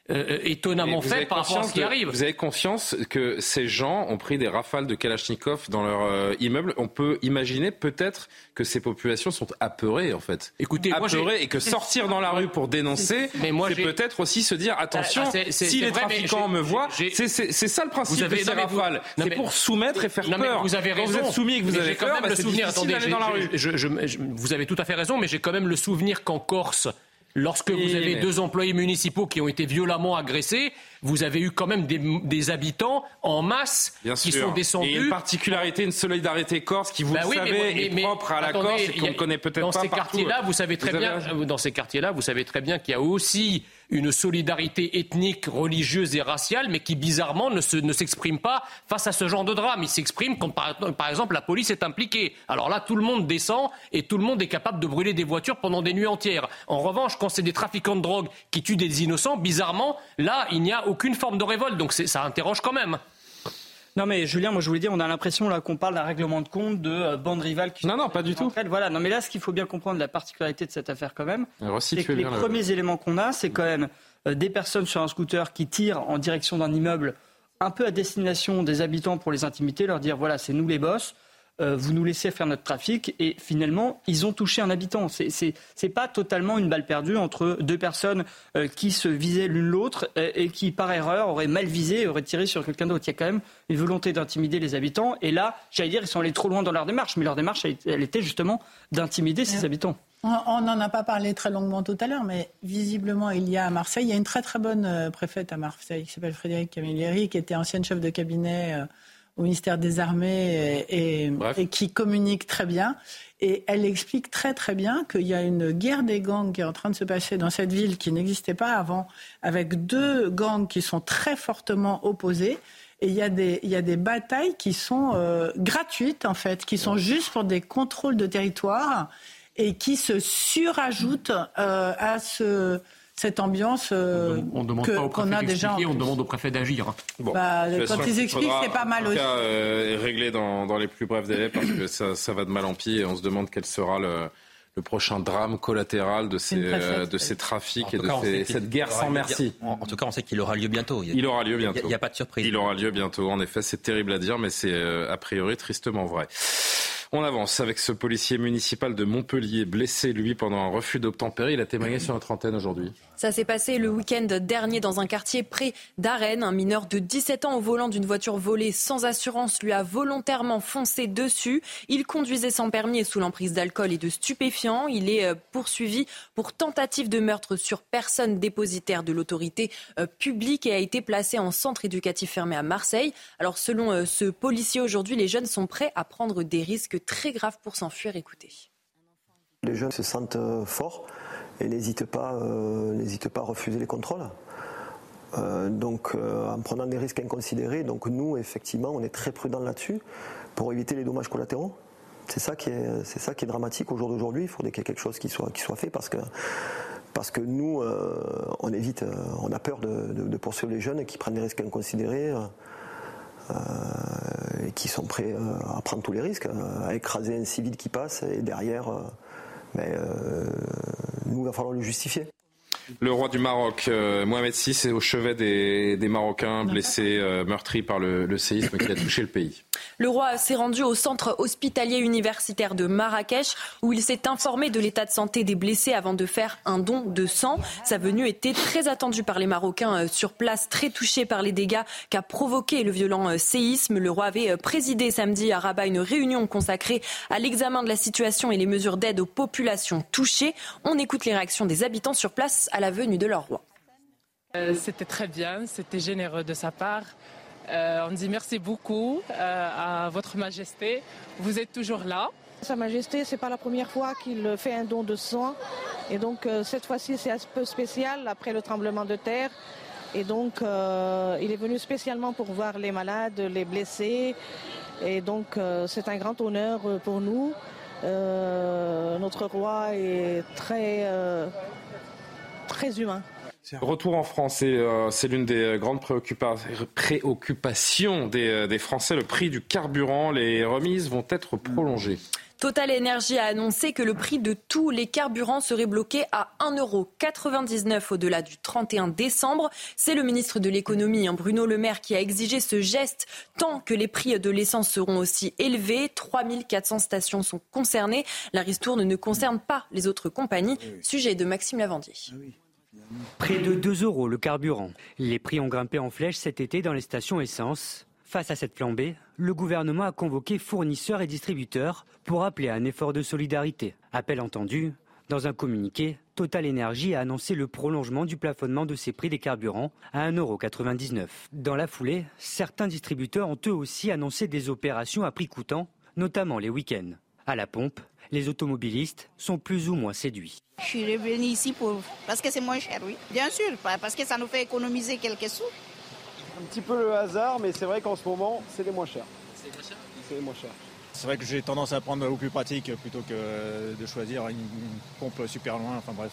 euh, étonnamment faible par rapport à ce qui de, arrive. Vous avez conscience que ces gens ont pris des rafales de Kalachnikov dans leur euh, immeuble. On peut imaginer peut-être que ces populations sont apeurées, en fait. Écoutez, apeurées moi, et que sortir dans la rue pour dénoncer, mais moi, c'est peut-être aussi se dire attention, ah, c'est, c'est, si c'est les vrai, trafiquants me voient, c'est, c'est, c'est ça le principe vous avez, de ces non, rafales. Vous, c'est mais, pour soumettre et faire non, peur. Vous avez raison. Quand vous êtes soumis et que vous avez quand peur, même bah, le c'est souvenir. difficile Attendez, d'aller dans la rue. Je, je, je, vous avez tout à fait raison, mais j'ai quand même le souvenir qu'en Corse, lorsque vous avez mais... deux employés municipaux qui ont été violemment agressés, vous avez eu quand même des, des habitants en masse Bien qui sûr. sont descendus. Et une particularité, une solidarité corse qui, vous bah le oui, savez, mais, mais, est mais, propre à la attendez, Corse et qu'on ne connaît peut-être dans pas ces partout. Quartiers-là, vous savez très vous bien, avez... dans ces quartiers-là, vous savez très bien qu'il y a aussi une solidarité ethnique, religieuse et raciale, mais qui bizarrement ne, se, ne s'exprime pas face à ce genre de drame. Il s'exprime quand, par, par exemple, la police est impliquée. Alors là, tout le monde descend et tout le monde est capable de brûler des voitures pendant des nuits entières. En revanche, quand c'est des trafiquants de drogue qui tuent des innocents, bizarrement, là, il n'y a aucune forme de révolte. Donc c'est, ça interroge quand même. Non mais Julien, moi je voulais dire, on a l'impression là qu'on parle d'un règlement de compte de euh, bandes rivales qui non non pas du tout. Elles. Voilà, non mais là ce qu'il faut bien comprendre, la particularité de cette affaire quand même, c'est que les bien premiers le... éléments qu'on a, c'est quand même euh, des personnes sur un scooter qui tirent en direction d'un immeuble, un peu à destination des habitants pour les intimider, leur dire voilà c'est nous les boss. Euh, vous nous laissez faire notre trafic, et finalement ils ont touché un habitant. C'est, c'est, c'est pas totalement une balle perdue entre deux personnes euh, qui se visaient l'une l'autre et, et qui par erreur auraient mal visé et auraient tiré sur quelqu'un d'autre. Il y a quand même une volonté d'intimider les habitants, et là j'allais dire ils sont allés trop loin dans leur démarche, mais leur démarche elle, elle était justement d'intimider ces habitants. On n'en a pas parlé très longuement tout à l'heure, mais visiblement il y a à Marseille, il y a une très très bonne préfète à Marseille qui s'appelle Frédérique Camilleri, qui était ancienne chef de cabinet euh, au ministère des Armées et, et, et qui communique très bien. Et elle explique très très bien qu'il y a une guerre des gangs qui est en train de se passer dans cette ville qui n'existait pas avant, avec deux gangs qui sont très fortement opposés. Et il y a des, il y a des batailles qui sont euh, gratuites, en fait, qui sont juste pour des contrôles de territoire et qui se surajoutent euh, à ce... cette ambiance euh, on demande que, pas au qu'on a déjà. On demande au préfet d'agir. Bon, bah, quand ils expliquent, c'est pas mal aussi. En tout cas, euh, régler dans, dans les plus brefs délais parce que ça, ça va de mal en pis et on se demande quel sera le, le prochain drame collatéral de ces, euh, de ces trafics et de ces, cette guerre sans merci. En, en tout cas, on sait qu'il aura lieu bientôt. Il, il aura lieu bientôt. Il n'y a, a pas de surprise. Il aura lieu bientôt. En effet, c'est terrible à dire, mais c'est euh, a priori tristement vrai. On avance avec ce policier municipal de Montpellier, blessé, lui, pendant un refus d'obtempérer. Il a témoigné sur notre antenne aujourd'hui. Ça s'est passé le week-end dernier dans un quartier près d'Arennes. Un mineur de dix-sept ans au volant d'une voiture volée sans assurance lui a volontairement foncé dessus. Il conduisait sans permis et sous l'emprise d'alcool et de stupéfiants. Il est poursuivi pour tentative de meurtre sur personne dépositaire de l'autorité publique et a été placé en centre éducatif fermé à Marseille. Alors selon ce policier aujourd'hui, les jeunes sont prêts à prendre des risques très grave pour s'enfuir. Écoutez. Les jeunes se sentent forts et n'hésitent pas, euh, n'hésitent pas à refuser les contrôles. Euh, donc euh, en prenant des risques inconsidérés, donc nous effectivement on est très prudents là-dessus pour éviter les dommages collatéraux. C'est ça qui est, c'est ça qui est dramatique au jour d'aujourd'hui. Il faudrait qu'il y ait quelque chose qui soit, qui soit fait parce que, parce que nous euh, on évite, euh, on a peur de, de, de poursuivre les jeunes qui prennent des risques inconsidérés. Euh, Euh, et qui sont prêts euh, à prendre tous les risques, euh, à écraser un civil qui passe et derrière, euh, mais, euh, nous, il va falloir le justifier. Le roi du Maroc, euh, Mohamed six, est au chevet des, des Marocains blessés, euh, meurtris par le, le séisme qui a touché le pays. Le roi s'est rendu au centre hospitalier universitaire de Marrakech où il s'est informé de l'état de santé des blessés avant de faire un don de sang. Sa venue était très attendue par les Marocains sur place, très touchés par les dégâts qu'a provoqué le violent séisme. Le roi avait présidé samedi à Rabat une réunion consacrée à l'examen de la situation et les mesures d'aide aux populations touchées. On écoute les réactions des habitants sur place à la venue de leur roi. Euh, c'était très bien, c'était généreux de sa part. Euh, on dit merci beaucoup euh, à votre majesté. Vous êtes toujours là. Sa majesté, c'est pas la première fois qu'il fait un don de sang. Et donc euh, cette fois-ci, c'est un peu spécial après le tremblement de terre. Et donc euh, il est venu spécialement pour voir les malades, les blessés. Et donc euh, c'est un grand honneur pour nous. Euh, notre roi est très... Euh, très humain. Retour en France, et euh, c'est l'une des grandes préoccupa- préoccupations des, des Français, le prix du carburant. Les remises vont être prolongées. Total Energy a annoncé que le prix de tous les carburants serait bloqué à un euro quatre-vingt-dix-neuf au-delà du trente et un décembre. C'est le ministre de l'économie, Bruno Le Maire, qui a exigé ce geste tant que les prix de l'essence seront aussi élevés. trois mille quatre cents stations sont concernées. La ristourne ne concerne pas les autres compagnies. Sujet de Maxime Lavandier. Près de deux euros le carburant. Les prix ont grimpé en flèche cet été dans les stations essence. Face à cette flambée, le gouvernement a convoqué fournisseurs et distributeurs pour appeler à un effort de solidarité. Appel entendu. Dans un communiqué, Total Energy a annoncé le prolongement du plafonnement de ces prix des carburants à un euro quatre-vingt-dix-neuf. Dans la foulée, certains distributeurs ont eux aussi annoncé des opérations à prix coûtant, notamment les week-ends. À la pompe, les automobilistes sont plus ou moins séduits. Je suis revenu ici pour... parce que c'est moins cher, oui. Bien sûr, parce que ça nous fait économiser quelques sous. Un petit peu le hasard, mais c'est vrai qu'en ce moment, c'est les moins chers. C'est moins cher ? C'est les moins chers. C'est vrai que j'ai tendance à prendre au plus pratique plutôt que de choisir une, une pompe super loin, enfin bref.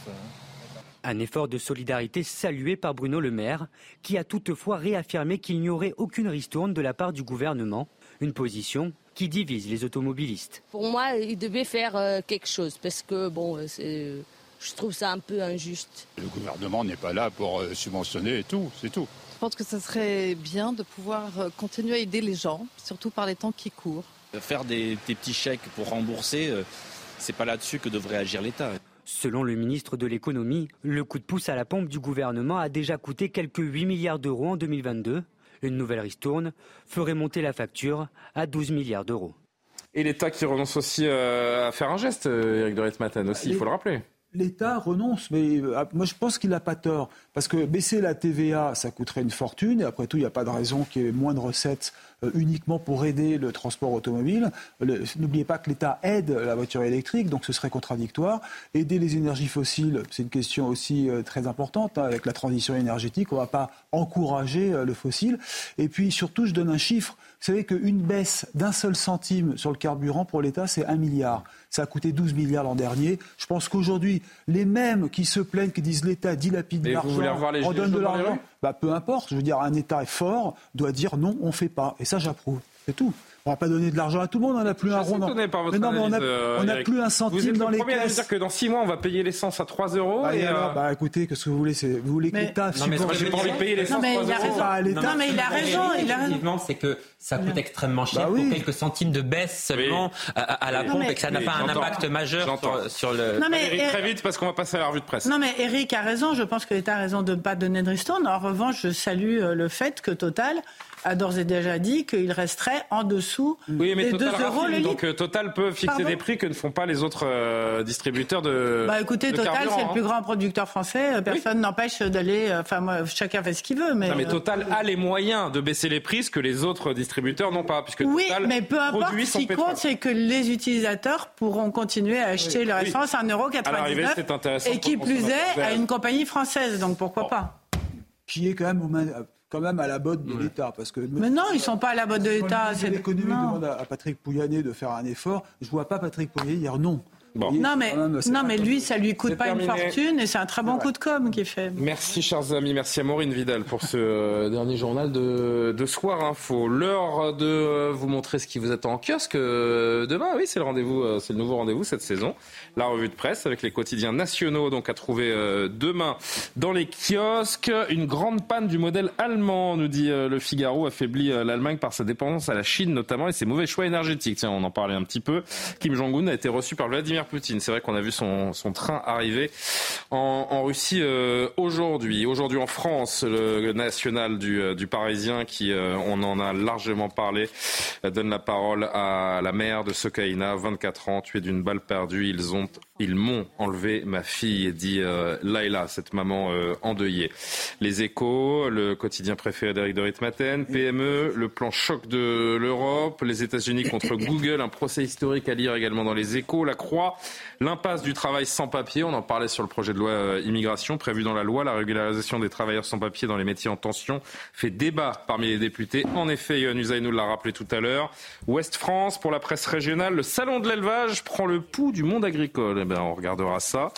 Un effort de solidarité salué par Bruno Le Maire, qui a toutefois réaffirmé qu'il n'y aurait aucune ristourne de la part du gouvernement, une position qui divise les automobilistes. Pour moi, il devait faire euh, quelque chose, parce que bon, c'est, je trouve ça un peu injuste. Le gouvernement n'est pas là pour euh, subventionner et tout, c'est tout. Je pense que ça serait bien de pouvoir continuer à aider les gens, surtout par les temps qui courent. Faire des, des petits chèques pour rembourser, euh, c'est pas là-dessus que devrait agir l'État. Selon le ministre de l'économie, le coup de pouce à la pompe du gouvernement a déjà coûté quelques huit milliards d'euros en deux mille vingt-deux. Une nouvelle ristourne ferait monter la facture à douze milliards d'euros. Et l'État qui renonce aussi euh, à faire un geste, Éric de Ritmaten aussi, il faut le rappeler. L'État renonce, mais euh, moi je pense qu'il n'a pas tort. Parce que baisser la T V A, ça coûterait une fortune. Et après tout, il n'y a pas de raison qu'il y ait moins de recettes euh, uniquement pour aider le transport automobile. Le, n'oubliez pas que l'État aide la voiture électrique, donc ce serait contradictoire. Aider les énergies fossiles, c'est une question aussi euh, très importante. Hein, avec la transition énergétique, on ne va pas encourager euh, le fossile. Et puis surtout, je donne un chiffre. Vous savez qu'une baisse d'un seul centime sur le carburant pour l'État, c'est un milliard. Ça a coûté douze milliards l'an dernier. Je pense qu'aujourd'hui, les mêmes qui se plaignent, qui disent l'État dilapide de l'argent, on donne de l'argent, bah, peu importe. Je veux dire, un État fort doit dire non, on ne fait pas. Et ça, j'approuve. C'est tout. On ne va pas donner de l'argent à tout le monde, on n'a plus un rond. Dans... Mais non, mais on n'a euh, plus un centime dans les caisses. Vous êtes le premier à dire que dans six mois, on va payer l'essence à trois euros. Bah, et alors, euh... bah, écoutez, qu'est-ce que vous voulez c'est... Vous voulez que mais... l'État... Non, mais moi, j'ai pas envie de payer l'essence à trois euros. Pas l'État. Non, mais il a raison. Il a raison. C'est que ça coûte extrêmement cher bah, oui. pour quelques centimes de baisse seulement oui. à, à la pompe mais... et que ça n'a oui, pas un impact majeur sur, sur le... Non, mais Éric, très vite, parce qu'on va passer à la revue de presse. Non, mais Éric a raison. Je pense que l'État a raison de ne pas donner de ristourne. En revanche, je salue le fait que Total a d'ores et déjà dit qu'il resterait en dessous oui, mais des Total deux euros le litre. Donc Total peut fixer Pardon des prix que ne font pas les autres euh, distributeurs de Bah écoutez, de Total, c'est hein. le plus grand producteur français. Personne oui. n'empêche d'aller... Enfin, moi, chacun fait ce qu'il veut. Mais, non, mais Total euh, a les moyens de baisser les prix, ce que les autres distributeurs n'ont pas. Puisque oui, Total mais peu importe, ce qui compte, c'est que les utilisateurs pourront continuer à acheter oui. leur essence à un euro quatre-vingt-dix-neuf. Et qui plus est, à une compagnie française. Donc pourquoi bon. pas Qui est quand même aux mains... quand même à la botte de l'État. Parce que mais non, ils ne sont pas à la botte de l'État. C'est l'économie demande à Patrick Pouyanné de faire un effort. Je ne vois pas Patrick Pouyanné dire non. Bon. Non, mais, même, non mais lui, ça ne lui coûte c'est pas terminé. Une fortune et c'est un très bon coup de com' qu'il fait. Merci, chers amis. Merci à Maureen Vidal pour ce euh, dernier journal de, de Soir Info. L'heure de euh, vous montrer ce qui vous attend en kiosque. Euh, demain, oui, c'est le rendez-vous, euh, c'est le nouveau rendez-vous cette saison. La revue de presse avec les quotidiens nationaux, donc à trouver euh, demain dans les kiosques. Une grande panne du modèle allemand, nous dit euh, le Figaro, affaiblit euh, l'Allemagne par sa dépendance à la Chine notamment et ses mauvais choix énergétiques. Tiens, on en parlait un petit peu. Kim Jong-un a été reçu par Vladimir Poutine. C'est vrai qu'on a vu son, son train arriver en, en Russie euh, aujourd'hui. Aujourd'hui en France, le national du, euh, du Parisien, qui, euh, on en a largement parlé, euh, donne la parole à la mère de Sokaina, vingt-quatre ans, tuée d'une balle perdue. Ils ont, ils m'ont enlevé ma fille, dit euh, Laila, cette maman euh, endeuillée. Les Échos, le quotidien préféré d'Éric de Ritmaten, P M E, le plan choc de l'Europe, les États-Unis contre Google, un procès historique à lire également dans les Échos, La Croix. L'impasse du travail sans papier, on en parlait sur le projet de loi euh, immigration, prévu dans la loi, la régularisation des travailleurs sans papier dans les métiers en tension fait débat parmi les députés. En effet, Yohann Usaï nous l'a rappelé tout à l'heure. Ouest France, pour la presse régionale, le salon de l'élevage prend le pouls du monde agricole. Eh ben, on regardera ça.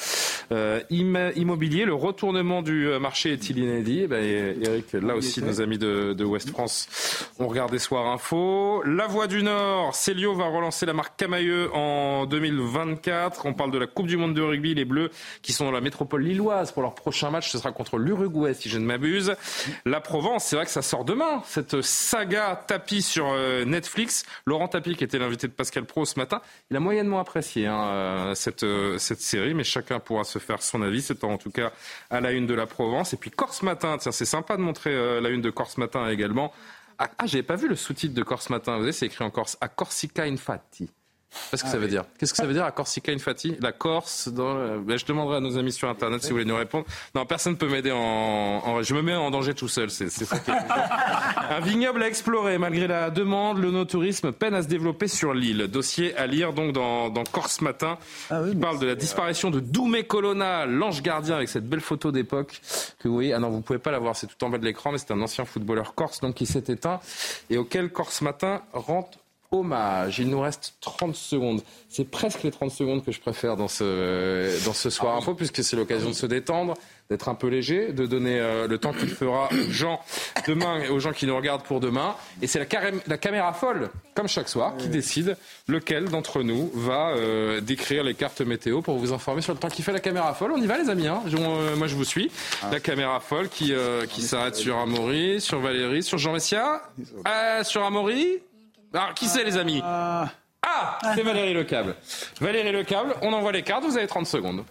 euh, im- immobilier. Le retournement du marché est-il inédit? Eh ben, Eric, là aussi, nos amis de, de Ouest France ont regardé Soir Info. La Voix du Nord, Célio va relancer la marque Camailleux en deux mille vingt-quatre. On parle de la Coupe du Monde de rugby. Les Bleus qui sont dans la métropole lilloise pour leur prochain match, ce sera contre l'Uruguay, si je ne m'abuse. La Provence, c'est vrai que ça sort demain, cette saga Tapie sur Netflix. Laurent Tapie, qui était l'invité de Pascal Praud ce matin, il a moyennement apprécié hein, cette, cette série, mais chacun pourra se faire son avis. C'est en tout cas à la une de la Provence. Et puis Corse Matin, tiens, c'est sympa de montrer euh, la une de Corse Matin également. Ah, ah j'avais pas vu le sous-titre de Corse Matin. Vous savez, c'est écrit en Corse. A Corsica Infatti. Qu'est-ce que ah, ça veut oui. dire Qu'est-ce que ça veut dire à Corsica Infatti? La Corse dans... ben, je demanderai à nos amis sur Internet si vous voulez nous répondre. Non, personne ne peut m'aider en... en... Je me mets en danger tout seul, c'est, c'est ça qui est un vignoble à explorer. Malgré la demande, le no-tourisme peine à se développer sur l'île. Dossier à lire donc dans, dans Corse Matin. Ah oui, qui parle de la disparition de Doumé Colonna, l'ange gardien, avec cette belle photo d'époque que vous voyez. Ah non, vous ne pouvez pas la voir, c'est tout en bas de l'écran, mais c'est un ancien footballeur corse donc, qui s'est éteint et auquel Corse Matin rentre hommage. Il nous reste trente secondes. C'est presque les trente secondes que je préfère dans ce, dans ce Soir Info, puisque c'est l'occasion de se détendre, d'être un peu léger, de donner euh, le temps qu'il fera aux gens demain et aux gens qui nous regardent pour demain. Et c'est la, carré- la caméra folle, comme chaque soir, qui décide lequel d'entre nous va euh, décrire les cartes météo pour vous informer sur le temps qu'il fait la caméra folle. On y va les amis, hein. je, euh, moi je vous suis. La caméra folle qui, euh, qui s'arrête sur Amaury, sur Valérie, sur Jean Messia, euh, sur Amaury. Alors, qui c'est, les amis? Ah, c'est Valérie Lecable. Valérie Lecable, on envoie les cartes, vous avez trente secondes.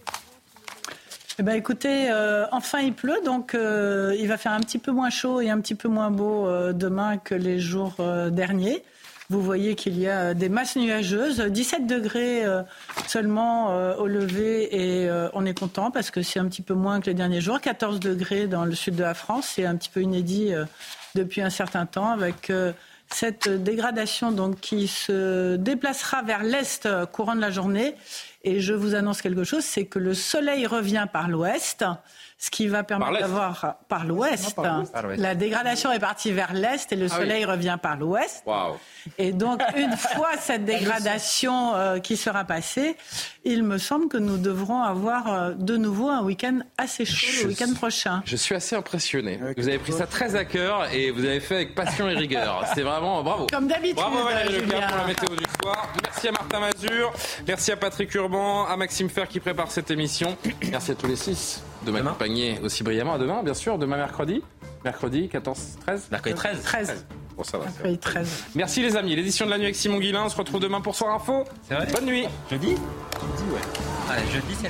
Eh ben, écoutez, euh, enfin il pleut, donc euh, il va faire un petit peu moins chaud et un petit peu moins beau euh, demain que les jours euh, derniers. Vous voyez qu'il y a des masses nuageuses, dix-sept degrés euh, seulement euh, au lever et euh, on est content parce que c'est un petit peu moins que les derniers jours. quatorze degrés dans le sud de la France, c'est un petit peu inédit euh, depuis un certain temps avec... Euh, cette dégradation donc, qui se déplacera vers l'est courant de la journée. Et je vous annonce quelque chose, c'est que le soleil revient par l'ouest, ce qui va permettre par d'avoir par l'ouest. Non, par l'ouest. La dégradation est partie vers l'est et le ah soleil oui. revient par l'ouest. Wow. Et donc, une fois cette dégradation euh, qui sera passée, il me semble que nous devrons avoir euh, de nouveau un week-end assez chaud je le week-end prochain. Je suis assez impressionné. Vous avez pris ça très à cœur et vous avez fait avec passion et rigueur. C'est vraiment bravo. Comme d'habitude. Bravo Valérie Lecable pour la météo du soir. Merci à Martin Mazur. Merci à Patrick Urban, à Maxime Fer qui prépare cette émission. Merci à tous les six de m'accompagner aussi brillamment. À demain, bien sûr. Demain, mercredi. Mercredi, quatorze, treize Mercredi treize. treize. Bon, ça va. Mercredi treize. Merci les amis. L'édition de la nuit avec Simon Guillain. On se retrouve demain pour Soir Info. C'est vrai. Bonne nuit. Jeudi Jeudi, ouais. Ah, jeudi, c'est